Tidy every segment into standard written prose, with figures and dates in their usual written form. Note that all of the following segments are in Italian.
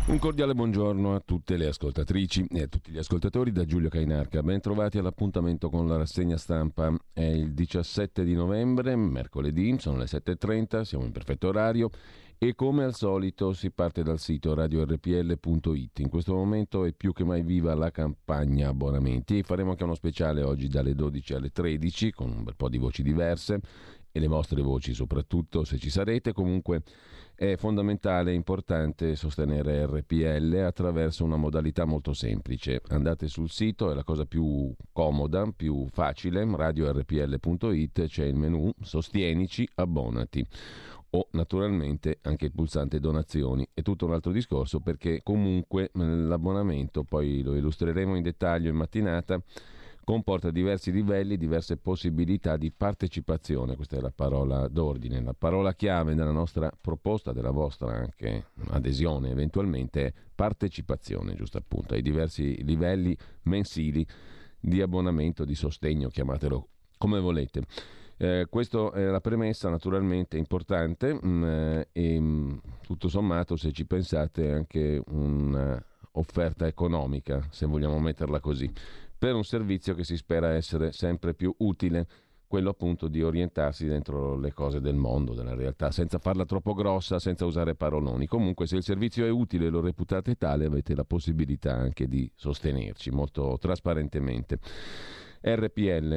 Un cordiale buongiorno a tutte le ascoltatrici e a tutti gli ascoltatori da Giulio Cainarca. Ben trovati all'appuntamento con la rassegna stampa. È il 17 di novembre, mercoledì, sono le 7.30, siamo in perfetto orario e come al solito si parte dal sito radiorpl.it. In questo momento è più che mai viva la campagna abbonamenti. Faremo anche uno speciale oggi dalle 12 alle 13 con un bel po' di voci diverse e le vostre voci soprattutto se ci sarete. Comunque è fondamentale e importante sostenere RPL attraverso una modalità molto semplice. Andate sul sito, è la cosa più comoda, più facile, radiorpl.it, c'è il menu Sostienici, abbonati o naturalmente anche il pulsante donazioni. È tutto un altro discorso perché comunque l'abbonamento, poi lo illustreremo in dettaglio in mattinata, comporta diversi livelli, diverse possibilità di partecipazione. Questa è la parola d'ordine, la parola chiave della nostra proposta, della vostra anche adesione eventualmente, è partecipazione, giusto appunto, ai diversi livelli mensili di abbonamento, di sostegno, chiamatelo come volete. Questa è la premessa naturalmente importante e tutto sommato, se ci pensate, anche un'offerta economica, se vogliamo metterla così, per un servizio che si spera essere sempre più utile, quello appunto di orientarsi dentro le cose del mondo, della realtà, senza farla troppo grossa, senza usare paroloni. Comunque, se il servizio è utile e lo reputate tale, avete la possibilità anche di sostenerci molto trasparentemente. RPL,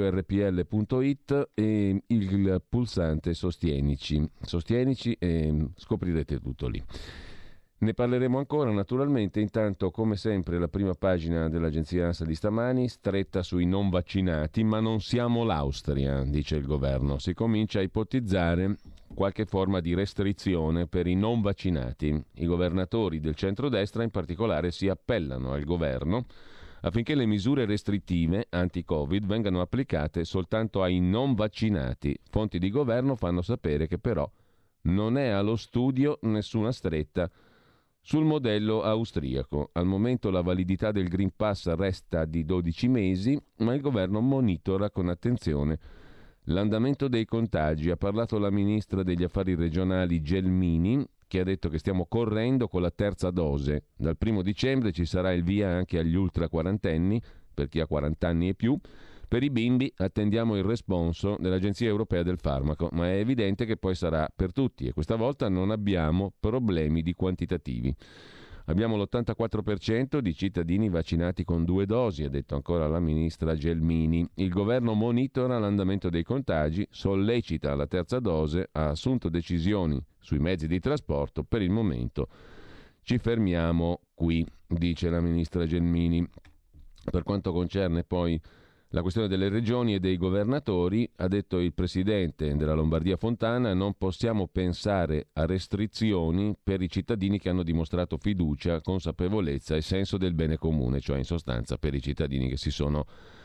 radiorpl.it e il pulsante Sostienici. Sostienici e scoprirete tutto lì. Ne parleremo ancora naturalmente. Intanto, come sempre, la prima pagina dell'agenzia ANSA di stamani, stretta sui non vaccinati, ma non siamo l'Austria, dice il governo. Si comincia a ipotizzare qualche forma di restrizione per i non vaccinati. I governatori del centrodestra in particolare si appellano al governo affinché le misure restrittive anti-Covid vengano applicate soltanto ai non vaccinati. Fonti di governo fanno sapere che però non è allo studio nessuna stretta sul modello austriaco. Al momento la validità del Green Pass resta di 12 mesi, ma il governo monitora con attenzione l'andamento dei contagi. Ha parlato la ministra degli affari regionali Gelmini, che ha detto che stiamo correndo con la terza dose. Dal 1 dicembre ci sarà il via anche agli ultra quarantenni, per chi ha 40 anni e più. Per i bimbi attendiamo il responso dell'Agenzia Europea del Farmaco, ma è evidente che poi sarà per tutti e questa volta non abbiamo problemi di quantitativi. Abbiamo l'84% di cittadini vaccinati con 2 dosi, ha detto ancora la ministra Gelmini. Il governo monitora l'andamento dei contagi, sollecita la terza dose, ha assunto decisioni sui mezzi di trasporto. Per il momento ci fermiamo qui, dice la ministra Gelmini. Per quanto concerne poi la questione delle regioni e dei governatori, ha detto il presidente della Lombardia Fontana, non possiamo pensare a restrizioni per i cittadini che hanno dimostrato fiducia, consapevolezza e senso del bene comune, cioè in sostanza per i cittadini che si sono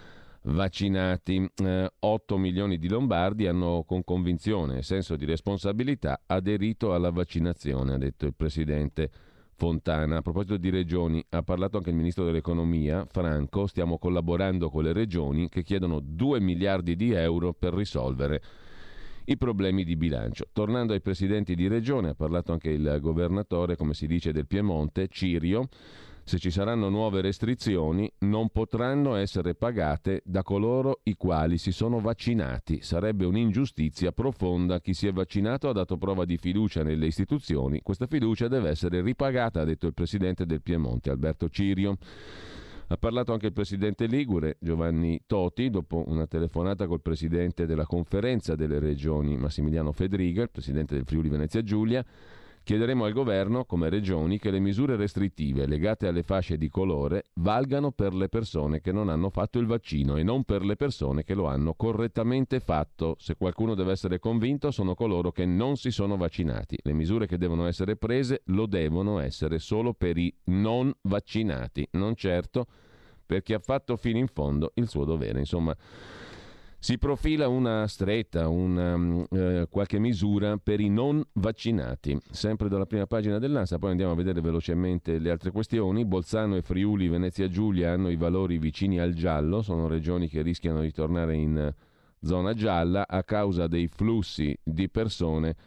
vaccinati. 8 milioni di lombardi hanno con convinzione e senso di responsabilità aderito alla vaccinazione, ha detto il presidente Fontana. A proposito di regioni, ha parlato anche il ministro dell'economia Franco. Stiamo collaborando con le regioni che chiedono 2 miliardi di euro per risolvere i problemi di bilancio. Tornando ai presidenti di regione, ha parlato anche il governatore, come si dice, del Piemonte, Cirio. Se ci saranno nuove restrizioni, non potranno essere pagate da coloro i quali si sono vaccinati. Sarebbe un'ingiustizia profonda. Chi si è vaccinato ha dato prova di fiducia nelle istituzioni. Questa fiducia deve essere ripagata, ha detto il presidente del Piemonte, Alberto Cirio. Ha parlato anche il presidente ligure, Giovanni Toti, dopo una telefonata col presidente della conferenza delle regioni, Massimiliano Fedriga, il presidente del Friuli Venezia Giulia. Chiederemo al governo, come regioni, che le misure restrittive legate alle fasce di colore valgano per le persone che non hanno fatto il vaccino e non per le persone che lo hanno correttamente fatto. Se qualcuno deve essere convinto, sono coloro che non si sono vaccinati. Le misure che devono essere prese lo devono essere solo per i non vaccinati, non certo per chi ha fatto fino in fondo il suo dovere. Insomma, si profila una stretta, qualche misura per i non vaccinati. Sempre dalla prima pagina dell'ANSA, poi andiamo a vedere velocemente le altre questioni. Bolzano e Friuli Venezia Giulia hanno i valori vicini al giallo, sono regioni che rischiano di tornare in zona gialla a causa dei flussi di persone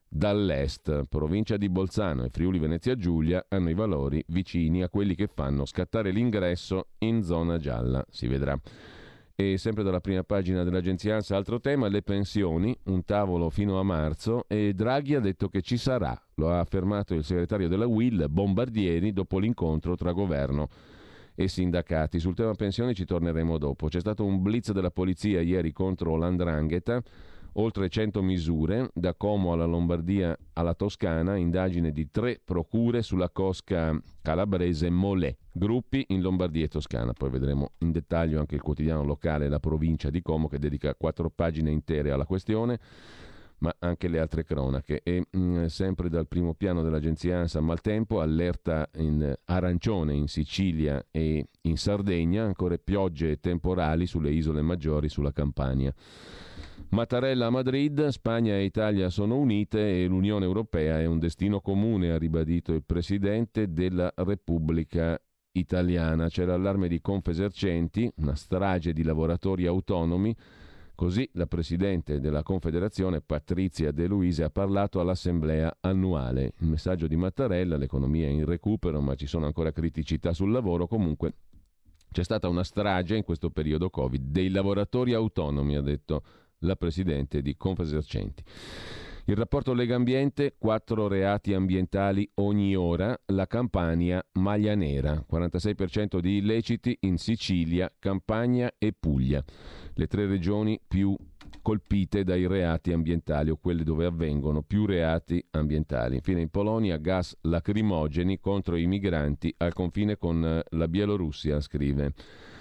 dall'est. Provincia di Bolzano e Friuli Venezia Giulia hanno i valori vicini a quelli che fanno scattare l'ingresso in zona gialla. Si vedrà. E sempre dalla prima pagina dell'agenzia ANSA, altro tema, le pensioni, un tavolo fino a marzo e Draghi ha detto che ci sarà, lo ha affermato il segretario della UIL Bombardieri dopo l'incontro tra governo e sindacati. Sul tema pensioni ci torneremo dopo. C'è stato un blitz della polizia ieri contro l''ndrangheta, oltre 100 misure, da Como alla Lombardia alla Toscana, indagine di 3 procure sulla cosca calabrese Molè, gruppi in Lombardia e Toscana. Poi vedremo in dettaglio anche il quotidiano locale La Provincia di Como, che dedica 4 pagine intere alla questione, ma anche le altre cronache. E sempre dal primo piano dell'agenzia ANSA, maltempo, allerta in arancione in Sicilia e in Sardegna, ancora piogge temporali sulle isole maggiori, sulla Campania. Mattarella a Madrid, Spagna e Italia sono unite e l'Unione Europea è un destino comune, ha ribadito il Presidente della Repubblica Italiana. C'è l'allarme di Confesercenti, una strage di lavoratori autonomi. Così la Presidente della Confederazione, Patrizia De Luise, ha parlato all'Assemblea annuale. Il messaggio di Mattarella: l'economia è in recupero, ma ci sono ancora criticità sul lavoro. Comunque c'è stata una strage in questo periodo Covid dei lavoratori autonomi, ha detto la Presidente di Confesercenti. Il rapporto Legambiente, 4 reati ambientali ogni ora, la Campania maglia nera, 46% di illeciti in Sicilia, Campania e Puglia, le 3 regioni più colpite dai reati ambientali o quelle dove avvengono più reati ambientali. Infine in Polonia gas lacrimogeni contro i migranti al confine con la Bielorussia, scrive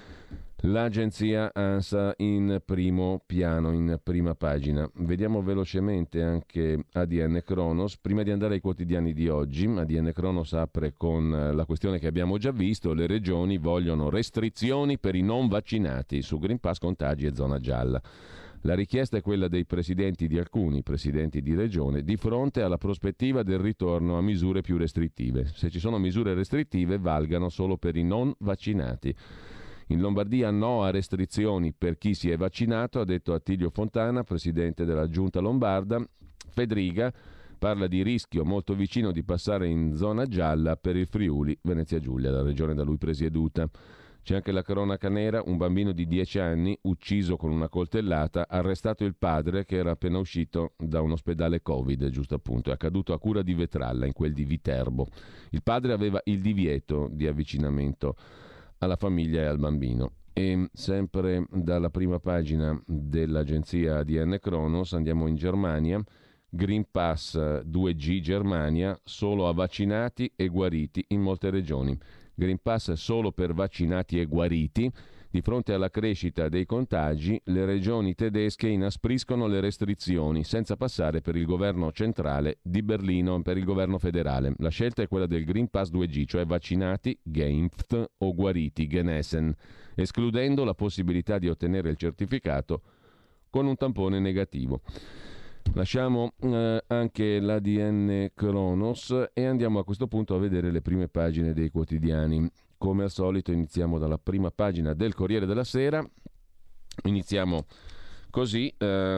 l'agenzia ANSA in primo piano, in prima pagina. Vediamo velocemente anche ADN Cronos. Prima di andare ai quotidiani di oggi, ADN Cronos apre con la questione che abbiamo già visto: le regioni vogliono restrizioni per i non vaccinati su Green Pass, contagi e zona gialla. La richiesta è quella dei presidenti di alcuni presidenti di regione di fronte alla prospettiva del ritorno a misure più restrittive. Se ci sono misure restrittive, valgano solo per i non vaccinati. In Lombardia no a restrizioni per chi si è vaccinato, ha detto Attilio Fontana, presidente della giunta lombarda. Fedriga parla di rischio molto vicino di passare in zona gialla per il Friuli Venezia Giulia, la regione da lui presieduta. C'è anche la cronaca nera: un bambino di 10 anni ucciso con una coltellata, arrestato il padre che era appena uscito da un ospedale Covid, giusto appunto, è accaduto a Cura di Vetralla, in quel di Viterbo. Il padre aveva il divieto di avvicinamento alla famiglia e al bambino. E sempre dalla prima pagina dell'agenzia ADN Cronos andiamo in Germania. Green Pass 2G Germania, solo a vaccinati e guariti in molte regioni. Green Pass solo per vaccinati e guariti. Di fronte alla crescita dei contagi, le regioni tedesche inaspriscono le restrizioni senza passare per il governo centrale di Berlino, per il governo federale. La scelta è quella del Green Pass 2G, cioè vaccinati, geimpft, o guariti, genesen, escludendo la possibilità di ottenere il certificato con un tampone negativo. Lasciamo anche l'ADN Cronos e andiamo a questo punto a vedere le prime pagine dei quotidiani. Come al solito iniziamo dalla prima pagina del Corriere della Sera. Iniziamo così,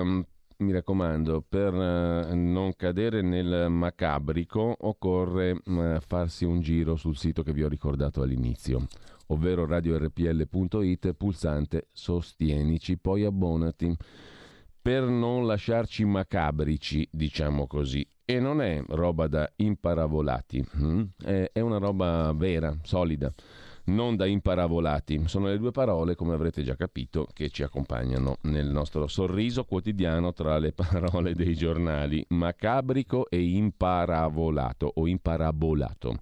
mi raccomando, per non cadere nel macabrico occorre farsi un giro sul sito che vi ho ricordato all'inizio, ovvero radiorpl.it, pulsante sostienici, poi abbonati, per non lasciarci macabrici, diciamo così. E non è roba da imparavolati, è una roba vera, solida, non da imparavolati. Sono le 2 parole, come avrete già capito, che ci accompagnano nel nostro sorriso quotidiano tra le parole dei giornali: macabrico e imparavolato o imparabolato.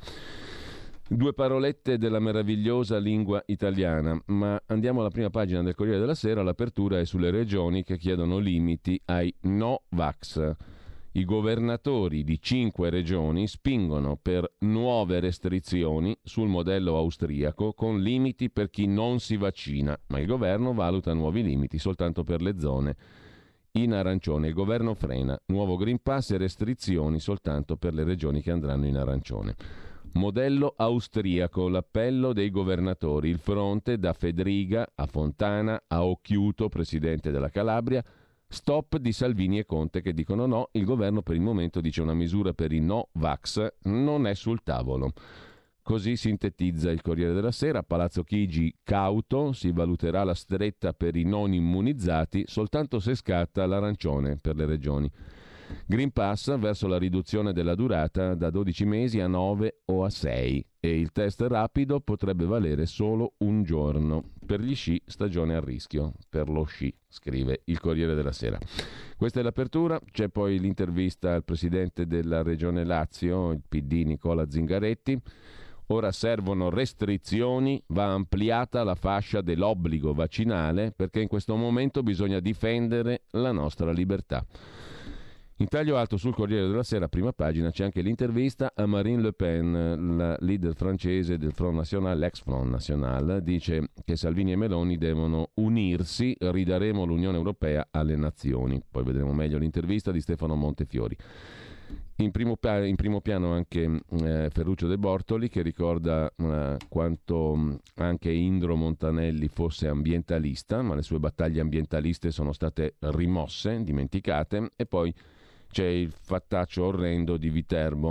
2 parolette della meravigliosa lingua italiana, ma andiamo alla prima pagina del Corriere della Sera. L'apertura è sulle regioni che chiedono limiti ai no-vax. I governatori di 5 regioni spingono per nuove restrizioni sul modello austriaco, con limiti per chi non si vaccina, ma il governo valuta nuovi limiti soltanto per le zone in arancione. Il governo frena nuovo Green Pass e restrizioni soltanto per le regioni che andranno in arancione. Modello austriaco, l'appello dei governatori, il fronte da Fedriga a Fontana a Occhiuto, presidente della Calabria, Stop di Salvini e Conte che dicono no, il governo per il momento dice una misura per i no vax non è sul tavolo. Così sintetizza il Corriere della Sera. Palazzo Chigi cauto, si valuterà la stretta per i non immunizzati soltanto se scatta l'arancione per le regioni. Green Pass verso la riduzione della durata da 12 mesi a 9 o a 6 e il test rapido potrebbe valere solo un giorno. Per gli sci stagione a rischio, per lo sci, scrive il Corriere della Sera. Questa è l'apertura, c'è poi l'intervista al presidente della regione Lazio, il PD Nicola Zingaretti. Ora servono restrizioni, va ampliata la fascia dell'obbligo vaccinale perché in questo momento bisogna difendere la nostra libertà. In taglio alto sul Corriere della Sera, prima pagina, c'è anche l'intervista a Marine Le Pen, la leader francese del Front National, l'ex Front National, dice che Salvini e Meloni devono unirsi, ridaremo l'Unione Europea alle nazioni. Poi vedremo meglio l'intervista di Stefano Montefiori. In primo piano anche Ferruccio De Bortoli che ricorda quanto anche Indro Montanelli fosse ambientalista, ma le sue battaglie ambientaliste sono state rimosse, dimenticate, e poi c'è il fattaccio orrendo di Viterbo,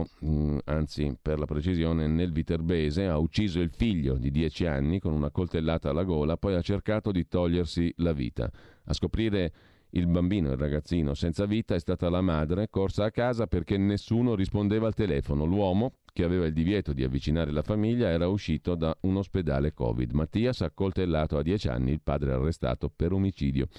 anzi per la precisione nel Viterbese, ha ucciso il figlio di 10 anni con una coltellata alla gola, poi ha cercato di togliersi la vita. A scoprire il bambino, il ragazzino senza vita, è stata la madre, corsa a casa perché nessuno rispondeva al telefono. L'uomo, che aveva il divieto di avvicinare la famiglia, era uscito da un ospedale Covid. Mattias ha coltellato a 10 anni il padre arrestato per omicidio.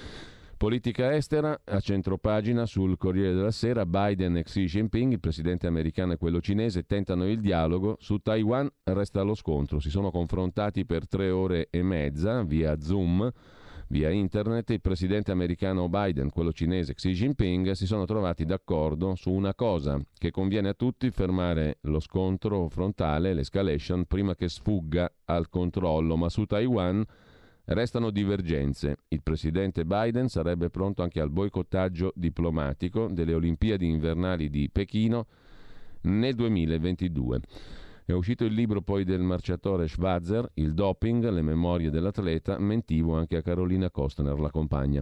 Politica estera, a centropagina sul Corriere della Sera, Biden e Xi Jinping, il presidente americano e quello cinese, tentano il dialogo. Su Taiwan resta lo scontro. Si sono confrontati per 3 ore e mezza via Zoom, via internet. Il presidente americano Biden, quello cinese Xi Jinping, si sono trovati d'accordo su una cosa: che conviene a tutti fermare lo scontro frontale, l'escalation, prima che sfugga al controllo, ma su Taiwan restano divergenze. Il presidente Biden sarebbe pronto anche al boicottaggio diplomatico delle Olimpiadi invernali di Pechino nel 2022. È uscito il libro poi del marciatore Schwarzer, Il doping, le memorie dell'atleta. Mentivo anche a Carolina Kostner, la compagna.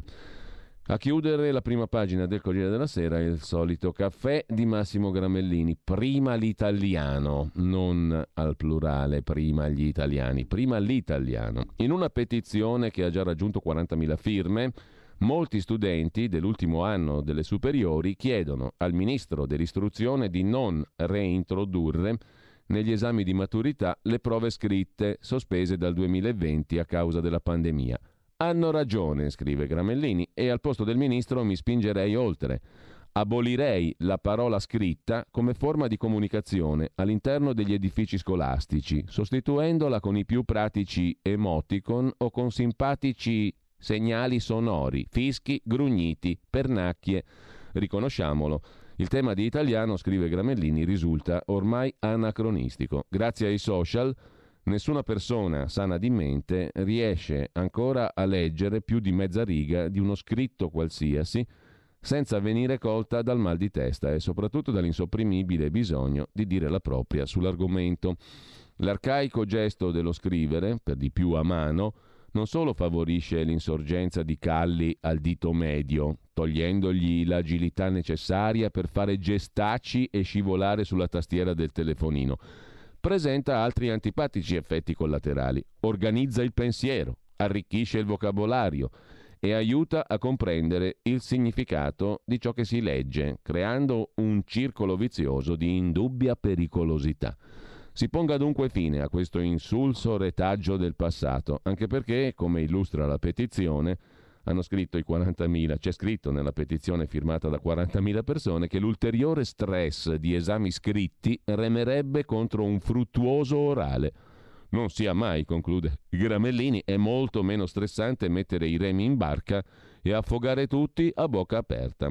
A chiudere la prima pagina del Corriere della Sera il solito caffè di Massimo Gramellini. Prima l'italiano, non al plurale, prima gli italiani, prima l'italiano. In una petizione che ha già raggiunto 40.000 firme, molti studenti dell'ultimo anno delle superiori chiedono al ministro dell'istruzione di non reintrodurre negli esami di maturità le prove scritte sospese dal 2020 a causa della pandemia. Hanno ragione, scrive Gramellini, e al posto del ministro mi spingerei oltre. Abolirei la parola scritta come forma di comunicazione all'interno degli edifici scolastici, sostituendola con i più pratici emoticon o con simpatici segnali sonori, fischi, grugniti, pernacchie. Riconosciamolo. Il tema di italiano, scrive Gramellini, risulta ormai anacronistico. Grazie ai social, nessuna persona sana di mente riesce ancora a leggere più di mezza riga di uno scritto qualsiasi senza venire colta dal mal di testa e soprattutto dall'insopprimibile bisogno di dire la propria sull'argomento. L'arcaico gesto dello scrivere, per di più a mano, non solo favorisce l'insorgenza di calli al dito medio, togliendogli l'agilità necessaria per fare gestacci e scivolare sulla tastiera del telefonino, presenta altri antipatici effetti collaterali. Organizza il pensiero, arricchisce il vocabolario e aiuta a comprendere il significato di ciò che si legge, creando un circolo vizioso di indubbia pericolosità. Si ponga dunque fine a questo insulso retaggio del passato, anche perché, come illustra la petizione, hanno scritto i 40.000, c'è scritto nella petizione firmata da 40.000 persone che l'ulteriore stress di esami scritti remerebbe contro un fruttuoso orale. Non sia mai, conclude Gramellini, è molto meno stressante mettere i remi in barca e affogare tutti a bocca aperta.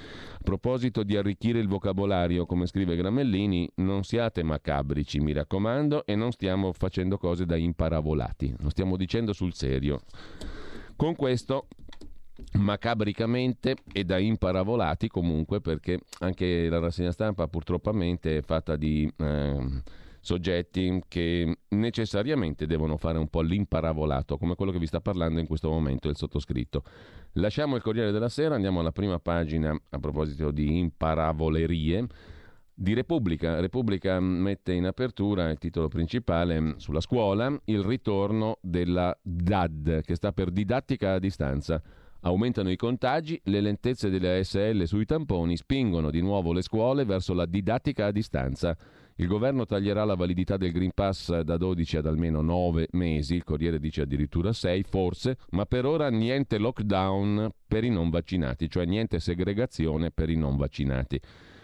A proposito di arricchire il vocabolario, come scrive Gramellini, non siate macabrici, mi raccomando, e non stiamo facendo cose da imparavolati, lo stiamo dicendo sul serio. Con questo, macabricamente e da imparavolati comunque, perché anche la rassegna stampa purtroppamente è fatta di soggetti che necessariamente devono fare un po' l'imparavolato, come quello che vi sta parlando in questo momento il sottoscritto. Lasciamo il Corriere della Sera, andiamo alla prima pagina a proposito di imparavolerie di Repubblica. Repubblica mette in apertura il titolo principale sulla scuola, il ritorno della DAD, che sta per didattica a distanza. Aumentano i contagi, le lentezze delle ASL sui tamponi spingono di nuovo le scuole verso la didattica a distanza. Il governo taglierà la validità del Green Pass da 12 ad almeno 9 mesi, il Corriere dice addirittura 6 forse, ma per ora niente lockdown per i non vaccinati, cioè niente segregazione per i non vaccinati.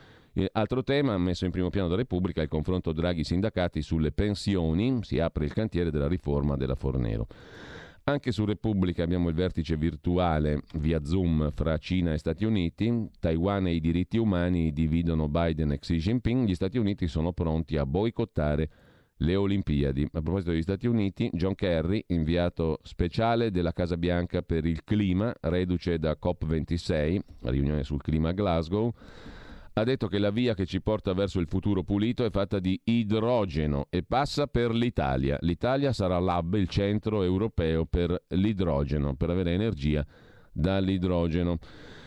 Altro tema messo in primo piano da Repubblica è il confronto Draghi-sindacati sulle pensioni, si apre il cantiere della riforma della Fornero. Anche su Repubblica abbiamo il vertice virtuale via Zoom fra Cina e Stati Uniti. Taiwan e i diritti umani dividono Biden e Xi Jinping. Gli Stati Uniti sono pronti a boicottare le Olimpiadi. A proposito degli Stati Uniti, John Kerry, inviato speciale della Casa Bianca per il clima, reduce da COP26, riunione sul clima a Glasgow, ha detto che la via che ci porta verso il futuro pulito è fatta di idrogeno e passa per l'Italia. L'Italia sarà l'hub, il centro europeo per l'idrogeno, per avere energia dall'idrogeno.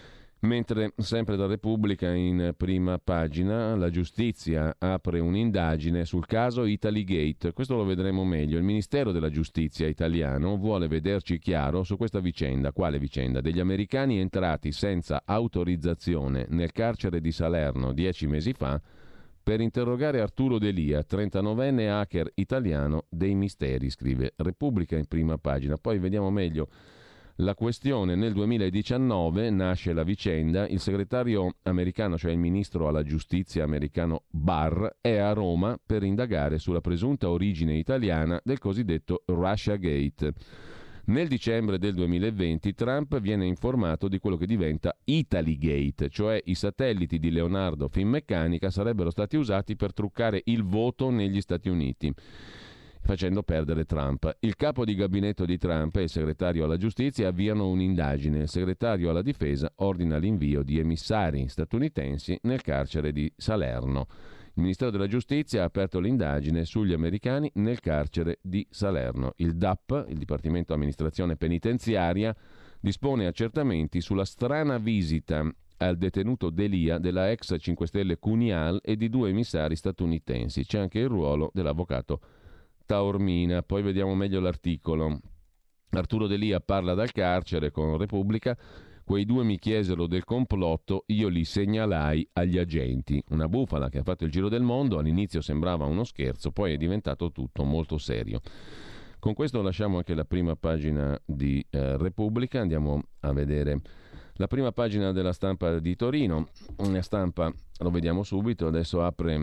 Mentre sempre da Repubblica in prima pagina la giustizia apre un'indagine sul caso Italygate. Questo lo vedremo meglio. Il Ministero della Giustizia italiano vuole vederci chiaro su questa vicenda. Quale vicenda? Degli americani entrati senza autorizzazione nel carcere di Salerno 10 mesi fa per interrogare Arturo D'Elia, 39enne hacker italiano dei misteri, scrive Repubblica in prima pagina. Poi vediamo meglio la questione. Nel 2019 nasce la vicenda, il segretario americano, cioè il ministro alla giustizia americano Barr, è a Roma per indagare sulla presunta origine italiana del cosiddetto Russiagate. Nel dicembre del 2020 Trump viene informato di quello che diventa Italygate, cioè i satelliti di Leonardo Finmeccanica sarebbero stati usati per truccare il voto negli Stati Uniti, facendo perdere Trump. Il capo di gabinetto di Trump e il segretario alla giustizia avviano un'indagine. Il segretario alla difesa ordina l'invio di emissari statunitensi nel carcere di Salerno. Il Ministero della Giustizia ha aperto l'indagine sugli americani nel carcere di Salerno. Il DAP, il Dipartimento Amministrazione Penitenziaria, dispone accertamenti sulla strana visita al detenuto D'Elia della ex 5 Stelle Cunial e di 2 emissari statunitensi. C'è anche il ruolo dell'avvocato Taormina. Poi vediamo meglio l'articolo. Arturo D'Elia parla dal carcere con Repubblica. Quei 2 mi chiesero del complotto, io li segnalai agli agenti. Una bufala che ha fatto il giro del mondo, all'inizio sembrava uno scherzo, poi è diventato tutto molto serio. Con questo lasciamo anche la prima pagina di Repubblica, andiamo a vedere la prima pagina della Stampa di Torino. Una Stampa, lo vediamo subito, adesso apre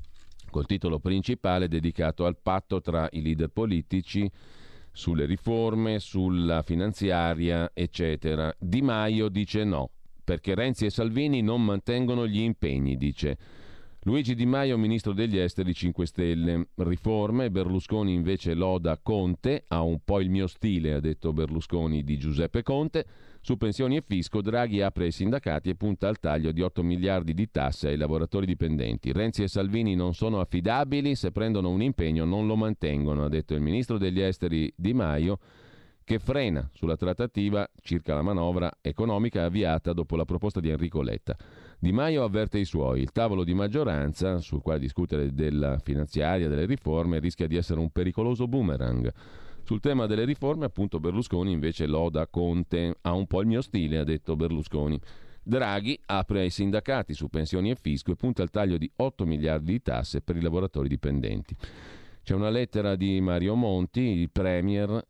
col titolo principale dedicato al patto tra i leader politici sulle riforme, sulla finanziaria, eccetera. Di Maio dice no, perché Renzi e Salvini non mantengono gli impegni, dice Luigi Di Maio, ministro degli esteri 5 Stelle. Riforme, Berlusconi invece loda Conte, ha un po' il mio stile, ha detto Berlusconi di Giuseppe Conte. Su pensioni e fisco, Draghi apre ai sindacati e punta al taglio di 8 miliardi di tasse ai lavoratori dipendenti. Renzi e Salvini non sono affidabili, se prendono un impegno non lo mantengono, ha detto il ministro degli esteri Di Maio, che frena sulla trattativa circa la manovra economica avviata dopo la proposta di Enrico Letta. Di Maio avverte i suoi, il tavolo di maggioranza sul quale discutere della finanziaria, delle riforme, rischia di essere un pericoloso boomerang. Sul tema delle riforme, appunto, Berlusconi invece loda Conte, ha un po' il mio stile, ha detto Berlusconi. Draghi apre ai sindacati su pensioni e fisco e punta al taglio di 8 miliardi di tasse per i lavoratori dipendenti. C'è una lettera di Mario Monti, i premier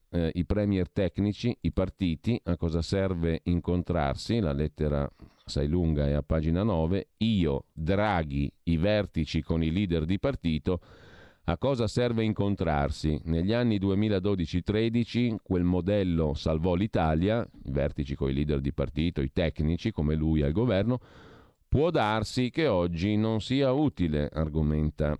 tecnici, i partiti, a cosa serve incontrarsi, la lettera assai lunga è a pagina 9, io, Draghi, i vertici con i leader di partito, a cosa serve incontrarsi? Negli anni 2012-13 quel modello salvò l'Italia, i vertici con i leader di partito, i tecnici come lui al governo, può darsi che oggi non sia utile, argomenta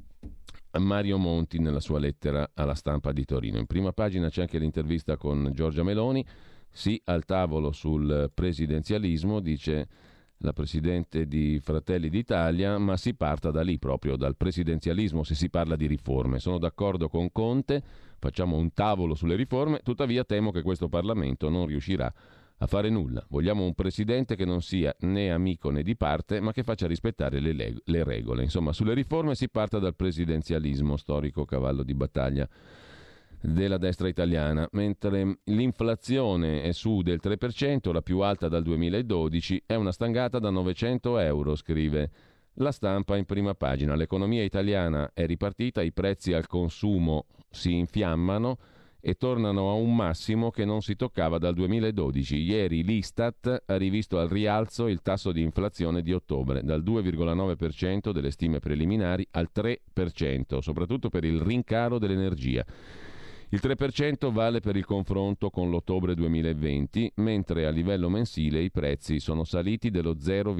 Mario Monti nella sua lettera alla Stampa di Torino. In prima pagina c'è anche l'intervista con Giorgia Meloni, sì al tavolo sul presidenzialismo, dice la presidente di Fratelli d'Italia, ma si parta da lì, proprio dal presidenzialismo, se si parla di riforme. Sono d'accordo con Conte, facciamo un tavolo sulle riforme, tuttavia temo che questo Parlamento non riuscirà a fare nulla. Vogliamo un presidente che non sia né amico né di parte, ma che faccia rispettare le regole. Insomma, sulle riforme si parta dal presidenzialismo, storico cavallo di battaglia della destra italiana, mentre l'inflazione è su del 3%, la più alta dal 2012, è una stangata da 900 euro, scrive La Stampa in prima pagina. L'economia italiana è ripartita, i prezzi al consumo si infiammano e tornano a un massimo che non si toccava dal 2012. Ieri l'Istat ha rivisto al rialzo il tasso di inflazione di ottobre, dal 2,9% delle stime preliminari al 3%, soprattutto per il rincaro dell'energia. Il 3% vale per il confronto con l'ottobre 2020, mentre a livello mensile i prezzi sono saliti dello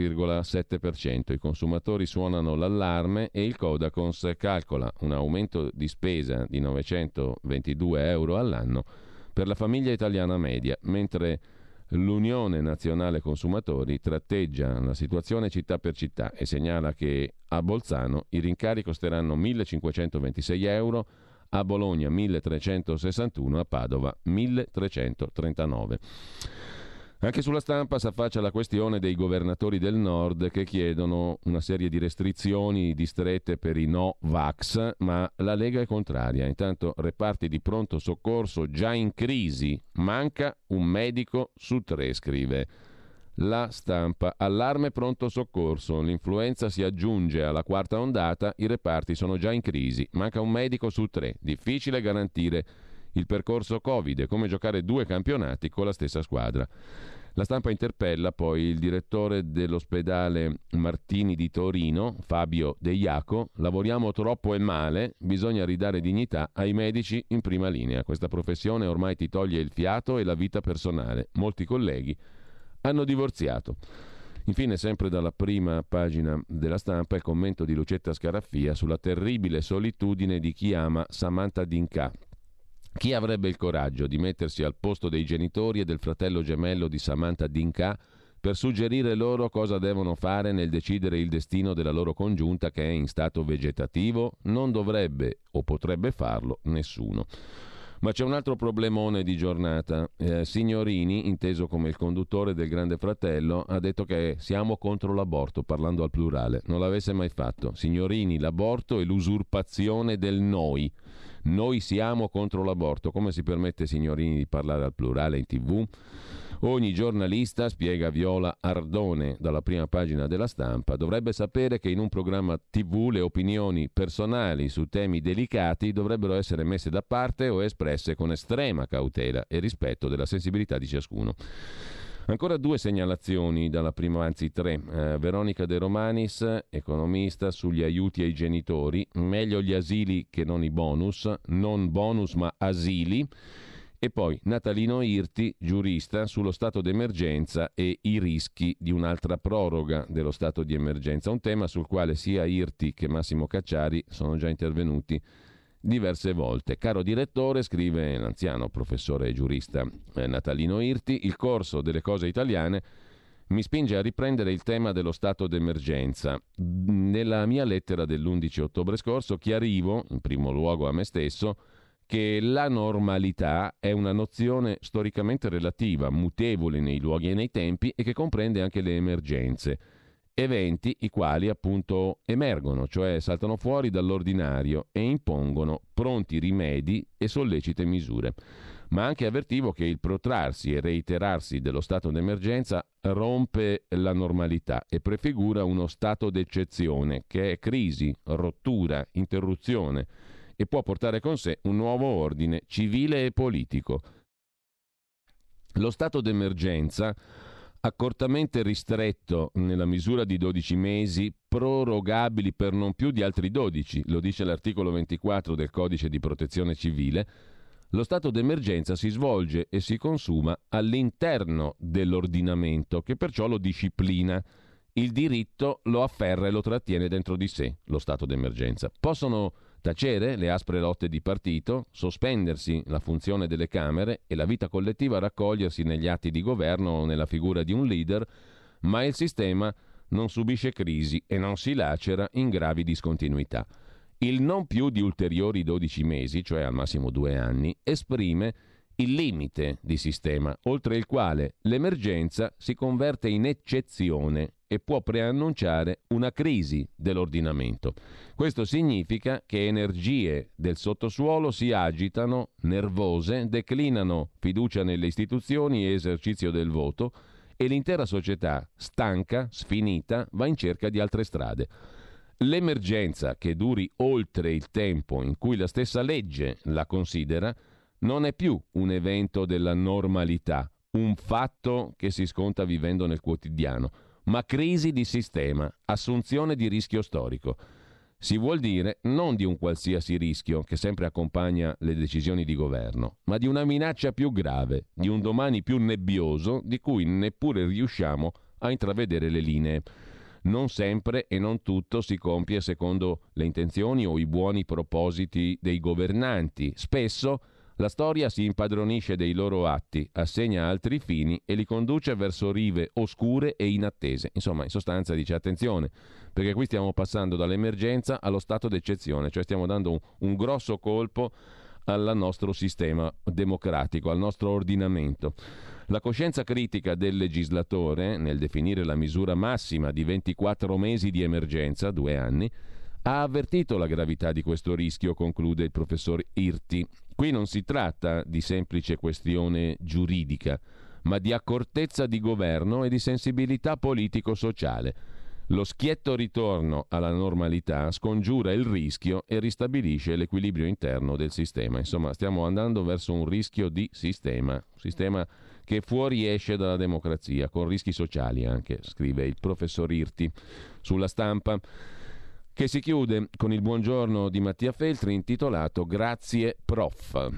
0,7%. I consumatori suonano l'allarme e il Codacons calcola un aumento di spesa di 922 euro all'anno per la famiglia italiana media, mentre l'Unione Nazionale Consumatori tratteggia la situazione città per città e segnala che a Bolzano i rincari costeranno 1.526 euro, a Bologna 1.361, a Padova 1.339. Anche sulla Stampa si affaccia la questione dei governatori del nord che chiedono una serie di restrizioni distrette per i no-vax, ma la Lega è contraria. Intanto reparti di pronto soccorso già in crisi, manca un medico su 3, scrive La Stampa. Allarme pronto soccorso, l'influenza si aggiunge alla quarta ondata, i reparti sono già in crisi, manca un medico su 3, difficile garantire il percorso Covid, è come giocare 2 campionati con la stessa squadra. La Stampa interpella poi il direttore dell'ospedale Martini di Torino, Fabio De Iaco: lavoriamo troppo e male, bisogna ridare dignità ai medici in prima linea, questa professione ormai ti toglie il fiato e la vita personale, molti colleghi hanno divorziato. Infine, sempre dalla prima pagina della Stampa, il commento di Lucetta Scaraffia sulla terribile solitudine di chi ama Samantha Dinca. Chi avrebbe il coraggio di mettersi al posto dei genitori e del fratello gemello di Samantha Dinca per suggerire loro cosa devono fare nel decidere il destino della loro congiunta che è in stato vegetativo? Non dovrebbe o potrebbe farlo nessuno. Ma c'è un altro problemone di giornata. Signorini, inteso come il conduttore del Grande Fratello, ha detto che siamo contro l'aborto, parlando al plurale. Non l'avesse mai fatto. Signorini, l'aborto è l'usurpazione del noi. Noi siamo contro l'aborto. Come si permette Signorini di parlare al plurale in TV? Ogni giornalista, spiega Viola Ardone dalla prima pagina della Stampa, dovrebbe sapere che in un programma TV le opinioni personali su temi delicati dovrebbero essere messe da parte o espresse con estrema cautela e rispetto della sensibilità di ciascuno. Ancora 2 segnalazioni dalla prima, anzi 3. Veronica De Romanis, economista, sugli aiuti ai genitori, meglio gli asili che non i bonus, non bonus ma asili. E poi Natalino Irti, giurista, sullo stato d'emergenza e i rischi di un'altra proroga dello stato di emergenza, un tema sul quale sia Irti che Massimo Cacciari sono già intervenuti diverse volte. Caro direttore, scrive l'anziano professore e giurista Natalino Irti, il corso delle cose italiane mi spinge a riprendere il tema dello stato d'emergenza. Nella mia lettera dell'11 ottobre scorso chiarivo, in primo luogo a me stesso, che la normalità è una nozione storicamente relativa, mutevole nei luoghi e nei tempi e che comprende anche le emergenze, eventi i quali appunto emergono, cioè saltano fuori dall'ordinario e impongono pronti rimedi e sollecite misure. Ma anche avvertivo che il protrarsi e reiterarsi dello stato d'emergenza rompe la normalità e prefigura uno stato d'eccezione che è crisi, rottura, interruzione, e può portare con sé un nuovo ordine civile e politico. Lo stato d'emergenza, accortamente ristretto nella misura di 12 mesi, prorogabili per non più di altri 12, lo dice l'articolo 24 del Codice di Protezione Civile, lo stato d'emergenza si svolge e si consuma all'interno dell'ordinamento, che perciò lo disciplina. Il diritto lo afferra e lo trattiene dentro di sé, lo stato d'emergenza. Possono tacere le aspre lotte di partito, sospendersi la funzione delle Camere e la vita collettiva raccogliersi negli atti di governo o nella figura di un leader, ma il sistema non subisce crisi e non si lacera in gravi discontinuità. Il non più di ulteriori 12 mesi, cioè al massimo 2 anni, esprime il limite di sistema, oltre il quale l'emergenza si converte in eccezione e può preannunciare una crisi dell'ordinamento. Questo significa che energie del sottosuolo si agitano, nervose, declinano fiducia nelle istituzioni e esercizio del voto, e l'intera società, stanca, sfinita, va in cerca di altre strade. L'emergenza che duri oltre il tempo in cui la stessa legge la considera non è più un evento della normalità, un fatto che si sconta vivendo nel quotidiano, ma crisi di sistema, assunzione di rischio storico. Si vuol dire non di un qualsiasi rischio che sempre accompagna le decisioni di governo, ma di una minaccia più grave, di un domani più nebbioso di cui neppure riusciamo a intravedere le linee. Non sempre e non tutto si compie secondo le intenzioni o i buoni propositi dei governanti. Spesso la storia si impadronisce dei loro atti, assegna altri fini e li conduce verso rive oscure e inattese. Insomma, in sostanza dice attenzione, perché qui stiamo passando dall'emergenza allo stato d'eccezione, cioè stiamo dando un grosso colpo al nostro sistema democratico, al nostro ordinamento. La coscienza critica del legislatore, nel definire la misura massima di 24 mesi di emergenza, 2 anni, ha avvertito la gravità di questo rischio, conclude il professor Irti. Qui non si tratta di semplice questione giuridica, ma di accortezza di governo e di sensibilità politico-sociale. Lo schietto ritorno alla normalità scongiura il rischio e ristabilisce l'equilibrio interno del sistema. Insomma, stiamo andando verso un rischio di sistema che fuoriesce dalla democrazia, con rischi sociali anche, scrive il professor Irti sulla Stampa, che si chiude con il buongiorno di Mattia Feltri intitolato Grazie prof.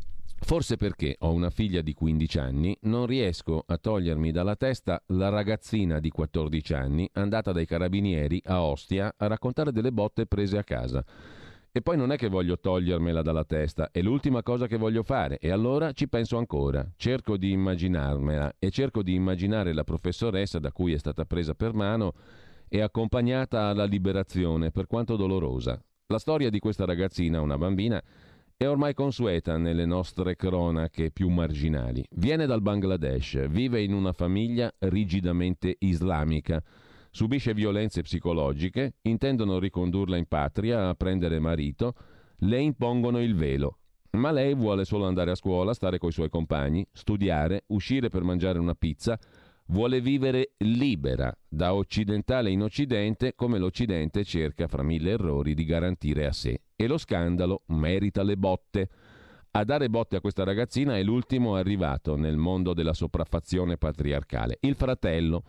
Forse perché ho una figlia di 15 anni, non riesco a togliermi dalla testa la ragazzina di 14 anni andata dai carabinieri a Ostia a raccontare delle botte prese a casa. E poi non è che voglio togliermela dalla testa, è l'ultima cosa che voglio fare e allora ci penso ancora. Cerco di immaginarmela e cerco di immaginare la professoressa da cui è stata presa per mano e accompagnata alla liberazione, per quanto dolorosa. La storia di questa ragazzina, una bambina, è ormai consueta nelle nostre cronache più marginali. Viene dal Bangladesh, vive in una famiglia rigidamente islamica, subisce violenze psicologiche, intendono ricondurla in patria a prendere marito, le impongono il velo. Ma lei vuole solo andare a scuola, stare coi suoi compagni, studiare, uscire per mangiare una pizza. Vuole vivere libera, da occidentale in occidente, come l'Occidente cerca, fra mille errori, di garantire a sé. E lo scandalo merita le botte. A dare botte a questa ragazzina è l'ultimo arrivato nel mondo della sopraffazione patriarcale, il fratello.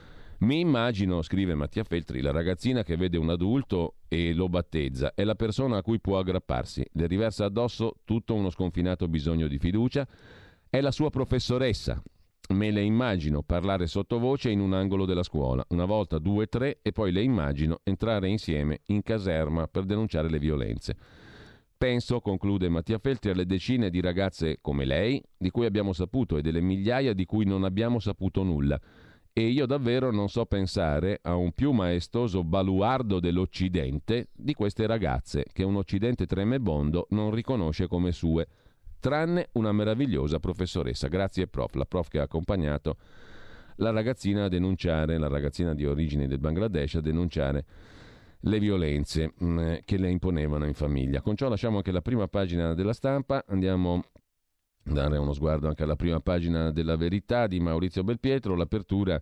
Mi immagino, scrive Mattia Feltri, la ragazzina che vede un adulto e lo battezza, è la persona a cui può aggrapparsi, le riversa addosso tutto uno sconfinato bisogno di fiducia, è la sua professoressa. Me le immagino parlare sottovoce in un angolo della scuola, una volta, 2, 3, e poi le immagino entrare insieme in caserma per denunciare le violenze. Penso, conclude Mattia Feltri, alle decine di ragazze come lei, di cui abbiamo saputo, e delle migliaia di cui non abbiamo saputo nulla. E io davvero non so pensare a un più maestoso baluardo dell'Occidente di queste ragazze, che un Occidente tremebondo non riconosce come sue, tranne una meravigliosa professoressa. Grazie prof, la prof che ha accompagnato la ragazzina a denunciare, la ragazzina di origini del Bangladesh, a denunciare le violenze che le imponevano in famiglia. Con ciò lasciamo anche la prima pagina della Stampa, andiamo a dare uno sguardo anche alla prima pagina della Verità di Maurizio Belpietro. L'apertura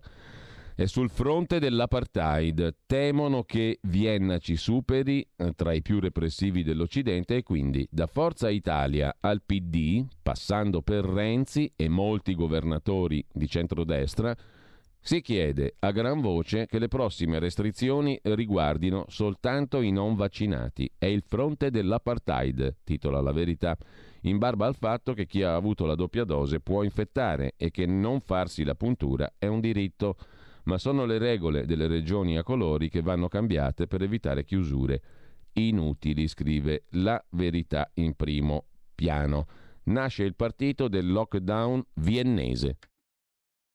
è sul fronte dell'apartheid. Temono che Vienna ci superi tra i più repressivi dell'Occidente e quindi da Forza Italia al PD, passando per Renzi e molti governatori di centrodestra, si chiede a gran voce che le prossime restrizioni riguardino soltanto i non vaccinati. È il fronte dell'apartheid, titola La Verità, in barba al fatto che chi ha avuto la doppia dose può infettare e che non farsi la puntura è un diritto, ma sono le regole delle regioni a colori che vanno cambiate per evitare chiusure inutili, scrive La Verità in primo piano. Nasce il partito del lockdown viennese.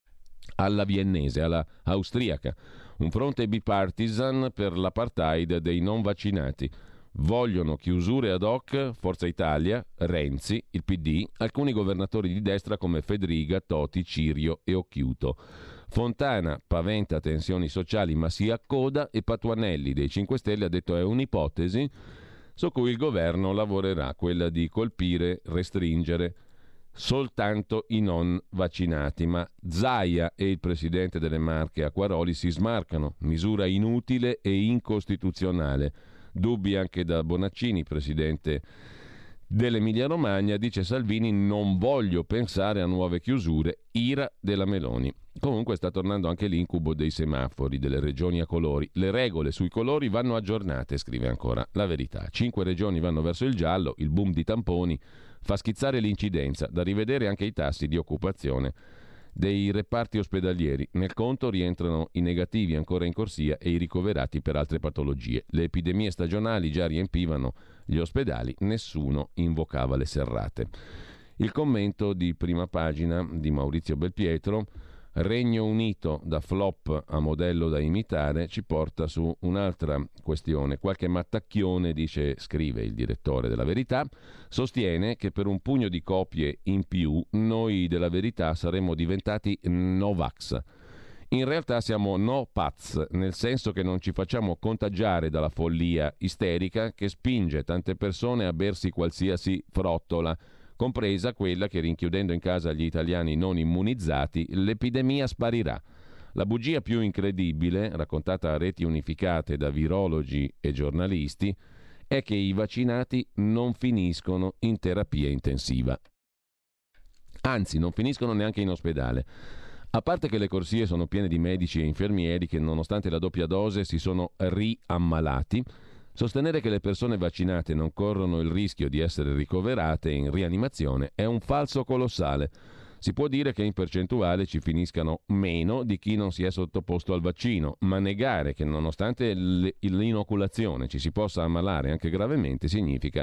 alla viennese, alla austriaca. Un fronte bipartisan per l'apartheid dei non vaccinati. Vogliono chiusure ad hoc Forza Italia, Renzi, il PD, alcuni governatori di destra come Fedriga, Toti, Cirio e Occhiuto. Fontana paventa tensioni sociali ma si accoda, e Patuanelli dei 5 Stelle ha detto è un'ipotesi su cui il governo lavorerà, quella di colpire, restringere soltanto i non vaccinati. Ma Zaia e il presidente delle Marche Acquaroli si smarcano, misura inutile e incostituzionale. Dubbi anche da Bonaccini, presidente dell'Emilia Romagna, dice Salvini non voglio pensare a nuove chiusure, ira della Meloni. Comunque sta tornando anche l'incubo dei semafori, delle regioni a colori. Le regole sui colori vanno aggiornate, scrive ancora La Verità. 5 regioni vanno verso il giallo, il boom di tamponi fa schizzare l'incidenza, da rivedere anche i tassi di occupazione dei reparti ospedalieri. Nel conto rientrano i negativi ancora in corsia e i ricoverati per altre patologie. Le epidemie stagionali già riempivano gli ospedali, nessuno invocava le serrate. Il commento di prima pagina di Maurizio Belpietro, Regno Unito da flop a modello da imitare, ci porta su un'altra questione. Qualche mattacchione, scrive il direttore della Verità, sostiene che per un pugno di copie in più noi della Verità saremmo diventati Novax. In realtà siamo no paz, nel senso che non ci facciamo contagiare dalla follia isterica che spinge tante persone a bersi qualsiasi frottola, compresa quella che rinchiudendo in casa gli italiani non immunizzati l'epidemia sparirà. La bugia più incredibile, raccontata a reti unificate da virologi e giornalisti, è che i vaccinati non finiscono in terapia intensiva. Anzi, non finiscono neanche in ospedale. A parte che le corsie sono piene di medici e infermieri che, nonostante la doppia dose, si sono riammalati, sostenere che le persone vaccinate non corrono il rischio di essere ricoverate in rianimazione è un falso colossale. Si può dire che in percentuale ci finiscano meno di chi non si è sottoposto al vaccino, ma negare che nonostante l'inoculazione ci si possa ammalare anche gravemente significa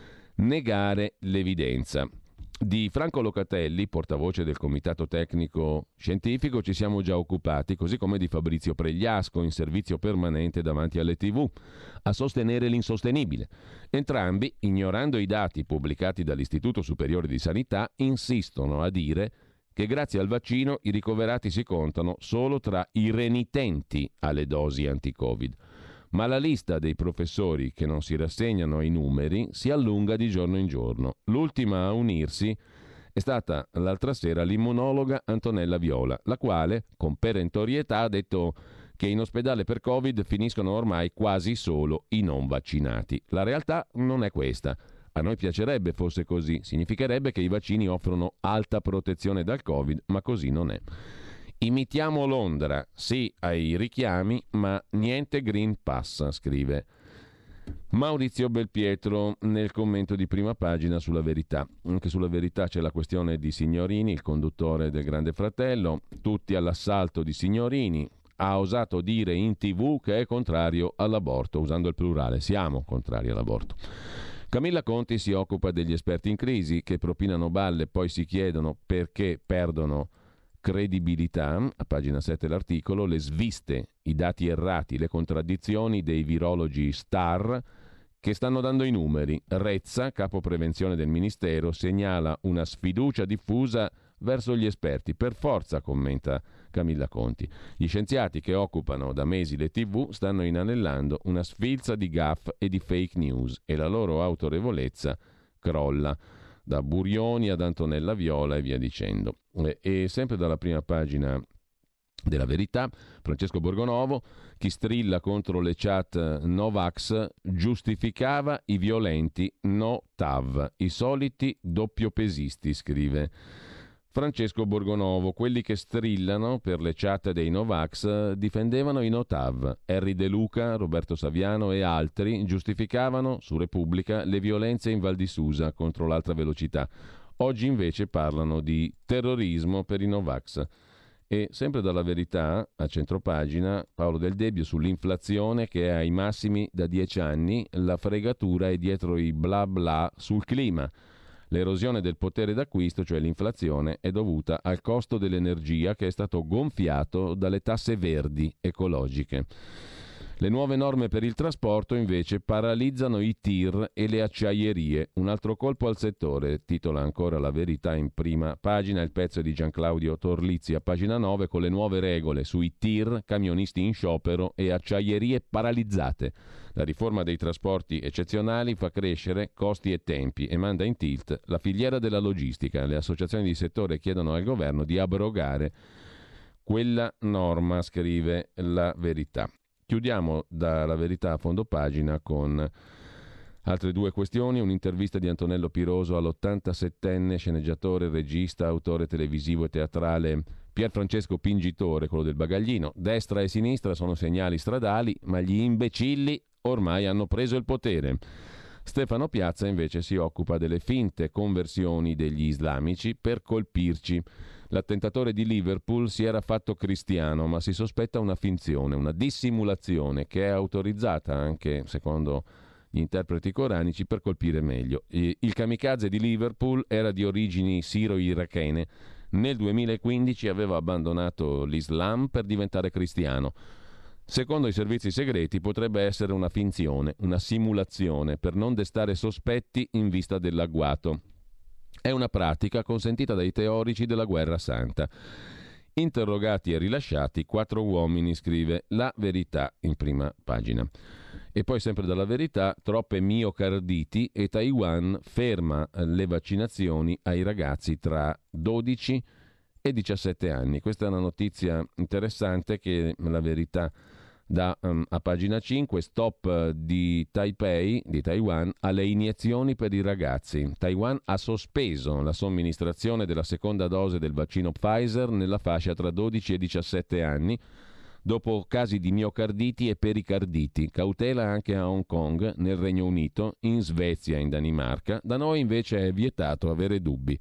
negare l'evidenza. Di Franco Locatelli, portavoce del Comitato Tecnico Scientifico, ci siamo già occupati, così come di Fabrizio Pregliasco, in servizio permanente davanti alle TV, a sostenere l'insostenibile. Entrambi, ignorando i dati pubblicati dall'Istituto Superiore di Sanità, insistono a dire che grazie al vaccino i ricoverati si contano solo tra i renitenti alle dosi anti-Covid. Ma la lista dei professori che non si rassegnano ai numeri si allunga di giorno in giorno. L'ultima a unirsi è stata l'altra sera l'immunologa Antonella Viola, la quale, con perentorietà, ha detto che in ospedale per Covid finiscono ormai quasi solo i non vaccinati. La realtà non è questa. A noi piacerebbe fosse così, significherebbe che i vaccini offrono alta protezione dal Covid, ma così non è. Imitiamo Londra, sì ai richiami, ma niente Green Pass, scrive Maurizio Belpietro nel commento di prima pagina sulla Verità. Anche sulla Verità c'è la questione di Signorini, il conduttore del Grande Fratello, tutti all'assalto di Signorini. Ha osato dire in TV che è contrario all'aborto, usando il plurale, siamo contrari all'aborto. Camilla Conti si occupa degli esperti in crisi che propinano balle, poi si chiedono perché perdono credibilità, a pagina 7 l'articolo, le sviste, i dati errati, le contraddizioni dei virologi star che stanno dando i numeri. Rezza, capo prevenzione del Ministero, segnala una sfiducia diffusa verso gli esperti. Per forza, commenta Camilla Conti. Gli scienziati che occupano da mesi le TV stanno inanellando una sfilza di gaffe e di fake news e la loro autorevolezza crolla. Da Burioni ad Antonella Viola e via dicendo. E sempre dalla prima pagina della Verità, Francesco Borgonovo, chi strilla contro le chat Novax giustificava i violenti no TAV, i soliti doppiopesisti, scrive Francesco Borgonovo. Quelli che strillano per le chat dei Novax difendevano i Notav. Henry De Luca, Roberto Saviano e altri giustificavano su Repubblica le violenze in Val di Susa contro l'alta velocità. Oggi invece parlano di terrorismo per i Novax. E sempre dalla Verità, a centropagina, Paolo Del Debbio sull'inflazione che è ai massimi da 10 anni, la fregatura è dietro i bla bla sul clima. L'erosione del potere d'acquisto, cioè l'inflazione, è dovuta al costo dell'energia che è stato gonfiato dalle tasse verdi ecologiche. Le nuove norme per il trasporto invece paralizzano i tir e le acciaierie. Un altro colpo al settore, titola ancora La Verità in prima pagina, il pezzo è di Gianclaudio Torlizzi a pagina 9, con le nuove regole sui tir, camionisti in sciopero e acciaierie paralizzate. La riforma dei trasporti eccezionali fa crescere costi e tempi e manda in tilt la filiera della logistica. Le associazioni di settore chiedono al governo di abrogare quella norma, scrive La Verità. Chiudiamo dalla Verità a fondo pagina con altre due questioni. Un'intervista di Antonello Piroso all'87enne sceneggiatore, regista, autore televisivo e teatrale Pierfrancesco Pingitore, quello del bagaglino. Destra e sinistra sono segnali stradali, ma gli imbecilli ormai hanno preso il potere. Stefano Piazza invece si occupa delle finte conversioni degli islamici per colpirci. L'attentatore di Liverpool si era fatto cristiano, ma si sospetta una finzione, una dissimulazione che è autorizzata anche, secondo gli interpreti coranici, per colpire meglio. Il kamikaze di Liverpool era di origini siro-irachene. Nel 2015 aveva abbandonato l'Islam per diventare cristiano. Secondo i servizi segreti potrebbe essere una finzione, una simulazione per non destare sospetti in vista dell'agguato. È una pratica consentita dai teorici della guerra santa. Interrogati e rilasciati 4 uomini, scrive La Verità in prima pagina. E poi sempre dalla Verità, troppe miocarditi e Taiwan ferma le vaccinazioni ai ragazzi tra 12 e 17 anni. Questa è una notizia interessante che La Verità dà a pagina 5, stop di Taipei, di Taiwan, alle iniezioni per i ragazzi. Taiwan ha sospeso la somministrazione della seconda dose del vaccino Pfizer nella fascia tra 12 e 17 anni, dopo casi di miocarditi e pericarditi. Cautela anche a Hong Kong, nel Regno Unito, in Svezia e in Danimarca. Da noi invece è vietato avere dubbi.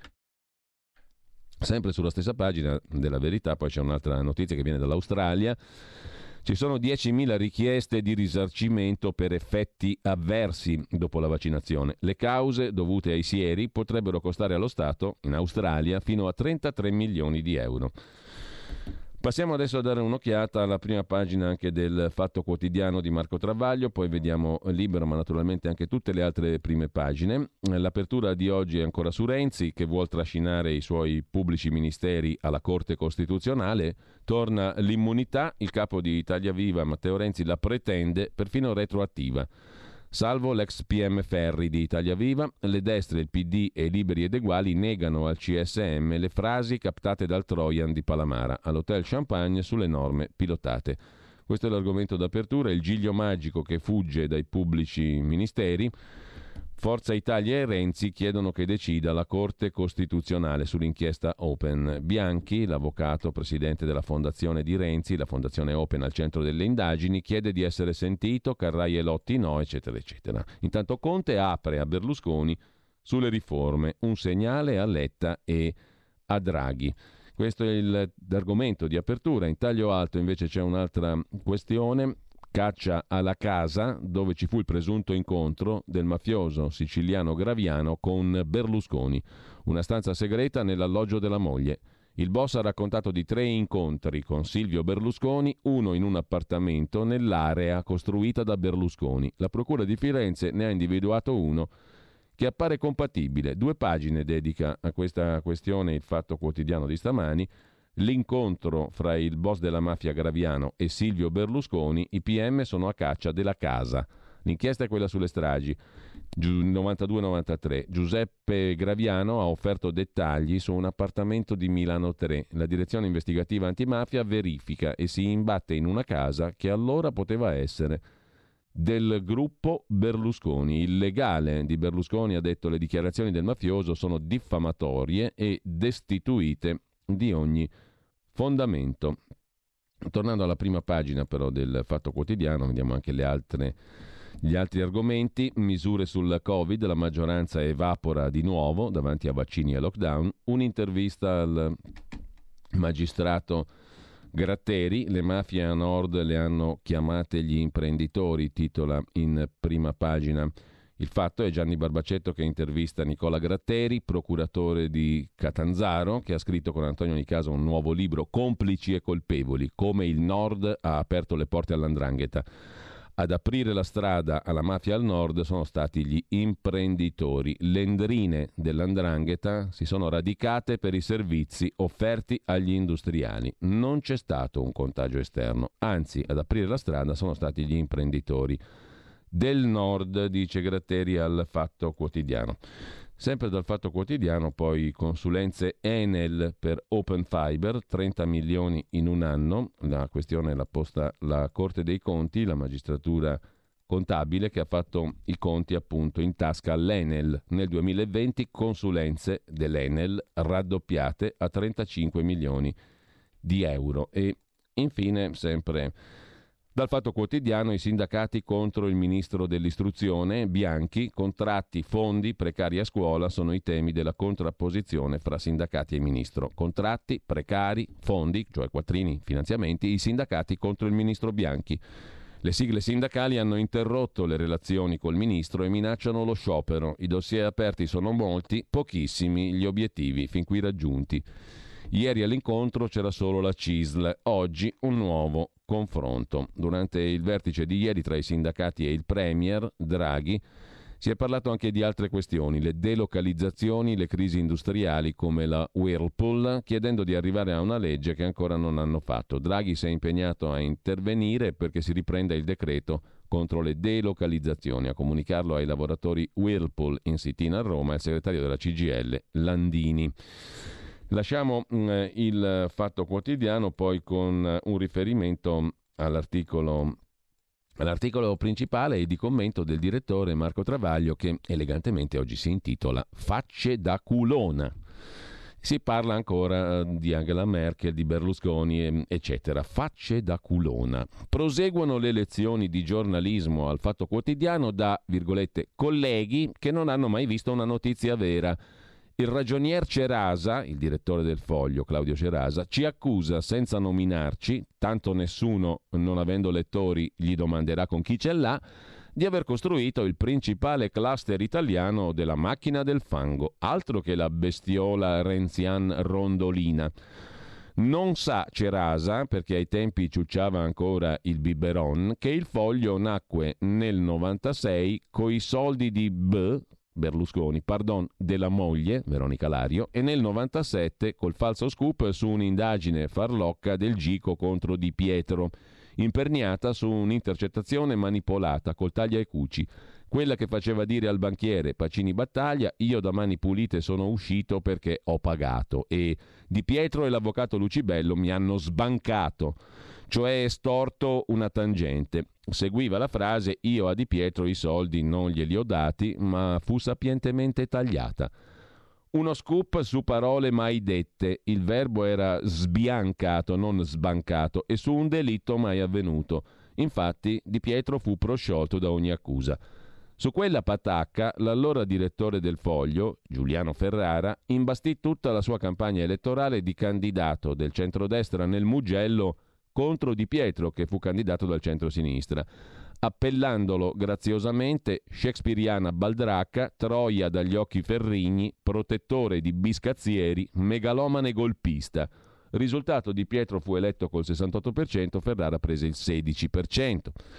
Sempre sulla stessa pagina della Verità poi c'è un'altra notizia che viene dall'Australia. Ci sono 10.000 richieste di risarcimento per effetti avversi dopo la vaccinazione. Le cause dovute ai sieri potrebbero costare allo Stato, in Australia, fino a 33 milioni di euro. Passiamo adesso a dare un'occhiata alla prima pagina anche del Fatto Quotidiano di Marco Travaglio, poi vediamo Libero, ma naturalmente anche tutte le altre prime pagine. L'apertura di oggi è ancora su Renzi, che vuol trascinare i suoi pubblici ministeri alla Corte Costituzionale. Torna l'immunità, il capo di Italia Viva, Matteo Renzi, la pretende perfino retroattiva. Salvo l'ex PM Ferri di Italia Viva, le destre, il PD e Liberi ed Eguali negano al CSM le frasi captate dal Trojan di Palamara all'Hotel Champagne sulle norme pilotate. Questo è l'argomento d'apertura, il giglio magico che fugge dai pubblici ministeri. Forza Italia e Renzi chiedono che decida la Corte Costituzionale sull'inchiesta Open. Bianchi, l'avvocato presidente della fondazione di Renzi, la fondazione Open al centro delle indagini, chiede di essere sentito, Carrai e Lotti no, eccetera, eccetera. Intanto Conte apre a Berlusconi sulle riforme, un segnale a Letta e a Draghi. Questo è l'argomento di apertura. In taglio alto invece c'è un'altra questione. Caccia alla casa dove ci fu il presunto incontro del mafioso siciliano Graviano con Berlusconi. Una stanza segreta nell'alloggio della moglie. Il boss ha raccontato di 3 incontri con Silvio Berlusconi, uno in un appartamento nell'area costruita da Berlusconi. La procura di Firenze ne ha individuato uno che appare compatibile. 2 pagine dedica a questa questione il Fatto Quotidiano di stamani. L'incontro fra il boss della mafia Graviano e Silvio Berlusconi, i PM sono a caccia della casa. L'inchiesta è quella sulle stragi 92-93. Giuseppe Graviano ha offerto dettagli su un appartamento di Milano 3. La direzione investigativa antimafia verifica e si imbatte in una casa che allora poteva essere del gruppo Berlusconi. Il legale di Berlusconi ha detto: le dichiarazioni del mafioso sono diffamatorie e destituite di ogni fondamento. Tornando alla prima pagina però del Fatto Quotidiano, vediamo anche gli altri argomenti. Misure sul Covid, la maggioranza evapora di nuovo davanti a vaccini e lockdown. Un'intervista al magistrato Gratteri, le mafie a nord le hanno chiamate gli imprenditori, titola in prima pagina Il Fatto è Gianni Barbacetto che intervista Nicola Gratteri, procuratore di Catanzaro, che ha scritto con Antonio Nicasa un nuovo libro, Complici e colpevoli, come il Nord ha aperto le porte all''ndrangheta. Ad aprire la strada alla mafia al nord sono stati gli imprenditori. Le ndrine dell''ndrangheta si sono radicate per i servizi offerti agli industriali. Non c'è stato un contagio esterno, anzi ad aprire la strada sono stati gli imprenditori del nord, dice Gratteri al Fatto Quotidiano. Sempre dal Fatto Quotidiano poi consulenze Enel per Open Fiber, 30 milioni in un anno. La questione l'ha posta la Corte dei Conti, la magistratura contabile che ha fatto i conti appunto in tasca all'Enel. Nel 2020 consulenze dell'Enel raddoppiate a 35 milioni di euro. E infine sempre dal Fatto Quotidiano i sindacati contro il ministro dell'istruzione, Bianchi, contratti, fondi, precari a scuola sono i temi della contrapposizione fra sindacati e ministro. Contratti, precari, fondi, cioè quattrini, finanziamenti, i sindacati contro il ministro Bianchi. Le sigle sindacali hanno interrotto le relazioni col ministro e minacciano lo sciopero. I dossier aperti sono molti, pochissimi gli obiettivi fin qui raggiunti. Ieri all'incontro c'era solo la CISL, oggi un nuovo confronto. Durante il vertice di ieri tra i sindacati e il Premier Draghi si è parlato anche di altre questioni, le delocalizzazioni, le crisi industriali come la Whirlpool, chiedendo di arrivare a una legge che ancora non hanno fatto. Draghi si è impegnato a intervenire perché si riprenda il decreto contro le delocalizzazioni. A comunicarlo ai lavoratori Whirlpool in sit-in a Roma il segretario della CGIL Landini. Lasciamo il Fatto Quotidiano poi con un riferimento all'articolo principale e di commento del direttore Marco Travaglio che elegantemente oggi si intitola Facce da culona. Si parla ancora di Angela Merkel, di Berlusconi, eccetera. Facce da culona. Proseguono le lezioni di giornalismo al Fatto Quotidiano da, virgolette, colleghi che non hanno mai visto una notizia vera. Il ragionier Cerasa, il direttore del Foglio, Claudio Cerasa, ci accusa senza nominarci, tanto nessuno, non avendo lettori, gli domanderà con chi ce l'ha, di aver costruito il principale cluster italiano della macchina del fango, altro che la bestiola renzian rondolina. Non sa Cerasa, perché ai tempi ciucciava ancora il biberon, che il Foglio nacque nel 96 coi soldi di Berlusconi, della moglie, Veronica Lario, e nel 97 col falso scoop su un'indagine farlocca del Gico contro Di Pietro, imperniata su un'intercettazione manipolata col taglia e cuci, quella che faceva dire al banchiere Pacini Battaglia io da mani pulite sono uscito perché ho pagato e Di Pietro e l'avvocato Lucibello mi hanno sbancato, cioè estorto una tangente. Seguiva la frase io a Di Pietro i soldi non glieli ho dati, ma fu sapientemente tagliata. Uno scoop su parole mai dette, il verbo era sbiancato, non sbancato, e su un delitto mai avvenuto. Infatti Di Pietro fu prosciolto da ogni accusa. Su quella patacca l'allora direttore del Foglio, Giuliano Ferrara, imbastì tutta la sua campagna elettorale di candidato del centrodestra nel Mugello contro Di Pietro, che fu candidato dal centro-sinistra, appellandolo graziosamente shakespeariana baldracca, troia dagli occhi ferrigni, protettore di biscazzieri, megalomane golpista. Risultato: Di Pietro fu eletto col 68%, Ferrara prese il 16%.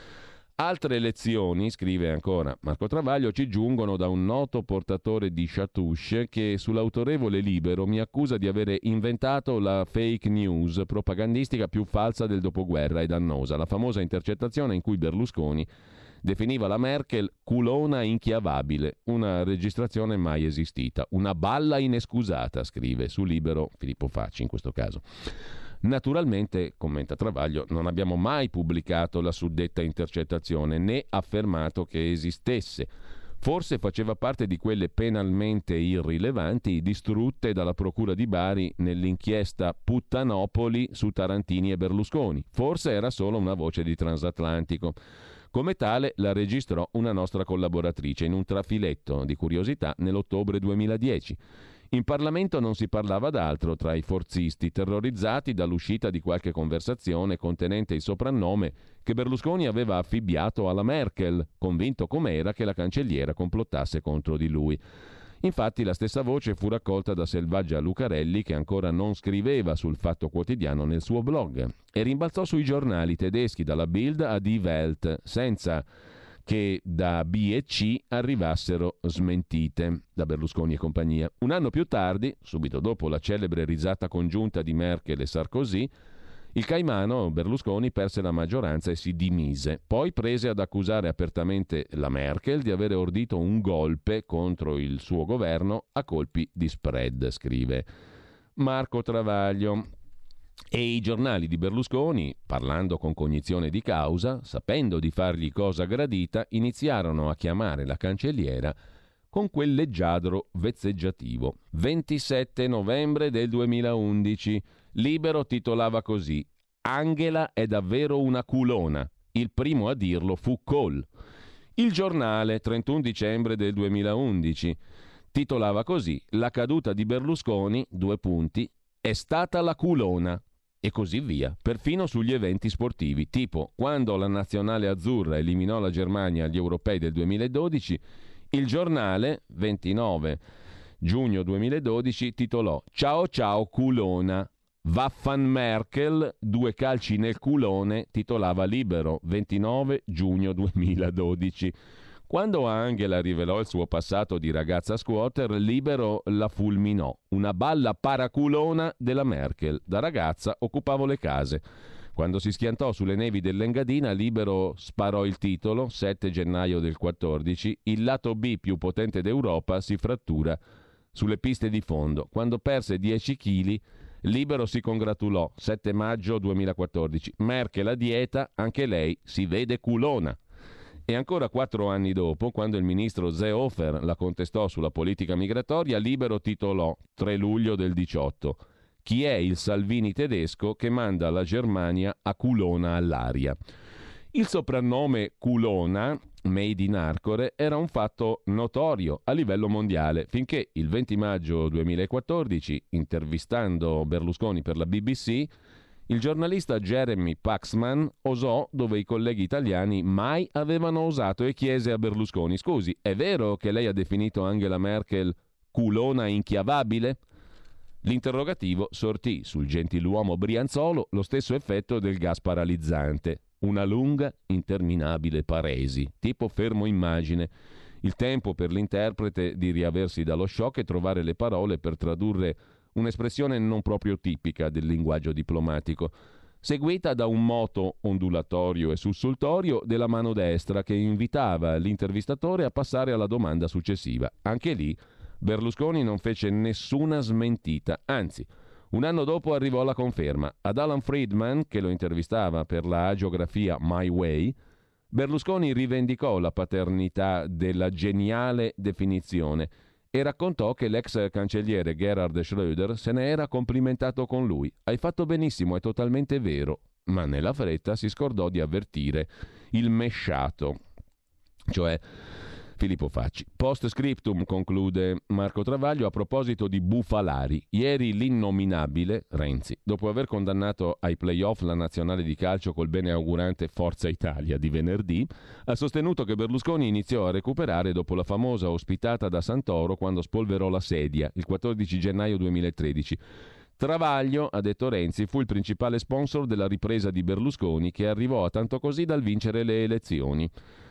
Altre lezioni, scrive ancora Marco Travaglio, ci giungono da un noto portatore di chatouche che sull'autorevole Libero mi accusa di avere inventato la fake news propagandistica più falsa del dopoguerra e dannosa, la famosa intercettazione in cui Berlusconi definiva la Merkel culona inchiavabile, una registrazione mai esistita, una balla inescusata, scrive su Libero Filippo Facci in questo caso. Naturalmente, commenta Travaglio, non abbiamo mai pubblicato la suddetta intercettazione né affermato che esistesse. Forse faceva parte di quelle penalmente irrilevanti distrutte dalla Procura di Bari nell'inchiesta Puttanopoli su Tarantini e Berlusconi. Forse era solo una voce di Transatlantico. Come tale la registrò una nostra collaboratrice in un trafiletto di curiosità nell'ottobre 2010. In Parlamento non si parlava d'altro tra i forzisti, terrorizzati dall'uscita di qualche conversazione contenente il soprannome che Berlusconi aveva affibbiato alla Merkel, convinto com'era che la cancelliera complottasse contro di lui. Infatti la stessa voce fu raccolta da Selvaggia Lucarelli, che ancora non scriveva sul Fatto Quotidiano nel suo blog, e rimbalzò sui giornali tedeschi dalla Bild a Die Welt, senza che da B e C arrivassero smentite da Berlusconi e compagnia. Un anno più tardi, subito dopo la celebre risata congiunta di Merkel e Sarkozy, il caimano Berlusconi perse la maggioranza e si dimise. Poi prese ad accusare apertamente la Merkel di avere ordito un golpe contro il suo governo a colpi di spread, scrive Marco Travaglio. E i giornali di Berlusconi, parlando con cognizione di causa, sapendo di fargli cosa gradita, iniziarono a chiamare la cancelliera con quel leggiadro vezzeggiativo. 27 novembre del 2011, Libero titolava così: Angela è davvero una culona. Il primo a dirlo fu Kohl. Il Giornale, 31 dicembre del 2011, titolava così: La caduta di Berlusconi, è stata la culona. E così via, perfino sugli eventi sportivi, tipo quando la nazionale azzurra eliminò la Germania agli europei del 2012, il Giornale, 29 giugno 2012, titolò Ciao ciao culona, Vaffan Merkel, 2 calci nel culone, titolava Libero, 29 giugno 2012. Quando Angela rivelò il suo passato di ragazza squatter, Libero la fulminò. Una balla paraculona della Merkel. Da ragazza occupavo le case. Quando si schiantò sulle nevi dell'Engadina, Libero sparò il titolo, 7 gennaio del 14, il lato B più potente d'Europa si frattura sulle piste di fondo. Quando perse 10 kg, Libero si congratulò, 7 maggio 2014. Merkel a dieta, anche lei si vede culona. E ancora 4 anni dopo, quando il ministro Seehofer la contestò sulla politica migratoria, Libero titolò, 3 luglio del 18, Chi è il Salvini tedesco che manda la Germania a culona all'aria? Il soprannome culona, made in Arcore, era un fatto notorio a livello mondiale, finché il 20 maggio 2014, intervistando Berlusconi per la BBC, il giornalista Jeremy Paxman osò dove i colleghi italiani mai avevano osato e chiese a Berlusconi: scusi, è vero che lei ha definito Angela Merkel culona inchiavabile? L'interrogativo sortì sul gentiluomo Brianzolo lo stesso effetto del gas paralizzante, una lunga, interminabile paresi, tipo fermo immagine, il tempo per l'interprete di riaversi dallo shock e trovare le parole per tradurre un'espressione non proprio tipica del linguaggio diplomatico, seguita da un moto ondulatorio e sussultorio della mano destra che invitava l'intervistatore a passare alla domanda successiva. Anche lì Berlusconi non fece nessuna smentita, anzi, un anno dopo arrivò la conferma. Ad Alan Friedman, che lo intervistava per la agiografia My Way, Berlusconi rivendicò la paternità della geniale definizione e raccontò che l'ex cancelliere Gerhard Schröder se ne era complimentato con lui. Hai fatto benissimo, è totalmente vero, ma nella fretta si scordò di avvertire il mesciato, cioè Filippo Facci. Post scriptum, conclude Marco Travaglio, a proposito di bufalari. Ieri l'innominabile Renzi, dopo aver condannato ai play-off la nazionale di calcio col beneaugurante Forza Italia di venerdì, ha sostenuto che Berlusconi iniziò a recuperare dopo la famosa ospitata da Santoro quando spolverò la sedia, il 14 gennaio 2013. Travaglio, ha detto Renzi, fu il principale sponsor della ripresa di Berlusconi, che arrivò a tanto così dal vincere le elezioni.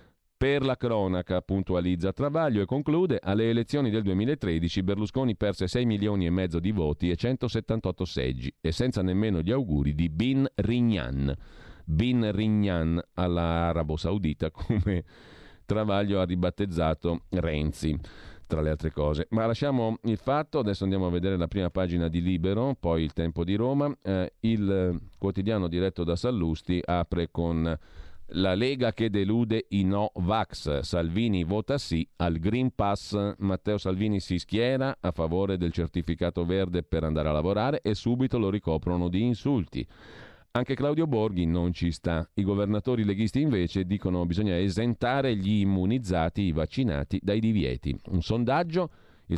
Per la cronaca, puntualizza Travaglio e conclude, alle elezioni del 2013 Berlusconi perse 6 milioni e mezzo di voti e 178 seggi, e senza nemmeno gli auguri di Bin Rignan. Bin Rignan alla Arabo Saudita, come Travaglio ha ribattezzato Renzi, tra le altre cose. Ma lasciamo il Fatto, adesso andiamo a vedere la prima pagina di Libero, poi il Tempo di Roma. Il quotidiano diretto da Sallusti apre con: la Lega che delude i no vax, Salvini vota sì al Green Pass. Matteo Salvini si schiera a favore del certificato verde per andare a lavorare e subito lo ricoprono di insulti. Anche Claudio Borghi non ci sta. I governatori leghisti invece dicono che bisogna esentare gli immunizzati, i vaccinati, dai divieti. Un sondaggio: Il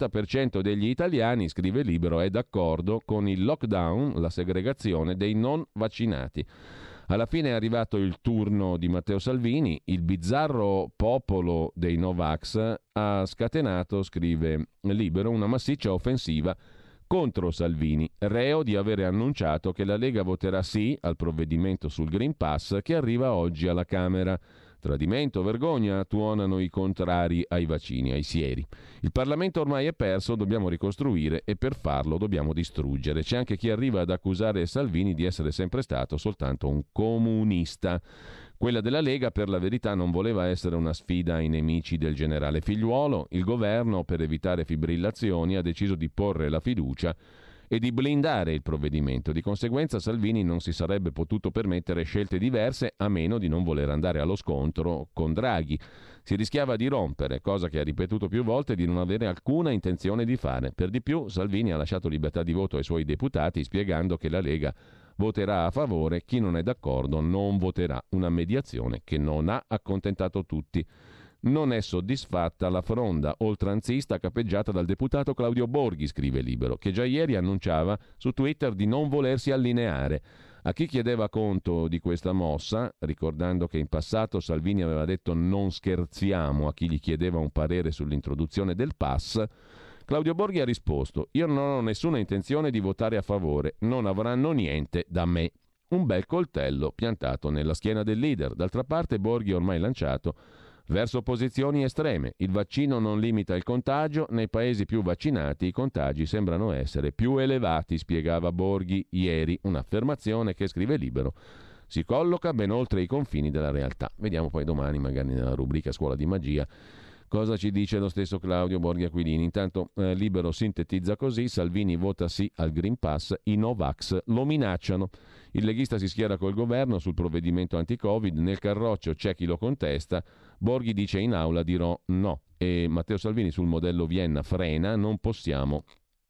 70% degli italiani, scrive Libero, è d'accordo con il lockdown, la segregazione dei non vaccinati. Alla fine è arrivato il turno di Matteo Salvini. Il bizzarro popolo dei Novax ha scatenato, scrive Libero, una massiccia offensiva contro Salvini, reo di avere annunciato che la Lega voterà sì al provvedimento sul Green Pass che arriva oggi alla Camera. Tradimento, vergogna, tuonano i contrari ai vaccini, ai sieri. Il Parlamento ormai è perso, dobbiamo ricostruire e per farlo dobbiamo distruggere. C'è anche chi arriva ad accusare Salvini di essere sempre stato soltanto un comunista. Quella della Lega, per la verità, non voleva essere una sfida ai nemici del generale Figliuolo. Il governo, per evitare fibrillazioni, ha deciso di porre la fiducia e di blindare il provvedimento. Di conseguenza Salvini non si sarebbe potuto permettere scelte diverse a meno di non voler andare allo scontro con Draghi. Si rischiava di rompere, cosa che ha ripetuto più volte di non avere alcuna intenzione di fare. Per di più Salvini ha lasciato libertà di voto ai suoi deputati spiegando che la Lega voterà a favore, chi non è d'accordo non voterà. Una mediazione che non ha accontentato tutti. Non è soddisfatta la fronda oltranzista capeggiata dal deputato Claudio Borghi, scrive Libero, che già ieri annunciava su Twitter di non volersi allineare. A chi chiedeva conto di questa mossa, ricordando che in passato Salvini aveva detto non scherziamo a chi gli chiedeva un parere sull'introduzione del pass, Claudio Borghi ha risposto: io non ho nessuna intenzione di votare a favore, non avranno niente da me. Un bel coltello piantato nella schiena del leader. D'altra parte Borghi ha ormai lanciato verso posizioni estreme. Il vaccino non limita il contagio, nei paesi più vaccinati i contagi sembrano essere più elevati, spiegava Borghi ieri, un'affermazione che, scrive Libero, si colloca ben oltre i confini della realtà. Vediamo poi domani, magari nella rubrica Scuola di Magia, cosa ci dice lo stesso Claudio Borghi Aquilini. Intanto Libero sintetizza così: Salvini vota sì al Green Pass, i Novax lo minacciano. Il leghista si schiera col governo sul provvedimento anti-Covid, nel carroccio c'è chi lo contesta, Borghi dice in aula dirò no e Matteo Salvini sul modello Vienna frena, non possiamo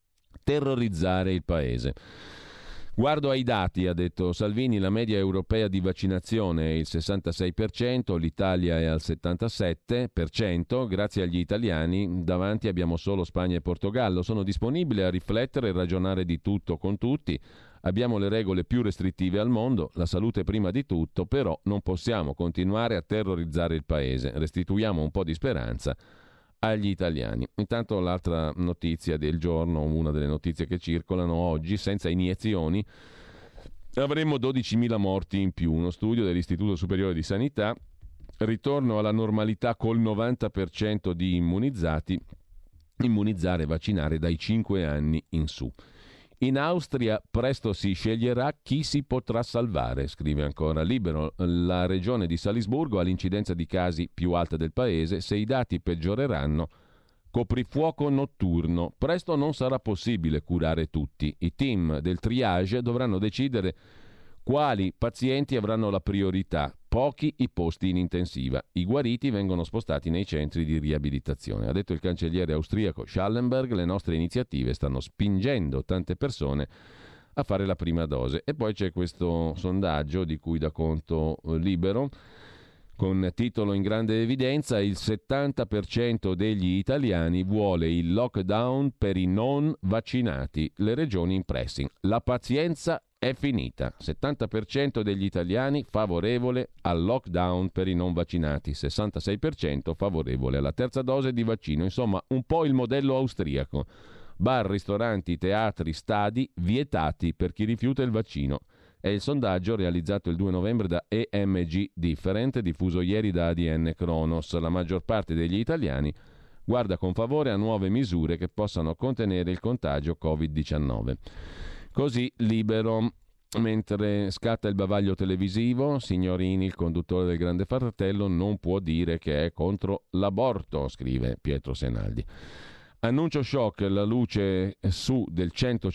terrorizzare il paese. Guardo ai dati, ha detto Salvini, la media europea di vaccinazione è il 66%, l'Italia è al 77%, grazie agli italiani davanti abbiamo solo Spagna e Portogallo. Sono disponibile a riflettere e ragionare di tutto con tutti, abbiamo le regole più restrittive al mondo, la salute prima di tutto, però non possiamo continuare a terrorizzare il paese, restituiamo un po' di speranza agli italiani. Intanto l'altra notizia del giorno, una delle notizie che circolano oggi, senza iniezioni avremmo 12.000 morti in più. Uno studio dell'Istituto Superiore di Sanità, ritorno alla normalità col 90% di immunizzati, immunizzare e vaccinare dai 5 anni in su. In Austria presto si sceglierà chi si potrà salvare, scrive ancora Libero. La regione di Salisburgo ha l'incidenza di casi più alta del paese. Se i dati peggioreranno, coprifuoco notturno. Presto non sarà possibile curare tutti. I team del triage dovranno decidere quali pazienti avranno la priorità. Pochi i posti in intensiva. I guariti vengono spostati nei centri di riabilitazione. Ha detto il cancelliere austriaco Schallenberg, le nostre iniziative stanno spingendo tante persone a fare la prima dose. E poi c'è questo sondaggio di cui dà conto Libero, con titolo in grande evidenza: il 70% degli italiani vuole il lockdown per i non vaccinati, le regioni in pressing. La pazienza è finita. 70% degli italiani favorevole al lockdown per i non vaccinati, 66% favorevole alla terza dose di vaccino. Insomma, un po' il modello austriaco. Bar, ristoranti, teatri, stadi vietati per chi rifiuta il vaccino. È il sondaggio realizzato il 2 novembre da EMG Different, diffuso ieri da ADN Kronos. La maggior parte degli italiani guarda con favore a nuove misure che possano contenere il contagio Covid-19. Così Libero. Mentre scatta il bavaglio televisivo, Signorini, il conduttore del Grande Fratello, non può dire che è contro l'aborto, scrive Pietro Senaldi. Annuncio shock, la luce su del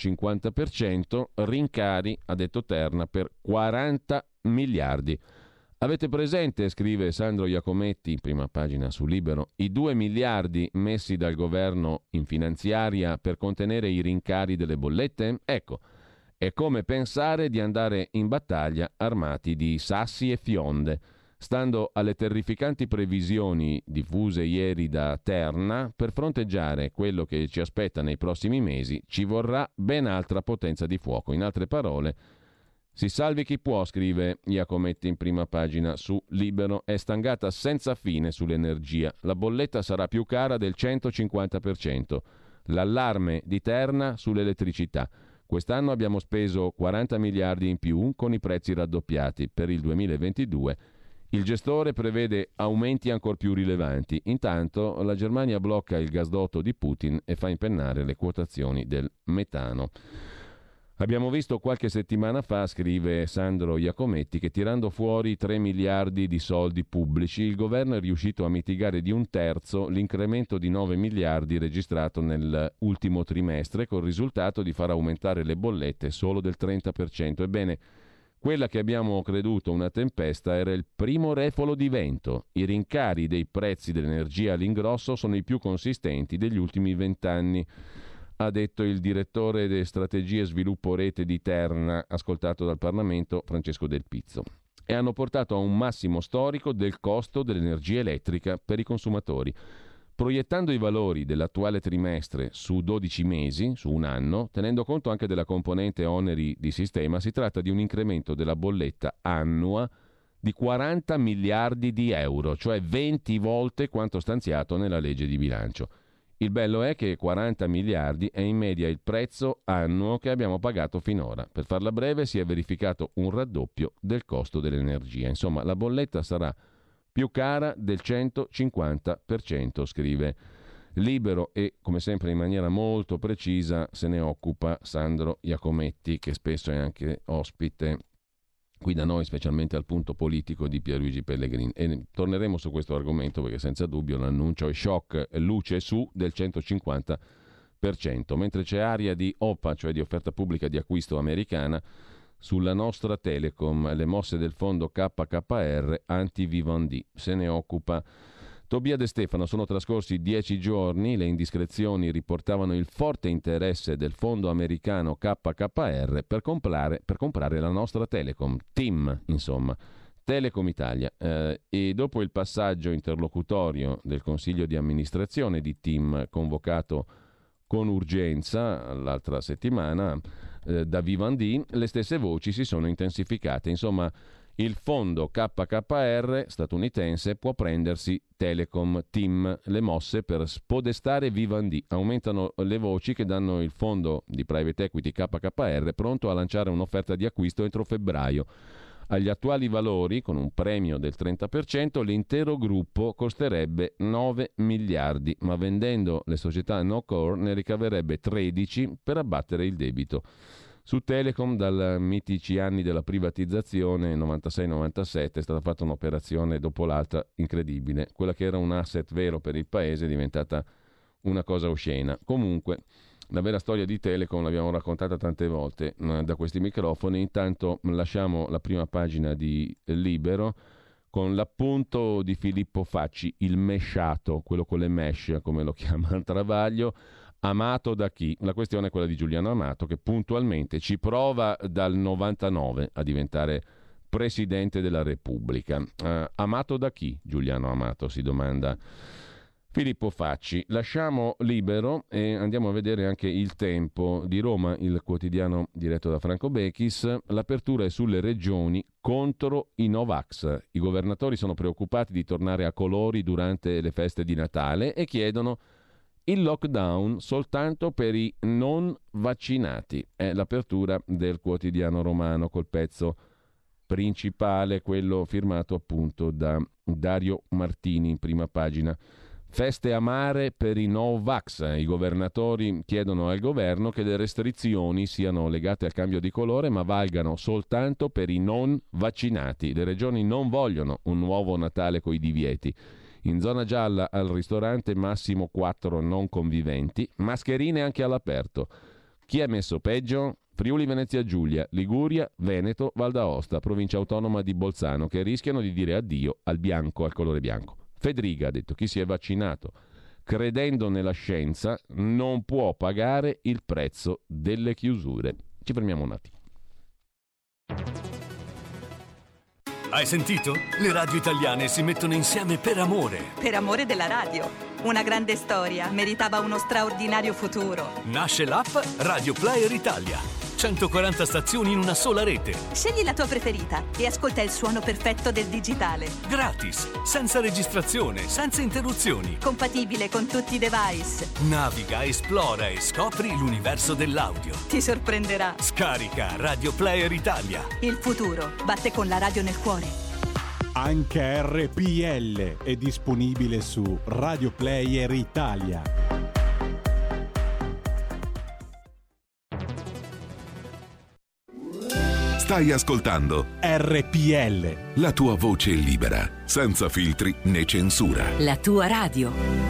150%, rincari, ha detto Terna, per 40 miliardi. Avete presente, scrive Sandro Iacometti, in prima pagina su Libero, i 2 miliardi messi dal governo in finanziaria per contenere i rincari delle bollette? Ecco, è come pensare di andare in battaglia armati di sassi e fionde. Stando alle terrificanti previsioni diffuse ieri da Terna, per fronteggiare quello che ci aspetta nei prossimi mesi ci vorrà ben altra potenza di fuoco. In altre parole, si salvi chi può, scrive Iacometti in prima pagina su Libero, è stangata senza fine sull'energia. La bolletta sarà più cara del 150%. L'allarme di Terna sull'elettricità. Quest'anno abbiamo speso 40 miliardi in più con i prezzi raddoppiati. Per il 2022 il gestore prevede aumenti ancor più rilevanti. Intanto la Germania blocca il gasdotto di Putin e fa impennare le quotazioni del metano. Abbiamo visto qualche settimana fa, scrive Sandro Iacometti, che tirando fuori 3 miliardi di soldi pubblici il governo è riuscito a mitigare di un terzo l'incremento di 9 miliardi registrato nell'ultimo trimestre, col risultato di far aumentare le bollette solo del 30%. Ebbene, quella che abbiamo creduto una tempesta era il primo refolo di vento. I rincari dei prezzi dell'energia all'ingrosso sono i più consistenti degli ultimi 20 anni, ha detto il direttore delle strategie e sviluppo rete di Terna, ascoltato dal Parlamento, Francesco Del Pizzo, e hanno portato a un massimo storico del costo dell'energia elettrica per i consumatori. Proiettando i valori dell'attuale trimestre su 12 mesi, su un anno, tenendo conto anche della componente oneri di sistema, si tratta di un incremento della bolletta annua di 40 miliardi di euro, cioè 20 volte quanto stanziato nella legge di bilancio. Il bello è che 40 miliardi è in media il prezzo annuo che abbiamo pagato finora. Per farla breve, si è verificato un raddoppio del costo dell'energia. Insomma, la bolletta sarà più cara del 150%, scrive Libero, e come sempre in maniera molto precisa se ne occupa Sandro Iacometti, che spesso è anche ospite qui da noi, specialmente al punto politico di Pierluigi Pellegrini. E torneremo su questo argomento perché senza dubbio l'annuncio è shock, luce su del 150%, mentre c'è aria di OPA, cioè di offerta pubblica di acquisto americana, sulla nostra Telecom, le mosse del fondo KKR anti-Vivendi. Se ne occupa Tobia De Stefano. Sono trascorsi 10 giorni, le indiscrezioni riportavano il forte interesse del fondo americano KKR per comprare la nostra Telecom, TIM insomma, Telecom Italia, e dopo il passaggio interlocutorio del consiglio di amministrazione di TIM convocato con urgenza l'altra settimana da Vivendi, le stesse voci si sono intensificate. Insomma, il fondo KKR statunitense può prendersi Telecom, TIM, le mosse per spodestare Vivendi. Aumentano le voci che danno il fondo di private equity KKR pronto a lanciare un'offerta di acquisto entro febbraio. Agli attuali valori, con un premio del 30%, l'intero gruppo costerebbe 9 miliardi, ma vendendo le società no core ne ricaverebbe 13 per abbattere il debito. Su Telecom, dal mitici anni della privatizzazione 96-97, è stata fatta un'operazione dopo l'altra incredibile. Quella che era un asset vero per il paese è diventata una cosa oscena. Comunque, la vera storia di Telecom l'abbiamo raccontata tante volte da questi microfoni. Intanto lasciamo la prima pagina di Libero con l'appunto di Filippo Facci, il mesciato, quello con le mesh, come lo chiama Travaglio. Amato da chi? La questione è quella di Giuliano Amato, che puntualmente ci prova dal 99 a diventare Presidente della Repubblica. Amato da chi Giuliano Amato, si domanda Filippo Facci. Lasciamo Libero e andiamo a vedere anche Il Tempo di Roma, il quotidiano diretto da Franco Bechis. L'apertura è sulle regioni contro i Novax. I governatori sono preoccupati di tornare a colori durante le feste di Natale e chiedono il lockdown soltanto per i non vaccinati. È l'apertura del quotidiano romano col pezzo principale, quello firmato appunto da Dario Martini in prima pagina. Feste amare per i Novax. I governatori chiedono al governo che le restrizioni siano legate al cambio di colore ma valgano soltanto per i non vaccinati. Le regioni non vogliono un nuovo Natale coi divieti. In zona gialla al ristorante massimo 4 non conviventi, mascherine anche all'aperto. Chi è messo peggio? Friuli Venezia Giulia, Liguria, Veneto, Val d'Aosta, provincia autonoma di Bolzano, che rischiano di dire addio al bianco, al colore bianco. Fedriga ha detto: chi si è vaccinato credendo nella scienza non può pagare il prezzo delle chiusure. Ci fermiamo un attimo. Hai sentito? Le radio italiane si mettono insieme per amore. Per amore della radio. Una grande storia meritava uno straordinario futuro. Nasce l'app Radio Player Italia. 140 stazioni in una sola rete. Scegli la tua preferita e ascolta il suono perfetto del digitale. Gratis, senza registrazione, senza interruzioni. Compatibile con tutti i device. Naviga, esplora e scopri l'universo dell'audio. Ti sorprenderà. Scarica Radio Player Italia. Il futuro batte con la radio nel cuore. Anche RPL è disponibile su Radio Player Italia. Stai ascoltando RPL, la tua voce libera, senza filtri né censura. La tua radio.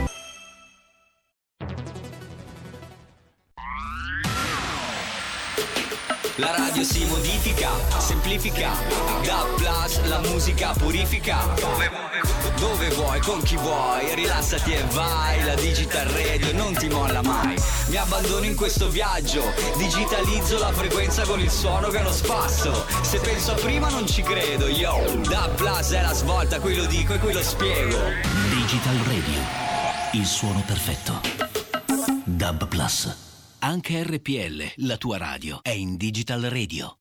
La radio si modifica, semplifica, da plus la musica purifica. Dove vuoi, con chi vuoi, rilassati e vai. La Digital Radio non ti molla mai. Mi abbandono in questo viaggio, digitalizzo la frequenza con il suono che non spasso. Se penso a prima non ci credo, yo. Da plus è la svolta, qui lo dico e qui lo spiego. Digital Radio, il suono perfetto. DAB Plus. Anche RPL, la tua radio, è in Digital Radio.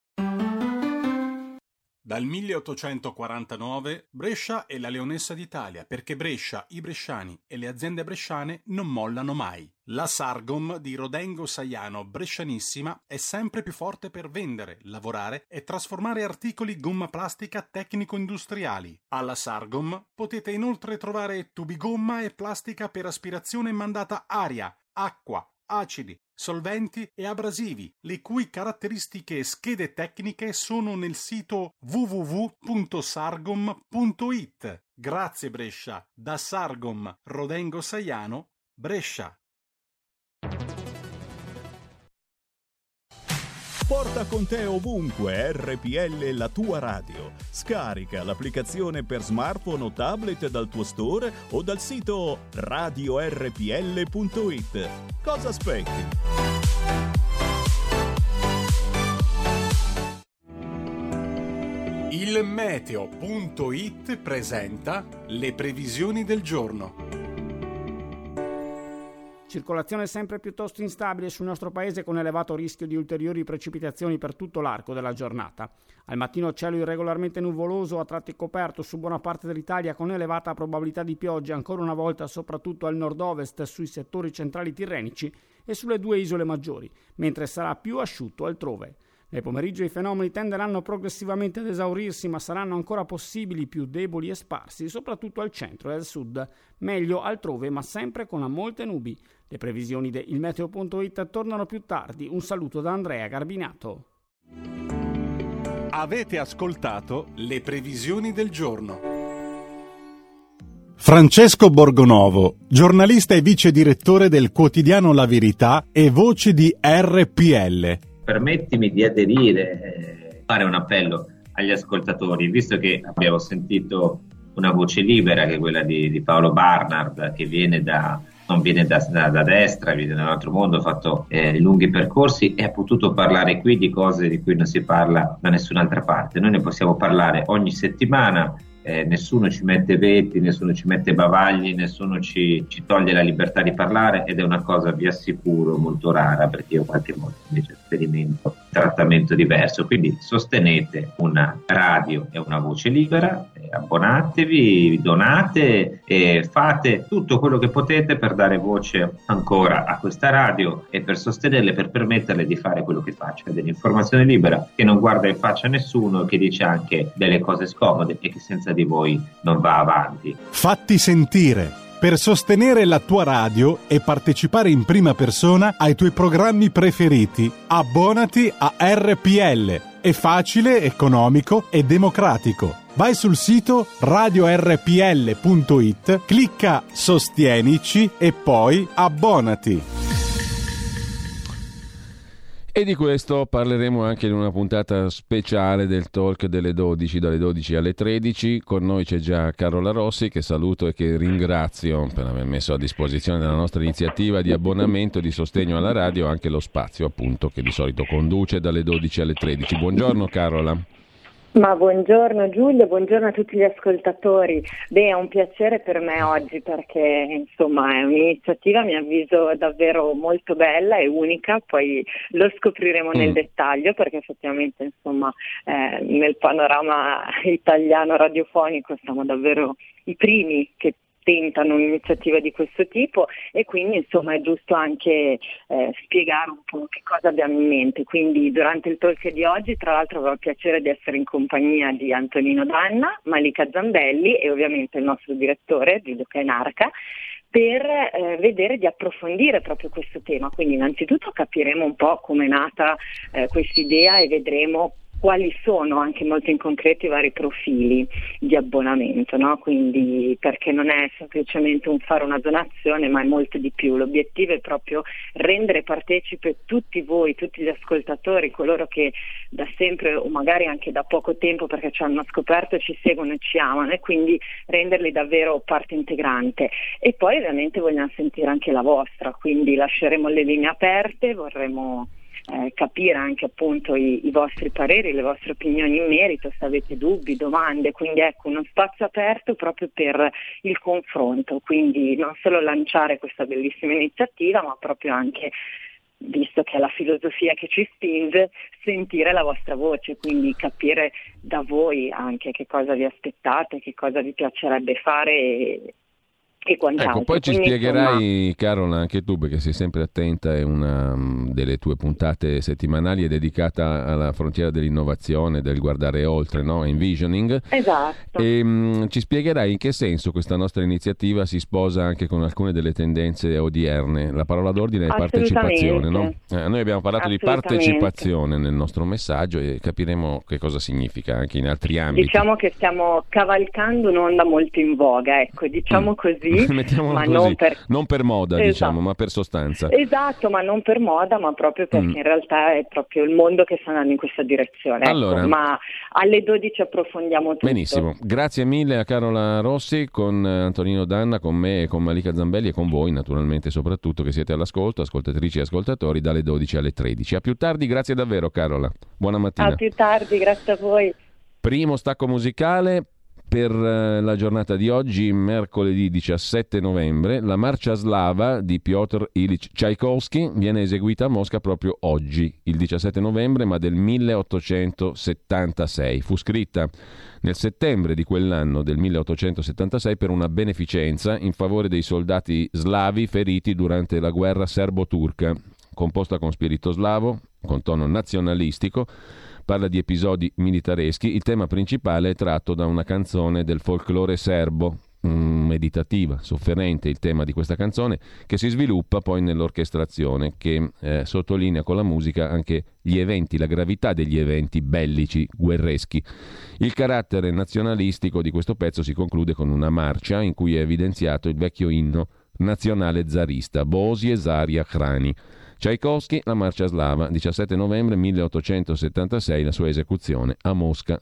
Dal 1849 Brescia è la leonessa d'Italia, perché Brescia, i bresciani e le aziende bresciane non mollano mai. La Sargom di Rodengo Saiano, brescianissima, è sempre più forte per vendere, lavorare e trasformare articoli gomma plastica tecnico-industriali. Alla Sargom potete inoltre trovare tubi gomma e plastica per aspirazione mandata aria, acqua, acidi, solventi e abrasivi, le cui caratteristiche e schede tecniche sono nel sito www.sargom.it. Grazie Brescia, da Sargom Rodengo Saiano, Brescia. Porta con te ovunque RPL, la tua radio. Scarica l'applicazione per smartphone o tablet dal tuo store o dal sito radiorpl.it. Cosa aspetti? Il meteo.it presenta le previsioni del giorno. Circolazione sempre piuttosto instabile sul nostro paese, con elevato rischio di ulteriori precipitazioni per tutto l'arco della giornata. Al mattino cielo irregolarmente nuvoloso, a tratti coperto su buona parte dell'Italia, con elevata probabilità di piogge ancora una volta soprattutto al nord-ovest, sui settori centrali tirrenici e sulle due isole maggiori, mentre sarà più asciutto altrove. Nel pomeriggio i fenomeni tenderanno progressivamente ad esaurirsi, ma saranno ancora possibili, più deboli e sparsi, soprattutto al centro e al sud. Meglio altrove, ma sempre con molte nubi. Le previsioni di ilmeteo.it tornano più tardi. Un saluto da Andrea Garbinato. Avete ascoltato le previsioni del giorno. Francesco Borgonovo, giornalista e vice direttore del quotidiano La Verità e voce di RPL. Permettimi di aderire, fare un appello agli ascoltatori, visto che abbiamo sentito una voce libera, che è quella di Paolo Barnard, che non viene da destra, viene da un altro mondo, ha fatto lunghi percorsi e ha potuto parlare qui di cose di cui non si parla da nessun'altra parte. Noi ne possiamo parlare ogni settimana. Nessuno ci mette veti, nessuno ci mette bavagli, nessuno ci toglie la libertà di parlare, ed è una cosa, vi assicuro, molto rara, perché io qualche volta invece sperimento un trattamento diverso. Quindi sostenete una radio e una voce libera, abbonatevi, donate e fate tutto quello che potete per dare voce ancora a questa radio e per sostenerle, per permetterle di fare quello che fa, cioè dell'informazione libera, che non guarda in faccia a nessuno, che dice anche delle cose scomode e che senza di voi non va avanti. Fatti sentire. Per sostenere la tua radio e partecipare in prima persona ai tuoi programmi preferiti, abbonati a RPL. È facile, economico e democratico. Vai sul sito radiorpl.it, clicca Sostienici e poi abbonati. E di questo parleremo anche in una puntata speciale del talk delle 12, dalle 12 alle 13. Con noi c'è già Carola Rossi, che saluto e che ringrazio per aver messo a disposizione della nostra iniziativa di abbonamento e di sostegno alla radio anche lo spazio, appunto, che di solito conduce dalle 12 alle 13. Buongiorno Carola. Ma buongiorno Giulio, buongiorno a tutti gli ascoltatori. Beh, è un piacere per me oggi perché insomma è un'iniziativa a mio avviso davvero molto bella e unica, poi lo scopriremo nel dettaglio perché effettivamente insomma nel panorama italiano radiofonico siamo davvero i primi che tentano un'iniziativa di questo tipo e quindi insomma è giusto anche spiegare un po' che cosa abbiamo in mente. Quindi durante il talk di oggi tra l'altro avevo il piacere di essere in compagnia di Antonino Danna, Malika Zambelli e ovviamente il nostro direttore Giulio Cainarca per vedere di approfondire proprio questo tema. Quindi innanzitutto capiremo un po' come è nata questa idea e vedremo quali sono anche molto in concreto i vari profili di abbonamento, no? Quindi perché non è semplicemente un fare una donazione ma è molto di più, l'obiettivo è proprio rendere partecipe tutti voi, tutti gli ascoltatori, coloro che da sempre o magari anche da poco tempo perché ci hanno scoperto, ci seguono e ci amano e quindi renderli davvero parte integrante e poi ovviamente vogliamo sentire anche la vostra, quindi lasceremo le linee aperte, vorremmo capire anche appunto i vostri pareri, le vostre opinioni in merito, se avete dubbi, domande, quindi ecco uno spazio aperto proprio per il confronto, quindi non solo lanciare questa bellissima iniziativa ma proprio anche, visto che è la filosofia che ci spinge, sentire la vostra voce, quindi capire da voi anche che cosa vi aspettate, che cosa vi piacerebbe fare e quant'altro. Ecco, poi ci quindi, spiegherai, insomma... Carola, anche tu, perché sei sempre attenta, è una delle tue puntate settimanali è dedicata alla frontiera dell'innovazione, del guardare oltre, no? Envisioning. Esatto. E ci spiegherai in che senso questa nostra iniziativa si sposa anche con alcune delle tendenze odierne. La parola d'ordine è partecipazione, no? Noi abbiamo parlato di partecipazione nel nostro messaggio e capiremo che cosa significa anche in altri ambiti. Diciamo che stiamo cavalcando un'onda molto in voga, ecco, diciamo così. Mettiamolo ma così, non per moda, esatto. Diciamo, ma per sostanza. Esatto, ma non per moda, ma proprio perché in realtà è proprio il mondo che sta andando in questa direzione. Allora, ecco, ma alle 12 approfondiamo tutto. Benissimo, grazie mille a Carola Rossi, con Antonino Danna, con me e con Malika Zambelli e con voi naturalmente soprattutto che siete all'ascolto, ascoltatrici e ascoltatori, dalle 12 alle 13. A più tardi, grazie davvero Carola, buona mattina. A più tardi, grazie a voi. Primo stacco musicale. Per la giornata di oggi, mercoledì 17 novembre, la marcia slava di Piotr Ilyich Tchaikovsky viene eseguita a Mosca proprio oggi, il 17 novembre, ma del 1876. Fu scritta nel settembre di quell'anno del 1876 per una beneficenza in favore dei soldati slavi feriti durante la guerra serbo-turca, composta con spirito slavo, con tono nazionalistico. Parla di episodi militareschi. Il tema principale è tratto da una canzone del folklore serbo, meditativa, sofferente il tema di questa canzone, che si sviluppa poi nell'orchestrazione, che sottolinea con la musica anche gli eventi, la gravità degli eventi bellici, guerreschi. Il carattere nazionalistico di questo pezzo si conclude con una marcia in cui è evidenziato il vecchio inno nazionale zarista, Bosie Zaria Khrani. Tchaikovsky, la marcia slava, 17 novembre 1876, la sua esecuzione a Mosca.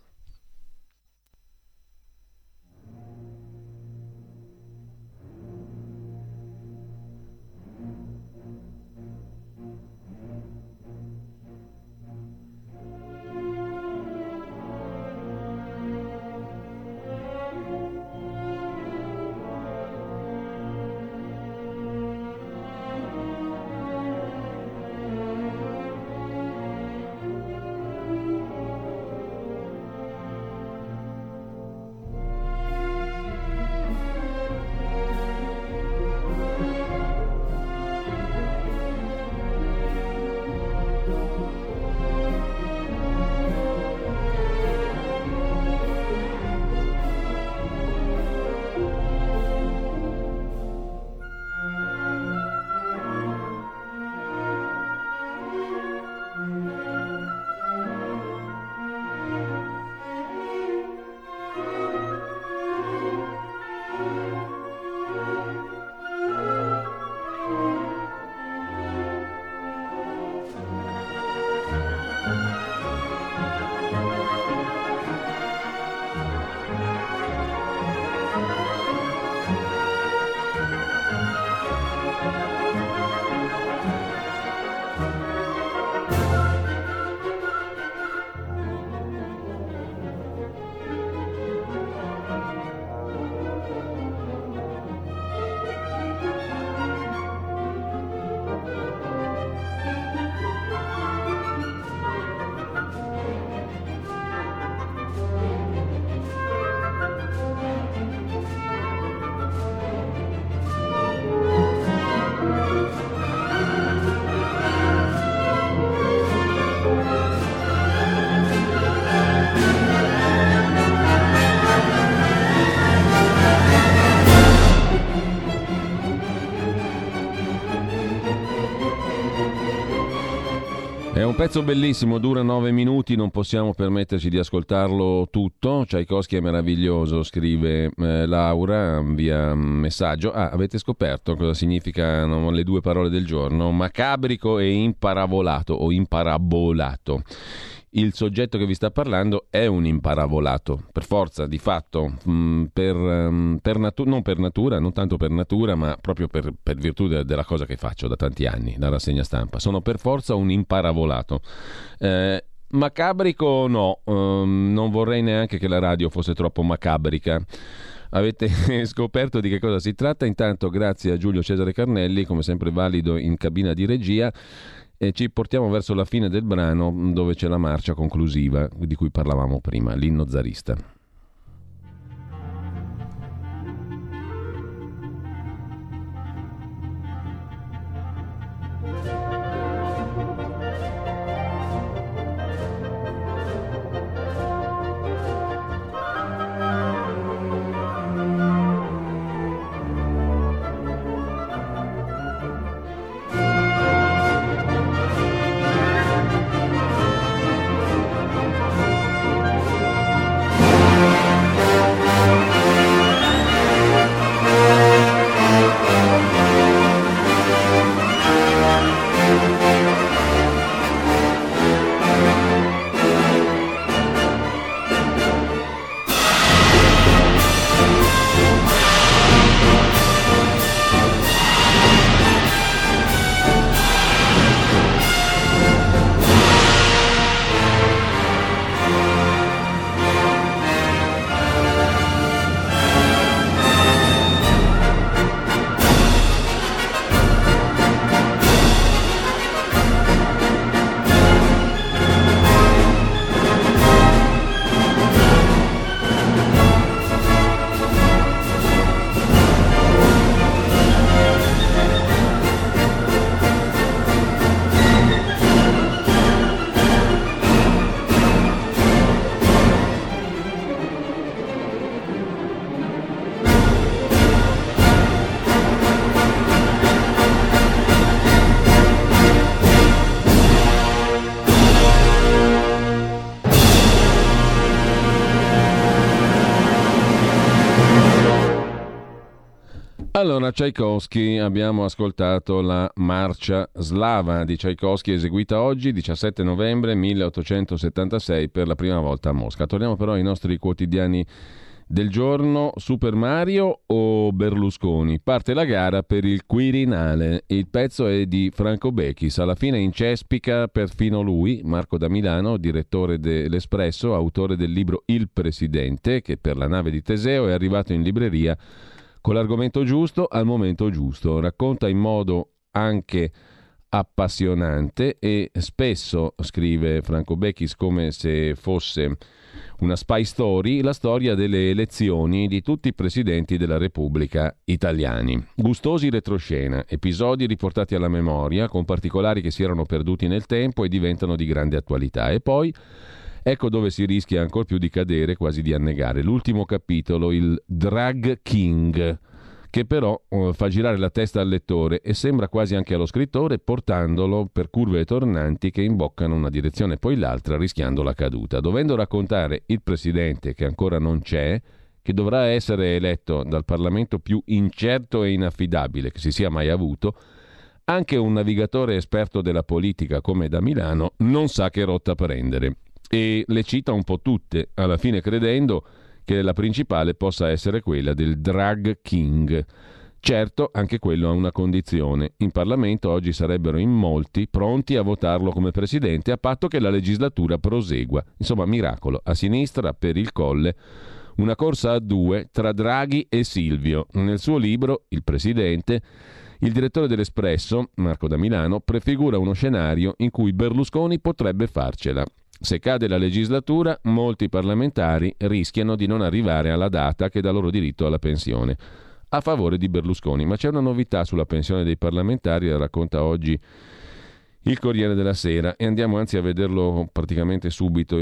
pezzo bellissimo, dura 9 minuti, non possiamo permetterci di ascoltarlo tutto. Tchaikovsky è meraviglioso, scrive Laura via messaggio. Avete scoperto cosa significano le due parole del giorno? Macabrico e imparabolato o imparabolato. Il soggetto che vi sta parlando è un imparabolato, per forza, di fatto, non per natura, non tanto per natura, ma proprio per virtù della cosa che faccio da tanti anni, la rassegna stampa. Sono per forza un imparabolato. Macabrico no, non vorrei neanche che la radio fosse troppo macabrica. Avete scoperto di che cosa si tratta? Intanto grazie a Giulio Cesare Carnelli, come sempre valido in cabina di regia. E ci portiamo verso la fine del brano, dove c'è la marcia conclusiva di cui parlavamo prima, l'inno zarista. Allora, Tchaikovsky, abbiamo ascoltato la marcia slava di Tchaikovsky eseguita oggi, 17 novembre 1876, per la prima volta a Mosca. Torniamo però ai nostri quotidiani del giorno. Super Mario o Berlusconi? Parte la gara per il Quirinale. Il pezzo è di Franco Bechis. Alla fine incespica perfino lui, Marco da Milano, direttore dell'Espresso, autore del libro Il Presidente, che per la nave di Teseo è arrivato in libreria con l'argomento giusto al momento giusto. Racconta in modo anche appassionante e spesso, scrive Franco Bechis, come se fosse una spy story, la storia delle elezioni di tutti i presidenti della Repubblica italiani. Gustosi retroscena, episodi riportati alla memoria con particolari che si erano perduti nel tempo e diventano di grande attualità. E poi ecco dove si rischia ancor più di cadere, quasi di annegare. L'ultimo capitolo, il Drag King, che però fa girare la testa al lettore e sembra quasi anche allo scrittore, portandolo per curve e tornanti che imboccano una direzione e poi l'altra, rischiando la caduta. Dovendo raccontare il presidente che ancora non c'è, che dovrà essere eletto dal Parlamento più incerto e inaffidabile che si sia mai avuto, anche un navigatore esperto della politica come da Milano non sa che rotta prendere. E le cita un po' tutte, alla fine credendo che la principale possa essere quella del Drag King. Certo, anche quello ha una condizione. In Parlamento oggi sarebbero in molti pronti a votarlo come presidente a patto che la legislatura prosegua. Insomma, miracolo. A sinistra, per il Colle, una corsa a due tra Draghi e Silvio. Nel suo libro, Il Presidente, il direttore dell'Espresso, Marco da Milano, prefigura uno scenario in cui Berlusconi potrebbe farcela. Se cade la legislatura, molti parlamentari rischiano di non arrivare alla data che dà loro diritto alla pensione, a favore di Berlusconi. Ma c'è una novità sulla pensione dei parlamentari, la racconta oggi il Corriere della Sera, e andiamo anzi a vederlo praticamente subito,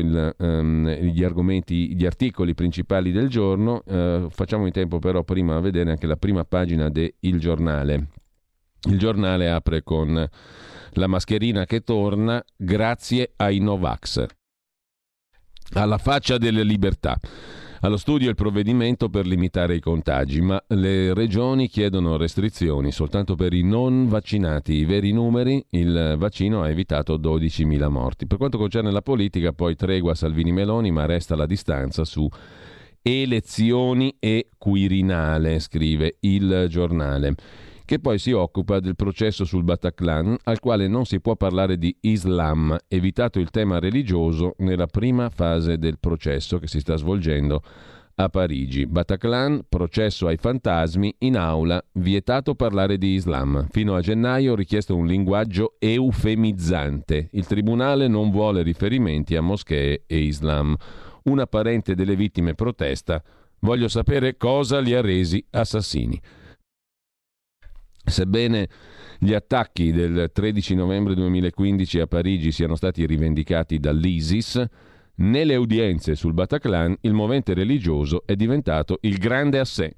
gli argomenti, gli articoli principali del giorno. Facciamo in tempo però prima a vedere anche la prima pagina de Il Giornale. Il Giornale apre con la mascherina che torna grazie ai Novax. Alla faccia delle libertà. Allo studio il provvedimento per limitare i contagi, ma le regioni chiedono restrizioni soltanto per i non vaccinati. I veri numeri, il vaccino ha evitato 12.000 morti. Per quanto concerne la politica, poi tregua Salvini-Meloni, ma resta la distanza su elezioni e Quirinale, scrive il Giornale, che poi si occupa del processo sul Bataclan, al quale non si può parlare di Islam, evitato il tema religioso nella prima fase del processo che si sta svolgendo a Parigi. Bataclan, processo ai fantasmi, in aula, vietato parlare di Islam. Fino a gennaio richiesto un linguaggio eufemizzante. Il tribunale non vuole riferimenti a moschee e Islam. Una parente delle vittime protesta: voglio sapere cosa li ha resi assassini. Sebbene gli attacchi del 13 novembre 2015 a Parigi siano stati rivendicati dall'ISIS, nelle udienze sul Bataclan il movente religioso è diventato il grande assente.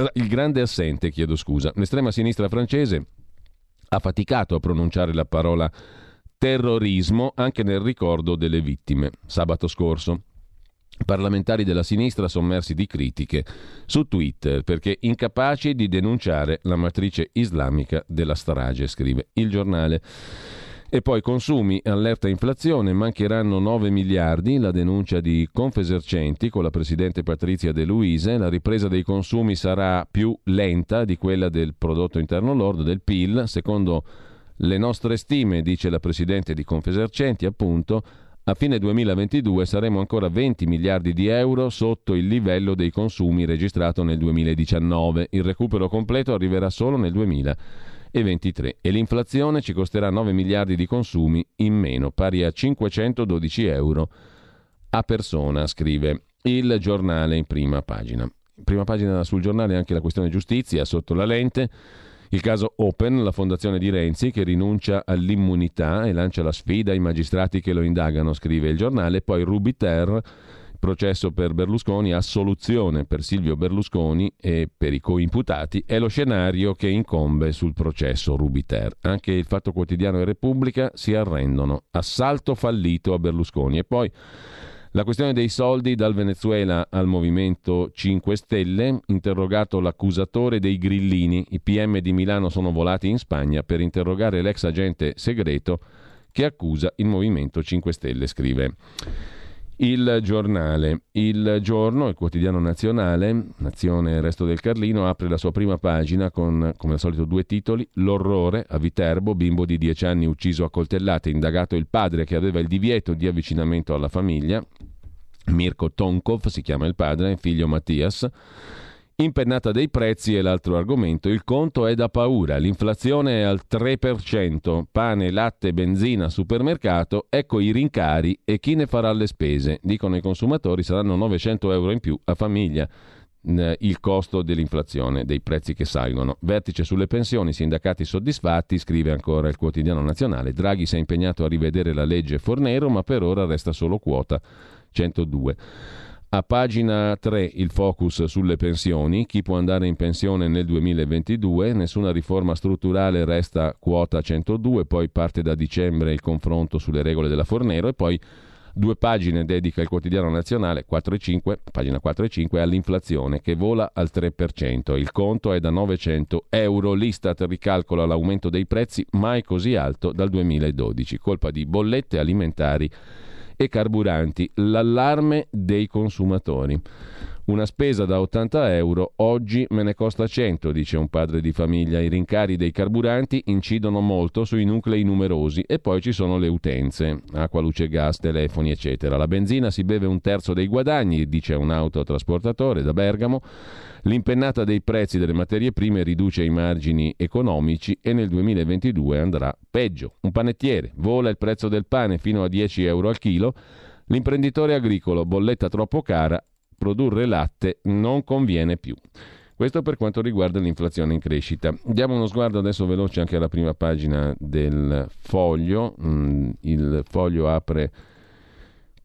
L'estrema sinistra francese ha faticato a pronunciare la parola terrorismo anche nel ricordo delle vittime. Sabato scorso parlamentari della sinistra sommersi di critiche su Twitter perché incapaci di denunciare la matrice islamica della strage, scrive il Giornale. E poi consumi, allerta inflazione, mancheranno 9 miliardi, la denuncia di Confesercenti con la presidente Patrizia De Luise. La ripresa dei consumi sarà più lenta di quella del prodotto interno lordo, del PIL, secondo le nostre stime, dice la presidente di Confesercenti, appunto. A fine 2022 saremo ancora 20 miliardi di euro sotto il livello dei consumi registrato nel 2019. Il recupero completo arriverà solo nel 2023 e l'inflazione ci costerà 9 miliardi di consumi in meno, pari a 512 euro a persona, scrive il Giornale in prima pagina. In prima pagina sul Giornale anche la questione giustizia sotto la lente. Il caso Open, la fondazione di Renzi che rinuncia all'immunità e lancia la sfida ai magistrati che lo indagano, scrive il Giornale. Poi Rubiter, processo per Berlusconi, assoluzione per Silvio Berlusconi e per i coimputati, è lo scenario che incombe sul processo Rubiter. Anche il Fatto Quotidiano e Repubblica si arrendono. Assalto fallito a Berlusconi. E poi la questione dei soldi dal Venezuela al Movimento 5 Stelle, interrogato l'accusatore dei grillini. I PM di Milano sono volati in Spagna per interrogare l'ex agente segreto che accusa il Movimento 5 Stelle, scrive il Giornale. Il Giorno, il quotidiano nazionale, Nazione e il Resto del Carlino, apre la sua prima pagina con, come al solito, due titoli: l'orrore a Viterbo, bimbo di 10 anni ucciso a coltellate, indagato il padre che aveva il divieto di avvicinamento alla famiglia. Mirko Tonkov si chiama il padre, figlio Mattias. Impennata dei prezzi è l'altro argomento. Il conto è da paura, l'inflazione è al 3%, pane, latte, benzina, supermercato, ecco i rincari e chi ne farà le spese. Dicono i consumatori saranno 900 euro in più a famiglia il costo dell'inflazione, dei prezzi che salgono. Vertice sulle pensioni, sindacati soddisfatti, scrive ancora il quotidiano nazionale. Draghi si è impegnato a rivedere la legge Fornero, ma per ora resta solo quota 102. A pagina 3 il focus sulle pensioni, chi può andare in pensione nel 2022, nessuna riforma strutturale, resta quota 102, poi parte da dicembre il confronto sulle regole della Fornero e poi 2 pagine dedica il quotidiano nazionale, 4 e 5, pagina 4 e 5, all'inflazione che vola al 3%, il conto è da 900 euro, l'Istat ricalcola l'aumento dei prezzi mai così alto dal 2012, colpa di bollette alimentari e carburanti, l'allarme dei consumatori. Una spesa da 80 euro, oggi me ne costa 100, dice un padre di famiglia. I rincari dei carburanti incidono molto sui nuclei numerosi e poi ci sono le utenze, acqua, luce, gas, telefoni, eccetera. La benzina si beve un terzo dei guadagni, dice un autotrasportatore da Bergamo. L'impennata dei prezzi delle materie prime riduce i margini economici e nel 2022 andrà peggio. Un panettiere, vola il prezzo del pane fino a 10 euro al chilo. L'imprenditore agricolo, bolletta troppo cara, produrre latte non conviene più. Questo per quanto riguarda l'inflazione in crescita. Diamo uno sguardo adesso veloce anche alla prima pagina del Foglio. Il Foglio apre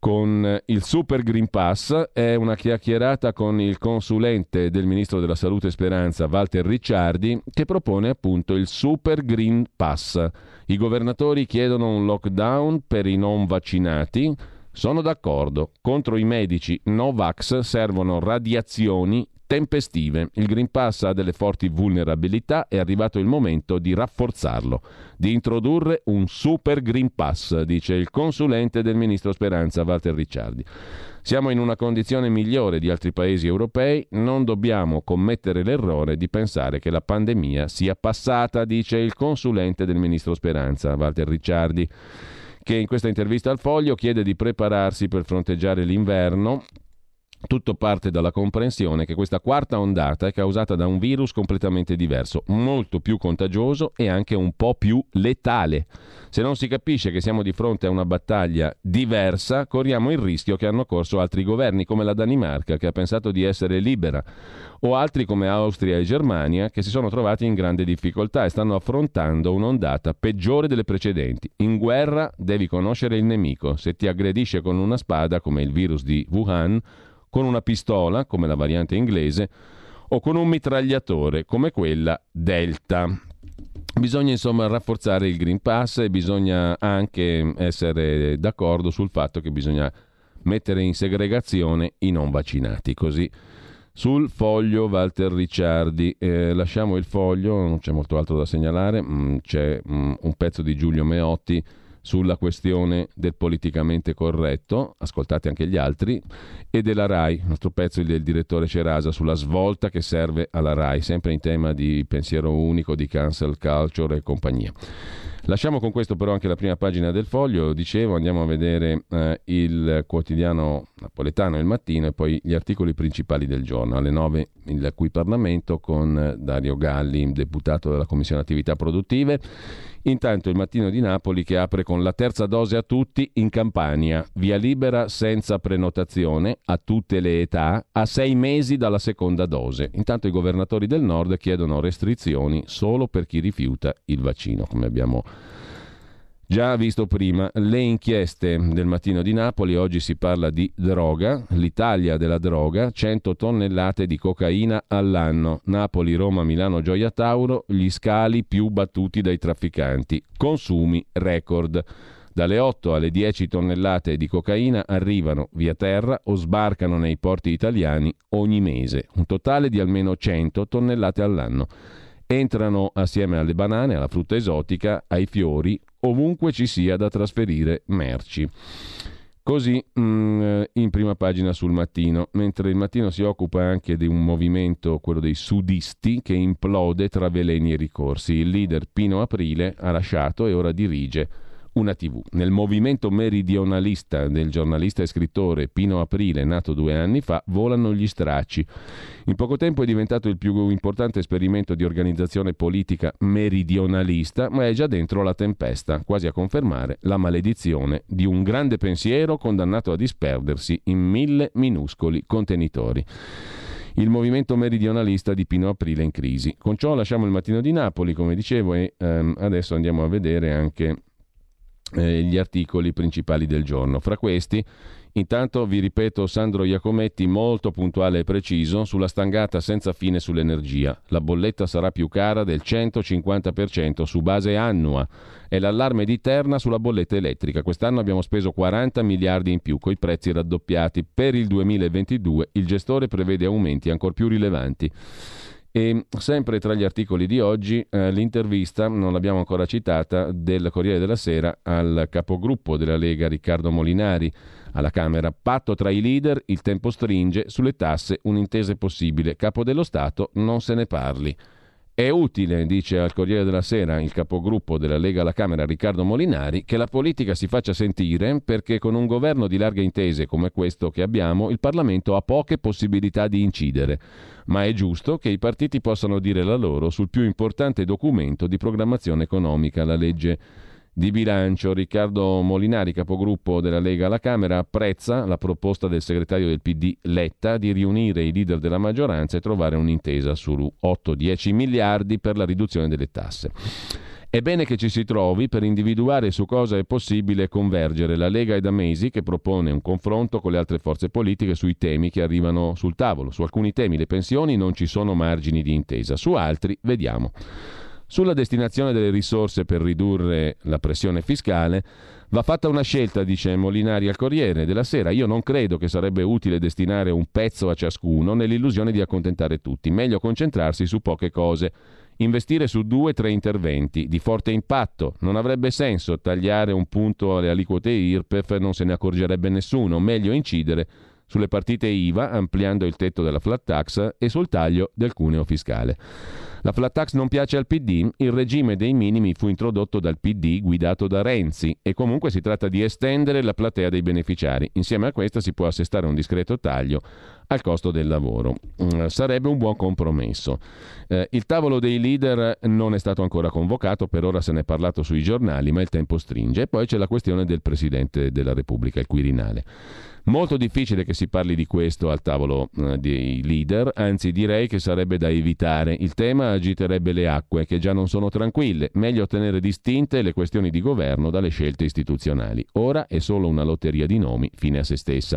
con il Super Green Pass. È una chiacchierata con il consulente del Ministro della Salute Speranza, Walter Ricciardi, che propone appunto il Super Green Pass. I governatori chiedono un lockdown per i non vaccinati. Sono d'accordo. Contro i medici no-vax servono radiazioni tempestive. Il Green Pass ha delle forti vulnerabilità, è arrivato il momento di rafforzarlo, di introdurre un Super Green Pass, dice il consulente del ministro Speranza, Walter Ricciardi. Siamo in una condizione migliore di altri paesi europei, non dobbiamo commettere l'errore di pensare che la pandemia sia passata, dice il consulente del ministro Speranza, Walter Ricciardi, che in questa intervista al Foglio chiede di prepararsi per fronteggiare l'inverno. Tutto parte dalla comprensione che questa quarta ondata è causata da un virus completamente diverso, molto più contagioso e anche un po' più letale. Se non si capisce che siamo di fronte a una battaglia diversa, corriamo il rischio che hanno corso altri governi, come la Danimarca, che ha pensato di essere libera, o altri come Austria e Germania, che si sono trovati in grande difficoltà e stanno affrontando un'ondata peggiore delle precedenti. In guerra devi conoscere il nemico. Se ti aggredisce con una spada, come il virus di Wuhan, con una pistola, come la variante inglese, o con un mitragliatore, come quella Delta. Bisogna insomma rafforzare il Green Pass e bisogna anche essere d'accordo sul fatto che bisogna mettere in segregazione i non vaccinati. Così sul Foglio Walter Ricciardi. Lasciamo il Foglio, non c'è molto altro da segnalare, c'è un pezzo di Giulio Meotti sulla questione del politicamente corretto, ascoltate anche gli altri, e della RAI, il nostro pezzo del direttore Cerasa sulla svolta che serve alla RAI, sempre in tema di pensiero unico, di cancel culture e compagnia. Lasciamo con questo però anche la prima pagina del Foglio, dicevo, andiamo a vedere il quotidiano napoletano Il Mattino e poi gli articoli principali del giorno. Alle 9 il Qui Parlamento con Dario Galli, deputato della Commissione Attività Produttive. Intanto Il Mattino di Napoli che apre con la terza dose a tutti in Campania, via libera senza prenotazione a tutte le età a 6 mesi dalla seconda dose. Intanto i governatori del nord chiedono restrizioni solo per chi rifiuta il vaccino, come abbiamo già visto prima. Le inchieste del Mattino di Napoli, oggi si parla di droga, l'Italia della droga, 100 tonnellate di cocaina all'anno, Napoli, Roma, Milano, Gioia Tauro, gli scali più battuti dai trafficanti, consumi record. Dalle 8 alle 10 tonnellate di cocaina arrivano via terra o sbarcano nei porti italiani ogni mese, un totale di almeno 100 tonnellate all'anno. Entrano assieme alle banane, alla frutta esotica, ai fiori, ovunque ci sia da trasferire merci. Così in prima pagina sul Mattino, mentre il Mattino si occupa anche di un movimento, quello dei sudisti, che implode tra veleni e ricorsi. Il leader Pino Aprile ha lasciato e ora dirige una TV. Nel movimento meridionalista del giornalista e scrittore Pino Aprile, nato 2 anni fa, volano gli stracci. In poco tempo è diventato il più importante esperimento di organizzazione politica meridionalista, ma è già dentro la tempesta, quasi a confermare la maledizione di un grande pensiero condannato a disperdersi in 1000 minuscoli contenitori. Il movimento meridionalista di Pino Aprile in crisi. Con ciò lasciamo il Mattino di Napoli, come dicevo, e adesso andiamo a vedere anche gli articoli principali del giorno. Fra questi, intanto vi ripeto Sandro Iacometti molto puntuale e preciso sulla stangata senza fine sull'energia. La bolletta sarà più cara del 150% su base annua. È l'allarme di Terna sulla bolletta elettrica. Quest'anno abbiamo speso 40 miliardi in più, coi prezzi raddoppiati. Per il 2022 il gestore prevede aumenti ancor più rilevanti. E sempre tra gli articoli di oggi l'intervista, non l'abbiamo ancora citata, del Corriere della Sera al capogruppo della Lega Riccardo Molinari alla Camera. Patto tra i leader, il tempo stringe, sulle tasse un'intesa è possibile, capo dello Stato non se ne parli. È utile, dice al Corriere della Sera il capogruppo della Lega alla Camera Riccardo Molinari, che la politica si faccia sentire, perché con un governo di larghe intese come questo che abbiamo, il Parlamento ha poche possibilità di incidere. Ma è giusto che i partiti possano dire la loro sul più importante documento di programmazione economica, la legge di bilancio. Riccardo Molinari, capogruppo della Lega alla Camera, apprezza la proposta del segretario del PD Letta di riunire i leader della maggioranza e trovare un'intesa su 8-10 miliardi per la riduzione delle tasse. È bene che ci si trovi per individuare su cosa è possibile convergere. La Lega è da mesi che propone un confronto con le altre forze politiche sui temi che arrivano sul tavolo. Su alcuni temi, le pensioni, non ci sono margini di intesa, su altri vediamo. Sulla destinazione delle risorse per ridurre la pressione fiscale va fatta una scelta, dice Molinari al Corriere della Sera. Io non credo che sarebbe utile destinare un pezzo a ciascuno nell'illusione di accontentare tutti. Meglio concentrarsi su poche cose. Investire su 2-3 interventi di forte impatto. Non avrebbe senso tagliare un punto alle aliquote IRPEF, non se ne accorgerebbe nessuno. Meglio incidere sulle partite IVA ampliando il tetto della flat tax e sul taglio del cuneo fiscale. La flat tax non piace al PD, il regime dei minimi fu introdotto dal PD guidato da Renzi e comunque si tratta di estendere la platea dei beneficiari. Insieme a questa si può assestare un discreto taglio al costo del lavoro. Sarebbe un buon compromesso. Il tavolo dei leader non è stato ancora convocato, per ora se ne è parlato sui giornali, ma il tempo stringe. E poi c'è la questione del Presidente della Repubblica, il Quirinale. Molto difficile che si parli di questo al tavolo dei leader, anzi direi che sarebbe da evitare. Il tema agiterebbe le acque, che già non sono tranquille. Meglio tenere distinte le questioni di governo dalle scelte istituzionali. Ora è solo una lotteria di nomi, fine a se stessa.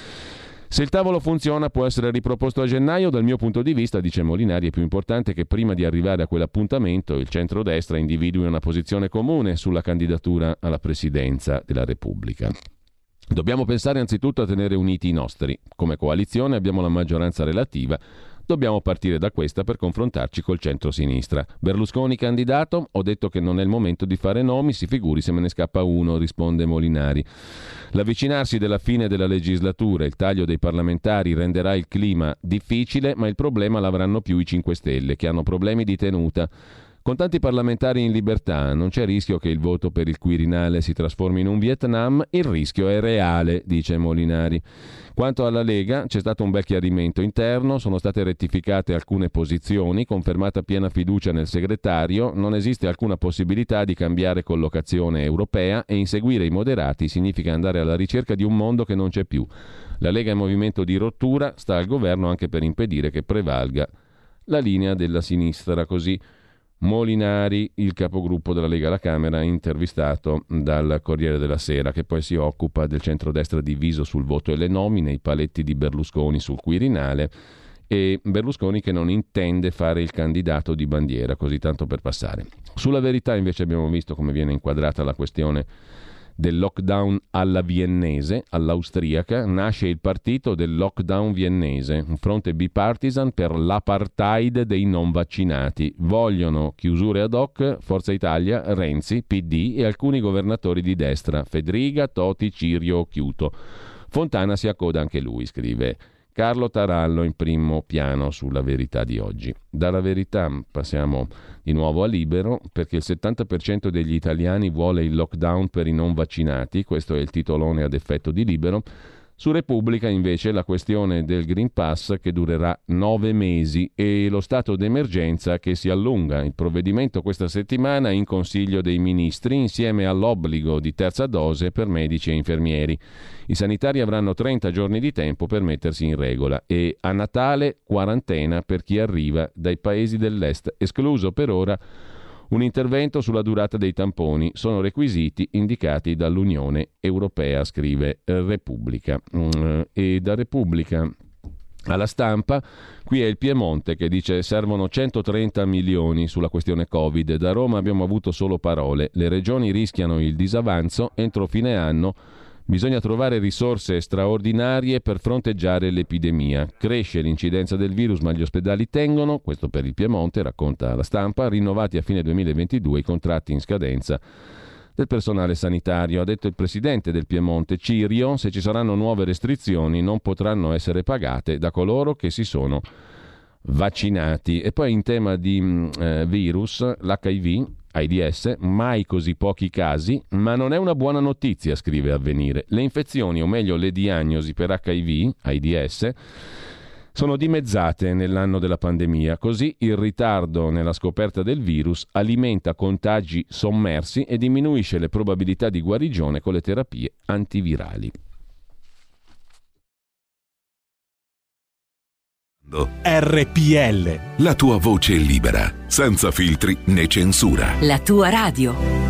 Se il tavolo funziona può essere riproposto a gennaio. Dal mio punto di vista, dice Molinari, è più importante che prima di arrivare a quell'appuntamento il centrodestra individui una posizione comune sulla candidatura alla presidenza della Repubblica. Dobbiamo pensare anzitutto a tenere uniti i nostri. Come coalizione abbiamo la maggioranza relativa. Dobbiamo partire da questa per confrontarci col centro-sinistra. Berlusconi candidato? Ho detto che non è il momento di fare nomi, si figuri se me ne scappa uno, risponde Molinari. L'avvicinarsi della fine della legislatura e il taglio dei parlamentari renderà il clima difficile, ma il problema l'avranno più i 5 Stelle, che hanno problemi di tenuta. Con tanti parlamentari in libertà non c'è rischio che il voto per il Quirinale si trasformi in un Vietnam, il rischio è reale, dice Molinari. Quanto alla Lega c'è stato un bel chiarimento interno, sono state rettificate alcune posizioni, confermata piena fiducia nel segretario, non esiste alcuna possibilità di cambiare collocazione europea e inseguire i moderati significa andare alla ricerca di un mondo che non c'è più. La Lega è movimento di rottura, sta al governo anche per impedire che prevalga la linea della sinistra, così Molinari, il capogruppo della Lega alla Camera, intervistato dal Corriere della Sera, che poi si occupa del centrodestra diviso sul voto e le nomine, i paletti di Berlusconi sul Quirinale e Berlusconi che non intende fare il candidato di bandiera, così tanto per passare. Sulla Verità invece abbiamo visto come viene inquadrata la questione del lockdown alla viennese, all'austriaca. Nasce il partito del lockdown viennese, un fronte bipartisan per l'apartheid dei non vaccinati. Vogliono chiusure ad hoc Forza Italia, Renzi, PD e alcuni governatori di destra, Fedriga, Toti, Cirio, Occhiuto. Fontana si accoda anche lui, scrive Carlo Tarallo in primo piano sulla Verità di oggi. Dalla Verità passiamo di nuovo a Libero, perché il 70% degli italiani vuole il lockdown per i non vaccinati, questo è il titolone ad effetto di Libero. Su Repubblica invece la questione del Green Pass che durerà 9 mesi e lo stato d'emergenza che si allunga. Il provvedimento questa settimana in Consiglio dei Ministri insieme all'obbligo di terza dose per medici e infermieri. I sanitari avranno 30 giorni di tempo per mettersi in regola e a Natale quarantena per chi arriva dai paesi dell'est, escluso per ora un intervento sulla durata dei tamponi. Sono requisiti indicati dall'Unione Europea, scrive Repubblica. E da Repubblica alla Stampa, qui è il Piemonte che dice servono 130 milioni sulla questione Covid. Da Roma abbiamo avuto solo parole. Le regioni rischiano il disavanzo entro fine anno. Bisogna trovare risorse straordinarie per fronteggiare l'epidemia. Cresce l'incidenza del virus, ma gli ospedali tengono, questo per il Piemonte, racconta la Stampa, rinnovati a fine 2022 i contratti in scadenza del personale sanitario. Ha detto il presidente del Piemonte, Cirio, se ci saranno nuove restrizioni non potranno essere pagate da coloro che si sono vaccinati. E poi in tema di virus, l'HIV, AIDS, mai così pochi casi, ma non è una buona notizia, scrive Avvenire. Le infezioni, o meglio le diagnosi per HIV, AIDS, sono dimezzate nell'anno della pandemia, così il ritardo nella scoperta del virus alimenta contagi sommersi e diminuisce le probabilità di guarigione con le terapie antivirali. RPL. La tua voce è libera, senza filtri né censura. La tua radio.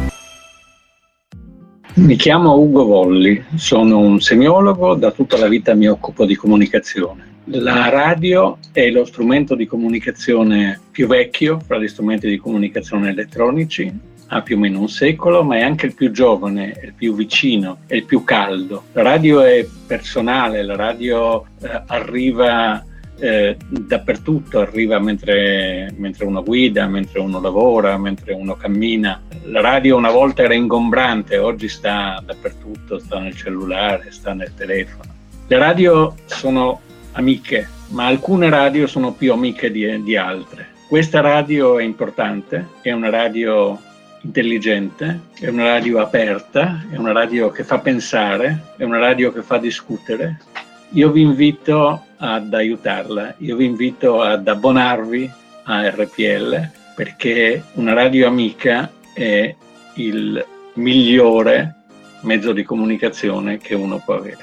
Mi chiamo Ugo Volli, sono un semiologo, da tutta la vita mi occupo di comunicazione. La radio è lo strumento di comunicazione più vecchio fra gli strumenti di comunicazione elettronici, ha più o meno un secolo, ma è anche il più giovane, è il più vicino, è il più caldo. La radio è personale, la radio arriva dappertutto, arriva mentre uno guida, mentre uno lavora, mentre uno cammina. La radio una volta era ingombrante, oggi sta dappertutto, sta nel cellulare, sta nel telefono. Le radio sono amiche, ma alcune radio sono più amiche di altre. Questa radio è importante, è una radio intelligente, è una radio aperta, è una radio che fa pensare, è una radio che fa discutere. Io vi invito ad aiutarla, io vi invito ad abbonarvi a RPL, perché una radio amica è il migliore mezzo di comunicazione che uno può avere.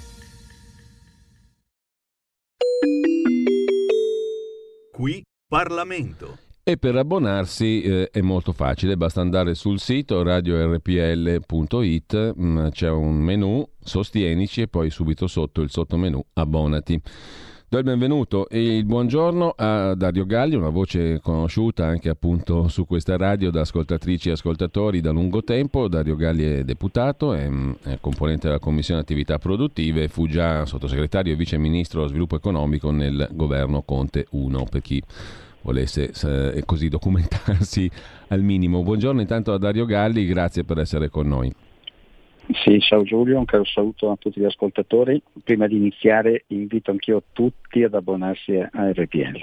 Qui Parlamento. E per abbonarsi è molto facile, basta andare sul sito radiorpl.it, c'è un menu, sostienici e poi subito sotto il sottomenu abbonati. Do il benvenuto e il buongiorno a Dario Galli, una voce conosciuta anche appunto su questa radio da ascoltatrici e ascoltatori da lungo tempo. Dario Galli è deputato, è componente della Commissione Attività Produttive e fu già sottosegretario e vice ministro dello sviluppo economico nel governo Conte 1, per chi volesse così documentarsi al minimo. Buongiorno intanto a Dario Galli, grazie per essere con noi. Sì, ciao Giulio, un caro saluto a tutti gli ascoltatori. Prima di iniziare invito anch'io tutti ad abbonarsi a RPL.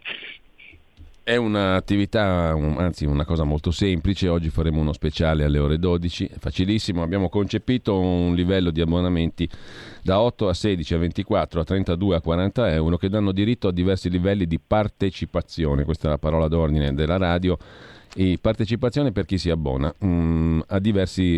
È un'attività, anzi una cosa molto semplice. Oggi faremo uno speciale alle ore 12, è facilissimo. Abbiamo concepito un livello di abbonamenti da 8 a 16 a 24 a 32 a 40 euro che danno diritto a diversi livelli di partecipazione. Questa è la parola d'ordine della radio. E partecipazione per chi si abbona a diversi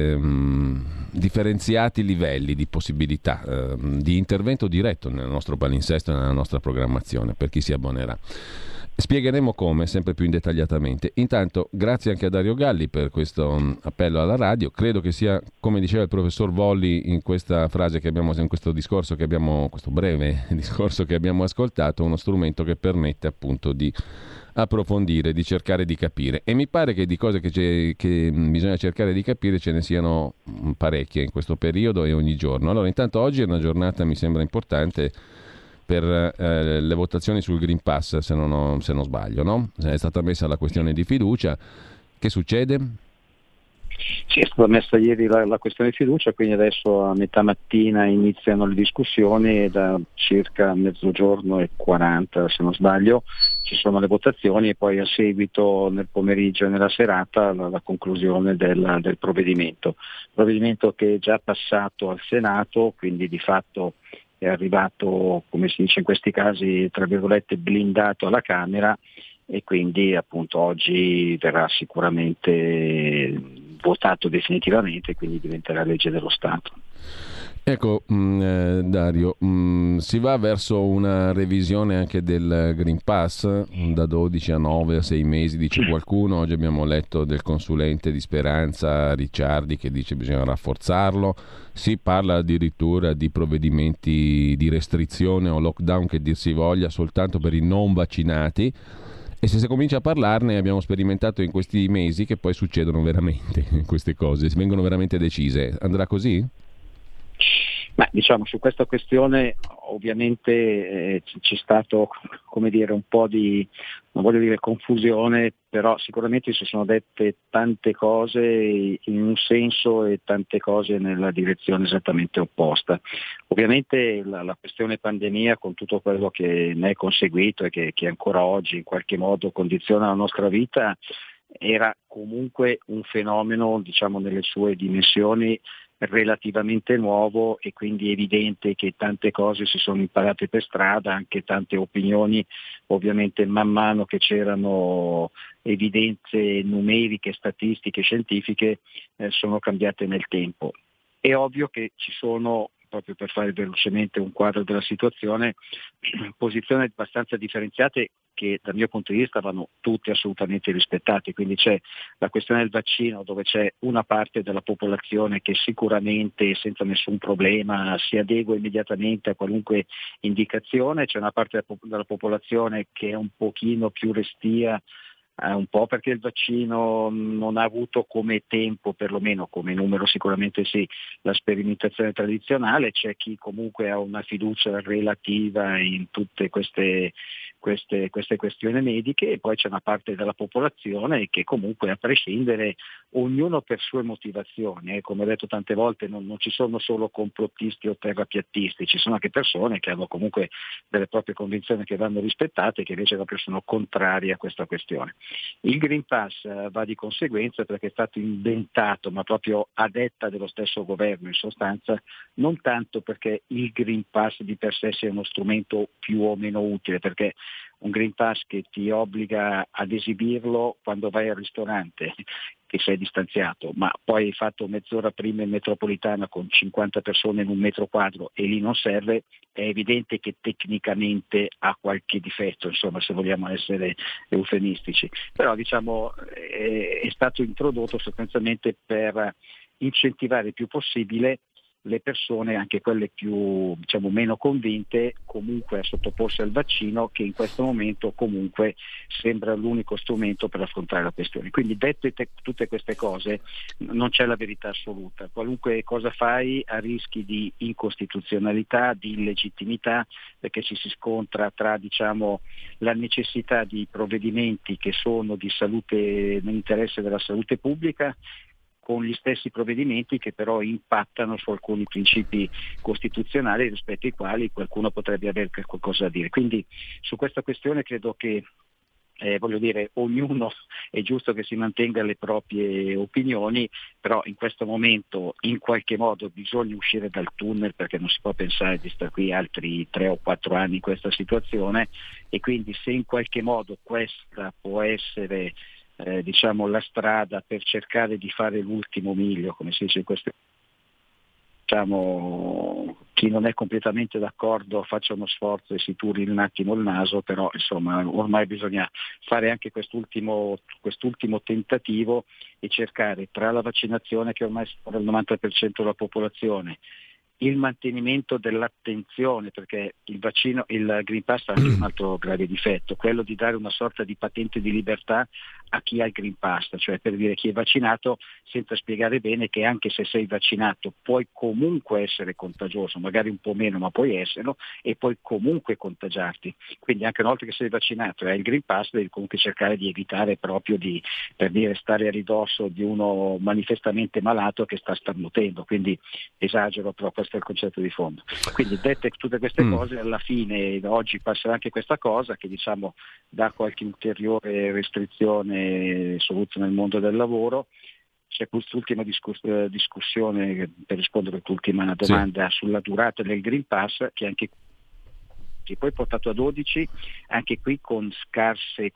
differenziati livelli di possibilità di intervento diretto nel nostro palinsesto e nella nostra programmazione per chi si abbonerà. Spiegheremo come, sempre più indettagliatamente. Intanto, grazie anche a Dario Galli per questo appello alla radio. Credo che sia, come diceva il professor Volli in questa frase che abbiamo, in questo discorso che abbiamo, questo breve discorso che abbiamo ascoltato, uno strumento che permette appunto di approfondire, di cercare di capire. E mi pare che di cose che bisogna cercare di capire ce ne siano parecchie in questo periodo e ogni giorno. Allora, intanto oggi è una giornata, mi sembra importante, per le votazioni sul Green Pass, se non sbaglio, no? È stata messa la questione di fiducia. Che succede? Sì, è stata messa ieri la questione di fiducia, quindi adesso a metà mattina iniziano le discussioni e da circa 12:40, se non sbaglio, ci sono le votazioni e poi a seguito nel pomeriggio e nella serata la conclusione del provvedimento. Provvedimento che è già passato al Senato, quindi di fatto è arrivato, come si dice in questi casi, tra virgolette blindato alla Camera e quindi appunto oggi verrà sicuramente votato definitivamente, quindi diventerà legge dello Stato. Ecco, Dario, si va verso una revisione anche del Green Pass da 12 a 9 a 6 mesi, dice qualcuno. Oggi abbiamo letto del consulente di Speranza Ricciardi che dice che bisogna rafforzarlo. Si parla addirittura di provvedimenti di restrizione o lockdown, che dir si voglia, soltanto per i non vaccinati. E se si comincia a parlarne, abbiamo sperimentato in questi mesi che poi succedono veramente queste cose, vengono veramente decise. Andrà così? Ma diciamo su questa questione ovviamente c'è stato, come dire, un po' di, non voglio dire confusione, però sicuramente si sono dette tante cose in un senso e tante cose nella direzione esattamente opposta. Ovviamente la questione pandemia, con tutto quello che ne è conseguito e che ancora oggi in qualche modo condiziona la nostra vita, era comunque un fenomeno, diciamo, nelle sue dimensioni relativamente nuovo e quindi è evidente che tante cose si sono imparate per strada, anche tante opinioni ovviamente man mano che c'erano evidenze numeriche, statistiche, scientifiche sono cambiate nel tempo. È ovvio che ci sono proprio per fare velocemente un quadro della situazione, posizioni abbastanza differenziate che dal mio punto di vista vanno tutte assolutamente rispettate. Quindi c'è la questione del vaccino, dove c'è una parte della popolazione che sicuramente senza nessun problema si adegua immediatamente a qualunque indicazione, c'è una parte della popolazione che è un pochino più restia, un po' perché il vaccino non ha avuto come tempo, perlomeno come numero sicuramente sì, la sperimentazione tradizionale. C'è chi comunque ha una fiducia relativa in tutte queste questioni mediche, e poi c'è una parte della popolazione che comunque, a prescindere, ognuno per sue motivazioni, come ho detto tante volte, non ci sono solo complottisti o terrapiattisti, ci sono anche persone che hanno comunque delle proprie convinzioni che vanno rispettate e che invece proprio sono contrarie a questa questione. Il Green Pass va di conseguenza perché è stato inventato, ma proprio a detta dello stesso governo in sostanza, non tanto perché il Green Pass di per sé sia uno strumento più o meno utile, perché un Green Pass che ti obbliga ad esibirlo quando vai al ristorante, che sei distanziato, ma poi hai fatto mezz'ora prima in metropolitana con 50 persone in un metro quadro e lì non serve, è evidente che tecnicamente ha qualche difetto, insomma, se vogliamo essere eufemistici. Però diciamo è stato introdotto sostanzialmente per incentivare il più possibile le persone, anche quelle più meno convinte, comunque a sottoporsi al vaccino, che in questo momento comunque sembra l'unico strumento per affrontare la questione. Quindi dette tutte queste cose non c'è la verità assoluta, qualunque cosa fai ha rischi di incostituzionalità, di illegittimità, perché ci si scontra tra la necessità di provvedimenti che sono di salute, nell'interesse della salute pubblica, con gli stessi provvedimenti che però impattano su alcuni principi costituzionali rispetto ai quali qualcuno potrebbe avere qualcosa da dire. Quindi su questa questione credo che ognuno è giusto che si mantenga le proprie opinioni, però in questo momento in qualche modo bisogna uscire dal tunnel, perché non si può pensare di stare qui altri 3 o 4 anni in questa situazione, e quindi se in qualche modo questa può essere la strada per cercare di fare l'ultimo miglio, come si dice in questo, chi non è completamente d'accordo faccia uno sforzo e si turi un attimo il naso, però insomma ormai bisogna fare anche quest'ultimo tentativo e cercare, tra la vaccinazione che ormai è il 90% della popolazione, il mantenimento dell'attenzione, perché il Green Pass ha anche un altro grave difetto, quello di dare una sorta di patente di libertà a chi ha il Green Pass, cioè per dire chi è vaccinato, senza spiegare bene che anche se sei vaccinato puoi comunque essere contagioso, magari un po' meno, ma puoi esserlo, e puoi comunque contagiarti. Quindi anche una volta che sei vaccinato e hai il Green Pass, devi comunque cercare di evitare proprio di, per dire, stare a ridosso di uno manifestamente malato che sta starnutendo. Quindi esagero, però questo è il concetto di fondo. Quindi dette tutte queste cose, alla fine oggi passerà anche questa cosa che dà qualche ulteriore restrizione soprattutto nel mondo del lavoro. C'è quest'ultima discussione, per rispondere all'ultima domanda, sulla durata del Green Pass, che anche poi portato a 12, anche qui con scarse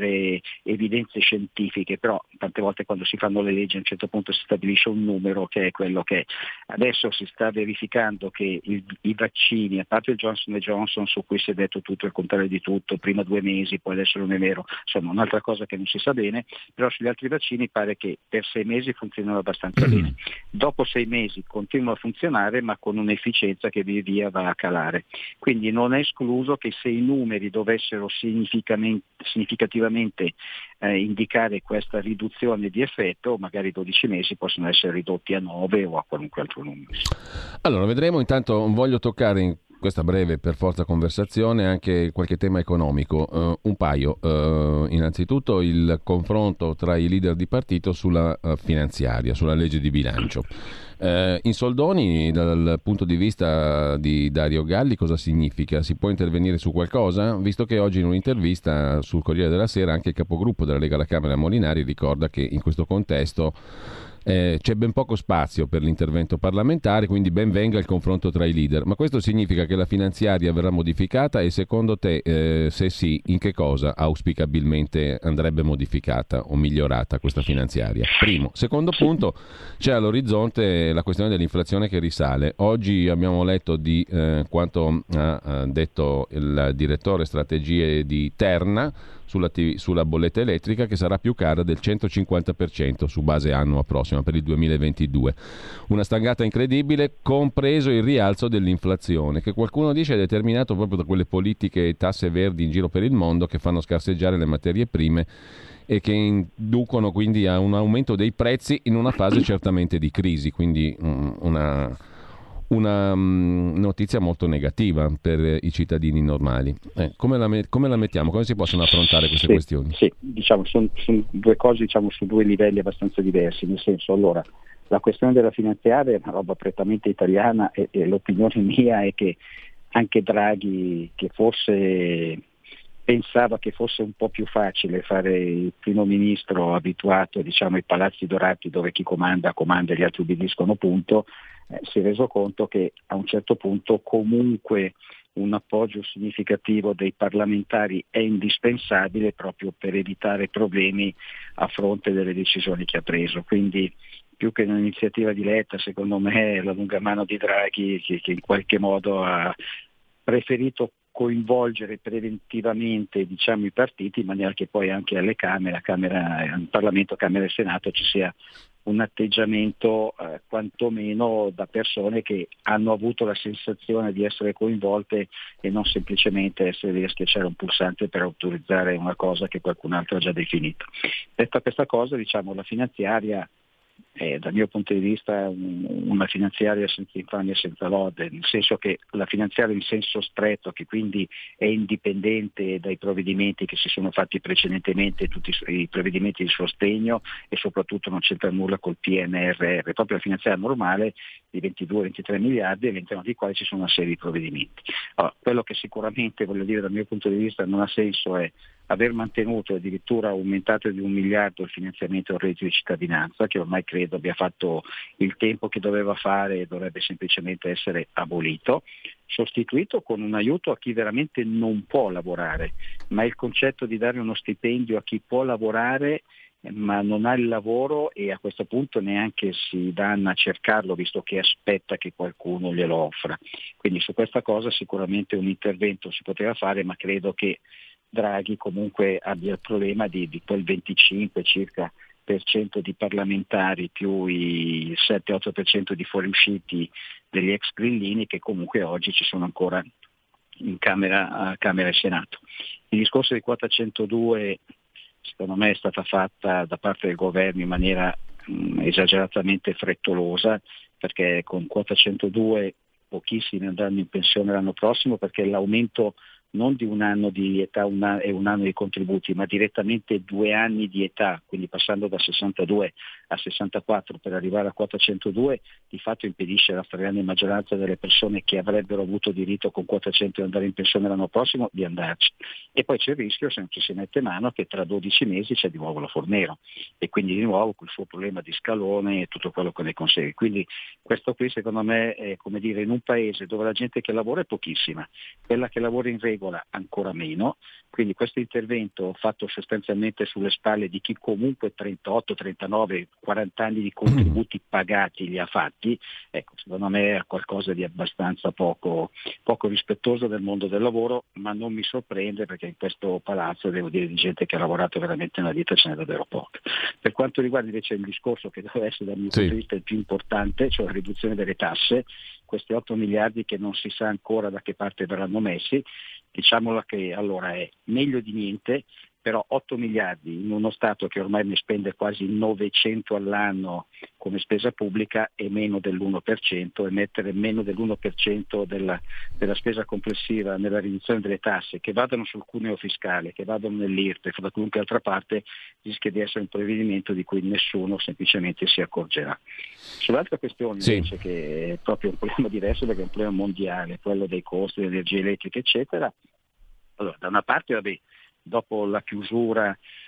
evidenze scientifiche, però tante volte quando si fanno le leggi a un certo punto si stabilisce un numero che è quello che è. Adesso si sta verificando che i vaccini, a parte il Johnson & Johnson su cui si è detto tutto il contrario di tutto, prima 2 mesi, poi adesso non è vero, insomma un'altra cosa che non si sa bene, però sugli altri vaccini pare che per 6 mesi funzionano abbastanza bene. Dopo 6 mesi continuano a funzionare, ma con un'efficienza che via via va a calare. Quindi non è escluso che se i numeri dovessero significativamente indicare questa riduzione di effetto, magari 12 mesi possono essere ridotti a 9 o a qualunque altro numero. Allora vedremo. Intanto voglio toccare in questa breve per forza conversazione anche qualche tema economico, un paio. Innanzitutto il confronto tra i leader di partito sulla finanziaria, sulla legge di bilancio. In soldoni, dal punto di vista di Dario Galli, cosa significa? Si può intervenire su qualcosa? Visto che oggi in un'intervista sul Corriere della Sera anche il capogruppo della Lega alla Camera Molinari ricorda che in questo contesto c'è ben poco spazio per l'intervento parlamentare, quindi ben venga il confronto tra i leader. Ma questo significa che la finanziaria verrà modificata e secondo te, se sì, in che cosa auspicabilmente andrebbe modificata o migliorata questa finanziaria? Primo. Secondo punto, c'è all'orizzonte la questione dell'inflazione che risale. Oggi abbiamo letto di quanto ha detto il direttore strategie di Terna sulla bolletta elettrica, che sarà più cara del 150% su base annua prossima per il 2022. Una stangata incredibile, compreso il rialzo dell'inflazione, che qualcuno dice è determinato proprio da quelle politiche e tasse verdi in giro per il mondo che fanno scarseggiare le materie prime e che inducono quindi a un aumento dei prezzi in una fase certamente di crisi, quindi una notizia molto negativa per i cittadini normali. Come la mettiamo? Come si possono affrontare queste questioni? Sì, diciamo, sono due cose, diciamo, su due livelli abbastanza diversi, nel senso, allora, la questione della finanziaria è una roba prettamente italiana e l'opinione mia è che anche Draghi, che forse pensava che fosse un po' più facile fare il primo ministro abituato, diciamo, ai palazzi dorati dove chi comanda e gli altri obbediscono, punto, si è reso conto che a un certo punto comunque un appoggio significativo dei parlamentari è indispensabile proprio per evitare problemi a fronte delle decisioni che ha preso. Quindi più che un'iniziativa di Letta, secondo me è la lunga mano di Draghi che in qualche modo ha preferito coinvolgere preventivamente, diciamo, i partiti, in maniera che poi anche alle Camere, Parlamento, Camera e Senato ci sia un atteggiamento quantomeno da persone che hanno avuto la sensazione di essere coinvolte e non semplicemente essere lì a schiacciare un pulsante per autorizzare una cosa che qualcun altro ha già definito. Detta questa cosa, diciamo, la finanziaria dal mio punto di vista una finanziaria senza infamia e senza lode, nel senso che la finanziaria in senso stretto, che quindi è indipendente dai provvedimenti che si sono fatti precedentemente, tutti i provvedimenti di sostegno, e soprattutto non c'entra nulla col PNRR, proprio la finanziaria normale di 22-23 miliardi all'interno di quali ci sono una serie di provvedimenti. Allora, quello che sicuramente, voglio dire, dal mio punto di vista non ha senso è aver mantenuto e addirittura aumentato di 1 miliardo il finanziamento del reddito di cittadinanza, che ormai credo abbia fatto il tempo che doveva fare e dovrebbe semplicemente essere abolito, sostituito con un aiuto a chi veramente non può lavorare, ma il concetto di dare uno stipendio a chi può lavorare ma non ha il lavoro e a questo punto neanche si danno a cercarlo, visto che aspetta che qualcuno glielo offra. Quindi su questa cosa sicuramente un intervento si poteva fare, ma credo che Draghi comunque abbia il problema di quel 25 circa per cento di parlamentari più il 7-8% di fuoriusciti degli ex grillini che comunque oggi ci sono ancora in Camera e Senato. Il discorso di quota 102 secondo me è stata fatta da parte del governo in maniera esageratamente frettolosa, perché con quota 102 pochissimi andranno in pensione l'anno prossimo, perché l'aumento non di un anno di età e un anno di contributi, ma direttamente 2 anni di età, quindi passando da 62 a 64 per arrivare a quota 102, di fatto impedisce alla stragrande maggioranza delle persone che avrebbero avuto diritto con quota 100 di andare in pensione l'anno prossimo di andarci. E poi c'è il rischio, se non ci si mette mano, che tra 12 mesi c'è di nuovo la Fornero e quindi di nuovo col suo problema di scalone e tutto quello che ne consegue. Quindi questo qui secondo me è, come dire, in un paese dove la gente che lavora è pochissima, quella che lavora in regola ancora meno, quindi questo intervento fatto sostanzialmente sulle spalle di chi comunque 38, 39, 40 anni di contributi pagati li ha fatti, ecco, secondo me è qualcosa di abbastanza poco rispettoso del mondo del lavoro, ma non mi sorprende perché in questo palazzo devo dire di gente che ha lavorato veramente una vita ce n'è davvero poca. Per quanto riguarda invece il discorso che deve essere dal mio punto di vista il più importante, cioè la riduzione delle tasse, questi 8 miliardi che non si sa ancora da che parte verranno messi, diciamola che allora è meglio di niente, però 8 miliardi in uno Stato che ormai ne spende quasi 900 all'anno come spesa pubblica è meno dell'1%, e mettere meno dell'1% della spesa complessiva nella riduzione delle tasse, che vadano sul cuneo fiscale, che vadano nell'IRPEF o da qualunque altra parte, rischia di essere un provvedimento di cui nessuno semplicemente si accorgerà. Sull'altra questione invece, che è proprio un problema diverso perché è un problema mondiale, quello dei costi dell'energia elettrica eccetera, allora da una parte dopo la chiusura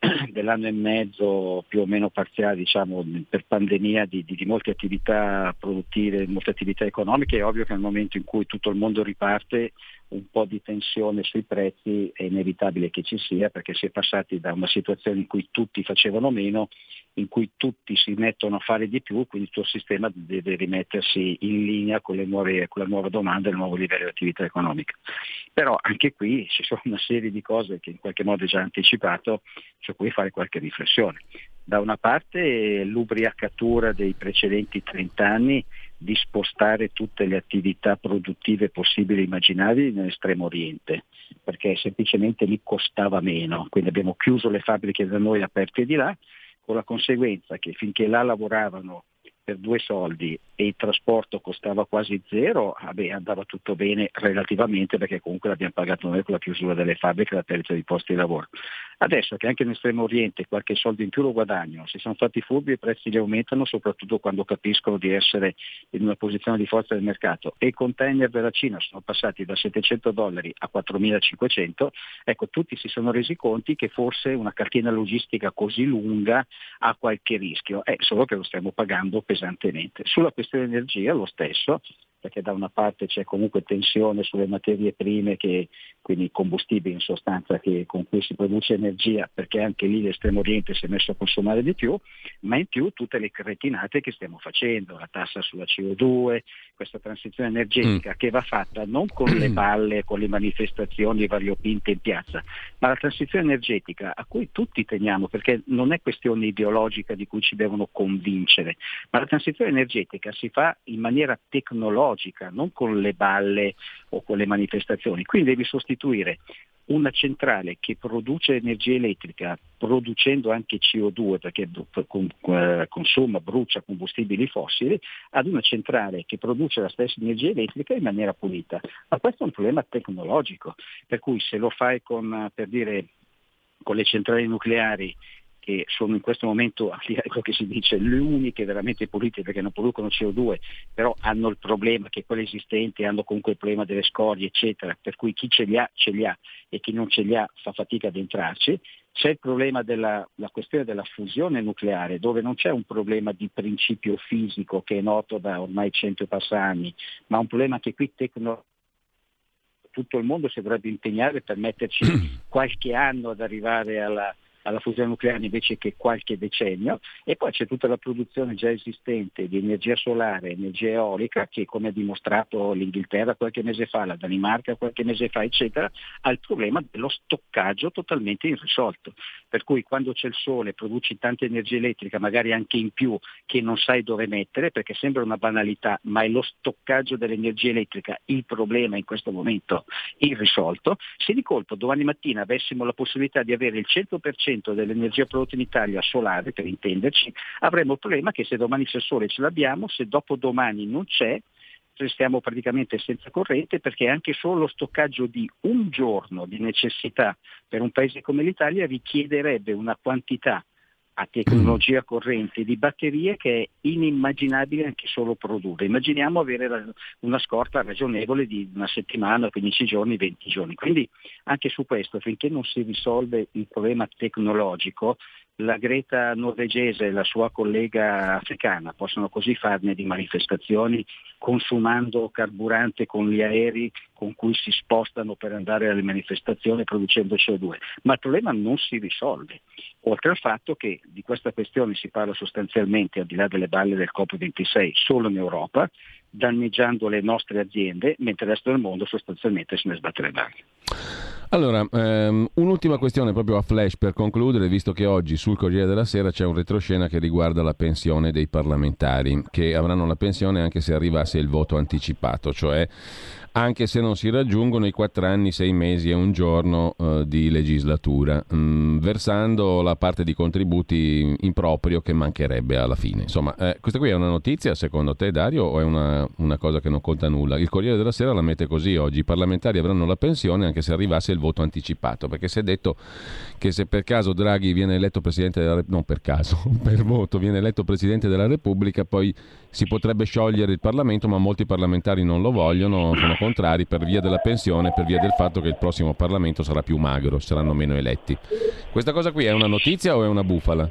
dell'anno e mezzo più o meno parziale, diciamo, per pandemia di molte attività produttive, molte attività economiche, è ovvio che nel momento in cui tutto il mondo riparte un po' di tensione sui prezzi è inevitabile che ci sia, perché si è passati da una situazione in cui tutti facevano meno, in cui tutti si mettono a fare di più, quindi tutto il sistema deve rimettersi in linea con la nuova domanda e il nuovo livello di attività economica. Però anche qui ci sono una serie di cose che in qualche modo è già anticipato, su cui fare qualche riflessione. Da una parte l'ubriacatura dei precedenti 30 anni di spostare tutte le attività produttive possibili e immaginabili nell'estremo oriente, perché semplicemente lì costava meno, quindi abbiamo chiuso le fabbriche da noi aperte di là, con la conseguenza che finché là lavoravano per 2 soldi e il trasporto costava quasi zero, andava tutto bene relativamente, perché comunque l'abbiamo pagato noi con la chiusura delle fabbriche e la perdita di posti di lavoro. Adesso che anche nell'estremo oriente qualche soldo in più lo guadagnano, si sono fatti furbi e i prezzi li aumentano, soprattutto quando capiscono di essere in una posizione di forza del mercato, e i container della Cina sono passati da $700 a 4.500, ecco, tutti si sono resi conti che forse una catena logistica così lunga ha qualche rischio, solo che lo stiamo pagando pesantemente. Sulla questione energia lo stesso, perché da una parte c'è comunque tensione sulle materie prime, quindi combustibili in sostanza con cui si produce energia, perché anche lì l'Estremo Oriente si è messo a consumare di più, ma in più tutte le cretinate che stiamo facendo, la tassa sulla CO2, questa transizione energetica che va fatta non con le balle, con le manifestazioni variopinte in piazza, ma la transizione energetica a cui tutti teniamo, perché non è questione ideologica di cui ci devono convincere, ma la transizione energetica si fa in maniera tecnologica, non con le balle o con le manifestazioni. Quindi devi sostituire una centrale che produce energia elettrica producendo anche CO2, perché consuma, brucia combustibili fossili, ad una centrale che produce la stessa energia elettrica in maniera pulita. Ma questo è un problema tecnologico, per cui se lo fai con le centrali nucleari, che sono in questo momento, quello che si dice, le uniche veramente pulite perché non producono CO2, però hanno il problema che quelle esistenti hanno comunque il problema delle scorie, eccetera, per cui chi ce li ha e chi non ce li ha fa fatica ad entrarci. C'è il problema la questione della fusione nucleare, dove non c'è un problema di principio fisico che è noto da ormai 100 e passa anni, ma un problema che qui tutto il mondo si dovrebbe impegnare per metterci qualche anno ad arrivare alla fusione nucleare invece che qualche decennio, e poi c'è tutta la produzione già esistente di energia solare, energia eolica, che come ha dimostrato l'Inghilterra qualche mese fa, la Danimarca qualche mese fa, eccetera, ha il problema dello stoccaggio totalmente irrisolto, per cui quando c'è il sole produci tanta energia elettrica, magari anche in più, che non sai dove mettere, perché sembra una banalità, ma è lo stoccaggio dell'energia elettrica il problema in questo momento irrisolto. Se di colpo domani mattina avessimo la possibilità di avere il 100% dell'energia prodotta in Italia solare, per intenderci, avremo il problema che se domani c'è il sole ce l'abbiamo, se dopodomani non c'è, restiamo praticamente senza corrente, perché anche solo lo stoccaggio di un giorno di necessità per un paese come l'Italia richiederebbe una quantità a tecnologia corrente di batterie che è inimmaginabile anche solo produrre. Immaginiamo avere una scorta ragionevole di una settimana, 15 giorni, 20 giorni. Quindi anche su questo, finché non si risolve il problema tecnologico, la Greta norvegese e la sua collega africana possono così farne di manifestazioni consumando carburante con gli aerei con cui si spostano per andare alle manifestazioni producendo CO2, ma il problema non si risolve, oltre al fatto che di questa questione si parla sostanzialmente, al di là delle balle del COP26, solo in Europa, danneggiando le nostre aziende, mentre il resto del mondo sostanzialmente se ne sbatte le balle. Allora, un'ultima questione proprio a flash per concludere, visto che oggi sul Corriere della Sera c'è un retroscena che riguarda la pensione dei parlamentari, che avranno la pensione anche se arrivasse il voto anticipato, cioè anche se non si raggiungono i 4 anni, 6 mesi e un giorno di legislatura, versando la parte di contributi in proprio che mancherebbe alla fine. Insomma, questa qui è una notizia secondo te, Dario, o è una cosa che non conta nulla? Il Corriere della Sera la mette così oggi: i parlamentari avranno la pensione anche se arrivasse il voto anticipato, perché si è detto che se per caso Draghi viene eletto Presidente della Repubblica, non per caso, per voto viene eletto Presidente della Repubblica, poi si potrebbe sciogliere il Parlamento, ma molti parlamentari non lo vogliono, sono contrari per via della pensione, per via del fatto che il prossimo Parlamento sarà più magro, saranno meno eletti. Questa cosa qui è una notizia o è una bufala?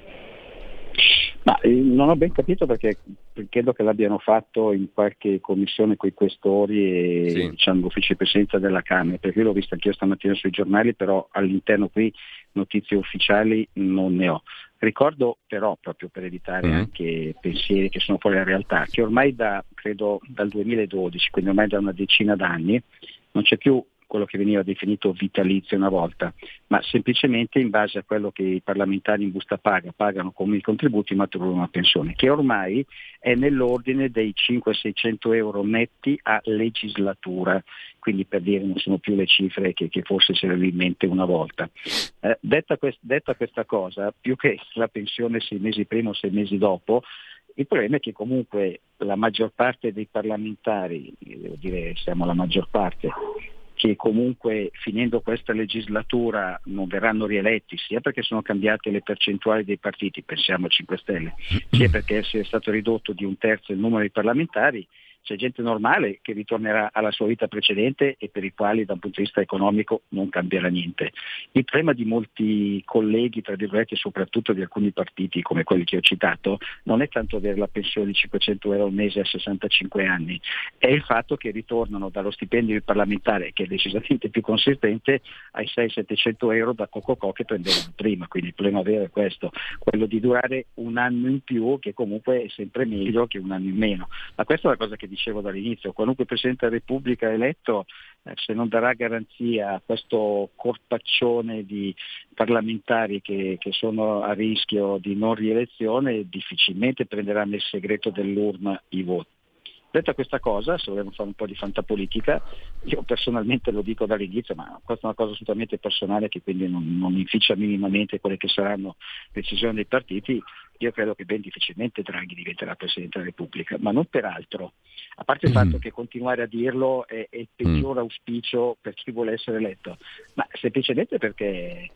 Ma non ho ben capito, perché credo che l'abbiano fatto in qualche commissione con i questori e diciamo l'ufficio di presidenza della Camera, perché io l'ho vista anch'io stamattina sui giornali, però all'interno qui notizie ufficiali non ne ho. Ricordo però, proprio per evitare anche pensieri che sono fuori dalla realtà, che ormai credo dal 2012, quindi ormai da una decina d'anni, non c'è più quello che veniva definito vitalizio una volta, ma semplicemente in base a quello che i parlamentari in busta paga pagano come i contributi maturano una pensione, che ormai è nell'ordine dei 500-600 euro netti a legislatura, quindi per dire non sono più le cifre che forse c'erano in mente una volta. Detta questa cosa, più che la pensione 6 mesi prima o 6 mesi dopo, il problema è che comunque la maggior parte dei parlamentari, devo dire siamo la maggior parte, che comunque finendo questa legislatura non verranno rieletti, sia perché sono cambiate le percentuali dei partiti, pensiamo a 5 Stelle, sia perché è stato ridotto di 1/3 il numero di parlamentari, c'è gente normale che ritornerà alla sua vita precedente e per i quali da un punto di vista economico non cambierà niente. Il problema di molti colleghi, tra virgolette, soprattutto di alcuni partiti come quelli che ho citato, non è tanto avere la pensione di 500 euro al mese a 65 anni, è il fatto che ritornano dallo stipendio del parlamentare, che è decisamente più consistente, ai 600-700 euro da Cococò che prendevano prima. Quindi il problema vero è questo, quello di durare un anno in più, che comunque è sempre meglio che un anno in meno. Ma questa è la cosa che dicevo dall'inizio, qualunque Presidente della Repubblica eletto, se non darà garanzia a questo corpaccione di parlamentari che sono a rischio di non rielezione, difficilmente prenderà nel segreto dell'urna i voti. Detta questa cosa, se vogliamo fare un po' di fantapolitica, io personalmente lo dico dall'inizio, ma questa è una cosa assolutamente personale che quindi non inficia minimamente quelle che saranno le decisioni dei partiti. Io credo che ben difficilmente Draghi diventerà Presidente della Repubblica, ma non per altro. A parte il fatto che continuare a dirlo è il peggior auspicio per chi vuole essere eletto, ma semplicemente perché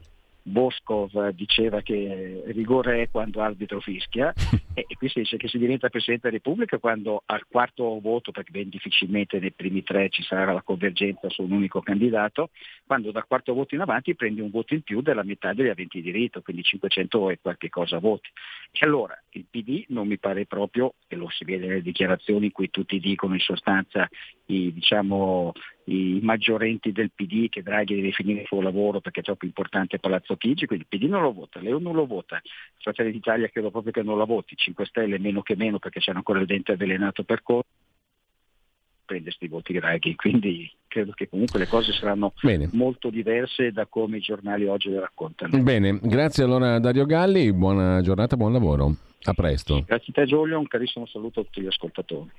Boscov diceva che rigore è quando arbitro fischia e qui si dice che si diventa Presidente della Repubblica quando al quarto voto, perché ben difficilmente nei primi 3 ci sarà la convergenza su un unico candidato, quando dal quarto voto in avanti prendi un voto in più della metà degli aventi diritto, quindi 500 e qualche cosa voti. E allora il PD non mi pare proprio, e lo si vede nelle dichiarazioni in cui tutti dicono in sostanza i maggiorenti del PD che Draghi deve finire il suo lavoro perché è troppo importante Palazzo Chigi, quindi il PD non lo vota, Leo non lo vota, Fratelli d'Italia credo proprio che non la voti, 5 Stelle meno che meno perché c'era ancora il dente avvelenato per Conte, prende sti voti Draghi, quindi credo che comunque le cose saranno molto diverse da come i giornali oggi le raccontano. Bene, grazie allora a Dario Galli, buona giornata, buon lavoro, a presto. Grazie a te Giulio, un carissimo saluto a tutti gli ascoltatori.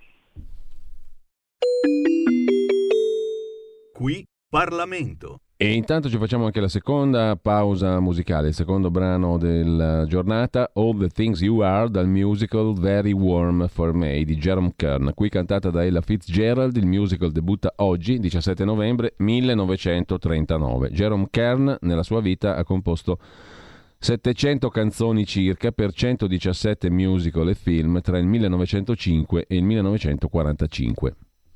Qui Parlamento. E intanto ci facciamo anche la seconda pausa musicale, il secondo brano della giornata, All the Things You Are, dal musical Very Warm for Me di Jerome Kern, qui cantata da Ella Fitzgerald. Il musical debutta oggi, 17 novembre 1939. Jerome Kern nella sua vita ha composto 700 canzoni circa per 117 musical e film tra il 1905 e il 1945.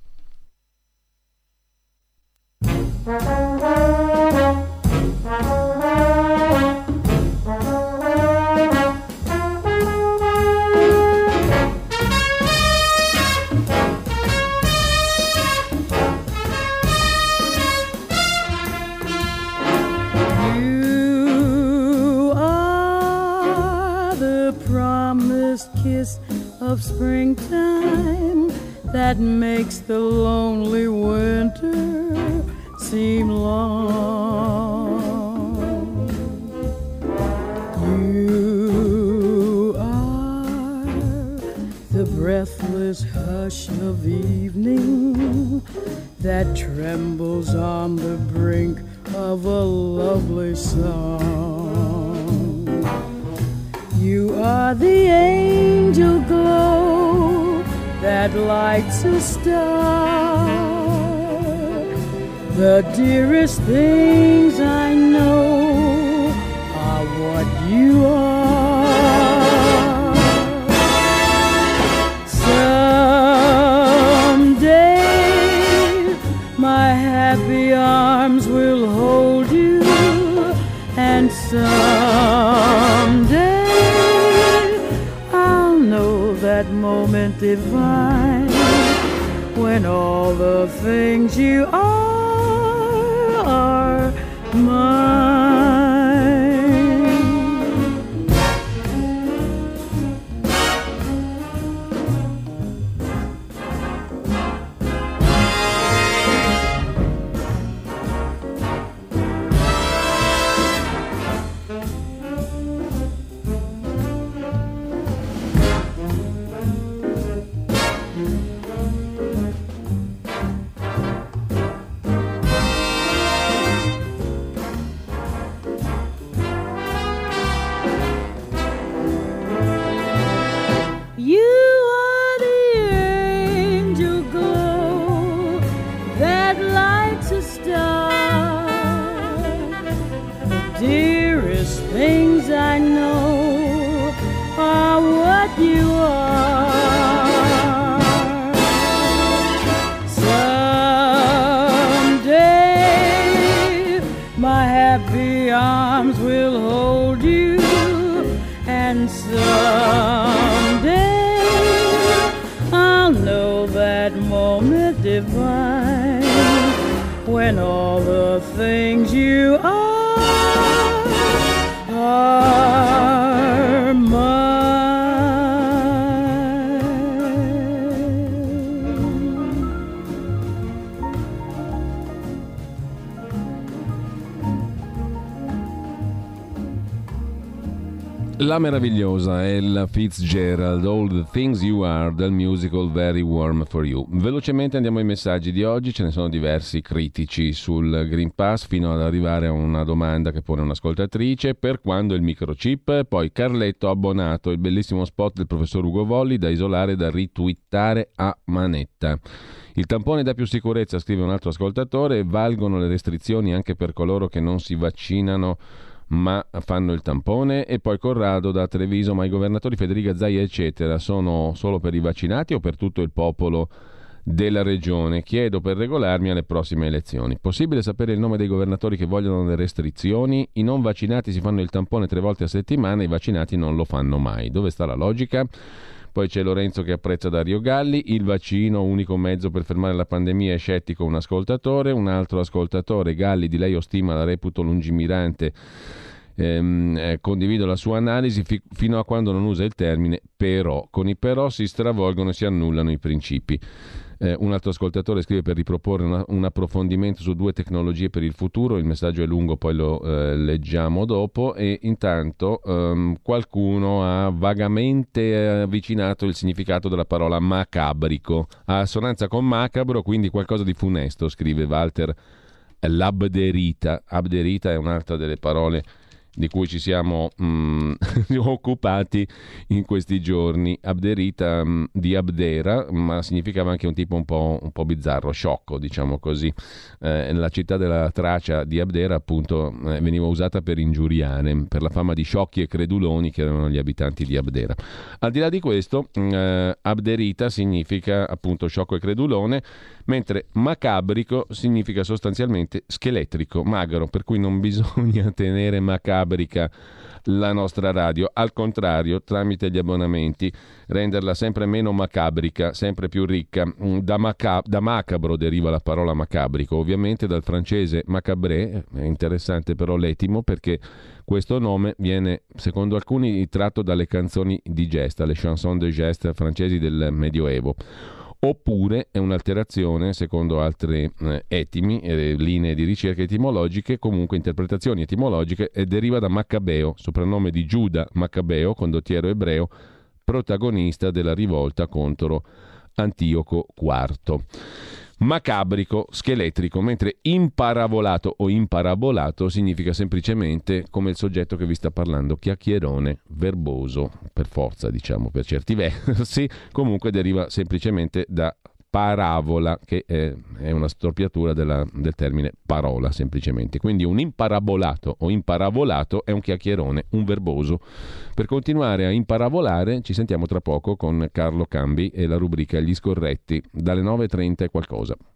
Kiss of springtime that makes the lonely winter seem long. You are the breathless hush of evening that trembles on the brink of a lovely song. You are the angel glow that lights a star. The dearest things I know are what you are. Someday moment divine, when all the things you are mine. When all the things you are mine. La meravigliosa Ella Fitzgerald, All the Things You Are, dal musical Very Warm for You. Velocemente andiamo ai messaggi di oggi, ce ne sono diversi critici sul Green Pass, fino ad arrivare a una domanda che pone un'ascoltatrice: per quando il microchip? Poi Carletto abbonato, il bellissimo spot del professor Ugo Volli da isolare e da ritwittare a manetta. Il tampone dà più sicurezza, scrive un altro ascoltatore, valgono le restrizioni anche per coloro che non si vaccinano ma fanno il tampone. E poi Corrado da Treviso: ma i governatori Federica Zaia eccetera sono solo per i vaccinati o per tutto il popolo della regione? Chiedo per regolarmi alle prossime elezioni. Possibile sapere il nome dei governatori che vogliono le restrizioni? I non vaccinati si fanno il tampone 3 volte a settimana, i vaccinati non lo fanno mai. Dove sta la logica? Poi c'è Lorenzo che apprezza Dario Galli: il vaccino, unico mezzo per fermare la pandemia, è scettico un ascoltatore. Un altro ascoltatore: Galli, di lei ho stima, la reputo lungimirante, condivido la sua analisi fino a quando non usa il termine però. Con i però si stravolgono e si annullano i principi. Un altro ascoltatore scrive per riproporre un approfondimento su 2 tecnologie per il futuro. Il messaggio è lungo, poi lo leggiamo dopo. E intanto qualcuno ha vagamente avvicinato il significato della parola macabrico, a assonanza con macabro, quindi qualcosa di funesto, scrive Walter Labderita. Abderita è un'altra delle parole di cui ci siamo occupati in questi giorni. Abderita di Abdera, ma significava anche un tipo un po' bizzarro, sciocco, diciamo così. La città della Tracia di Abdera, appunto, veniva usata per ingiuriare, per la fama di sciocchi e creduloni che erano gli abitanti di Abdera. Al di là di questo, Abderita significa appunto sciocco e credulone, mentre macabrico significa sostanzialmente scheletrico, magro, per cui non bisogna tenere macabrica la nostra radio, al contrario, tramite gli abbonamenti renderla sempre meno macabrica, sempre più ricca. Da macabro deriva la parola macabrico, ovviamente dal francese macabre. È interessante però l'etimo, perché questo nome viene, secondo alcuni, tratto dalle canzoni di gesta, le chanson de geste francesi del Medioevo. Oppure è un'alterazione, secondo altre etimi, linee di ricerca etimologiche, comunque interpretazioni etimologiche, e deriva da Maccabeo, soprannome di Giuda Maccabeo, condottiero ebreo, protagonista della rivolta contro Antioco IV. Macabrico, scheletrico, mentre imparavolato o imparabolato significa semplicemente, come il soggetto che vi sta parlando, chiacchierone, verboso, per forza, diciamo, per certi versi. Comunque deriva semplicemente da paravola, che è una storpiatura del termine parola, semplicemente. Quindi un imparabolato o imparavolato è un chiacchierone, un verboso. Per continuare a imparavolare ci sentiamo tra poco con Carlo Cambi e la rubrica Gli scorretti, dalle 9:30 e qualcosa.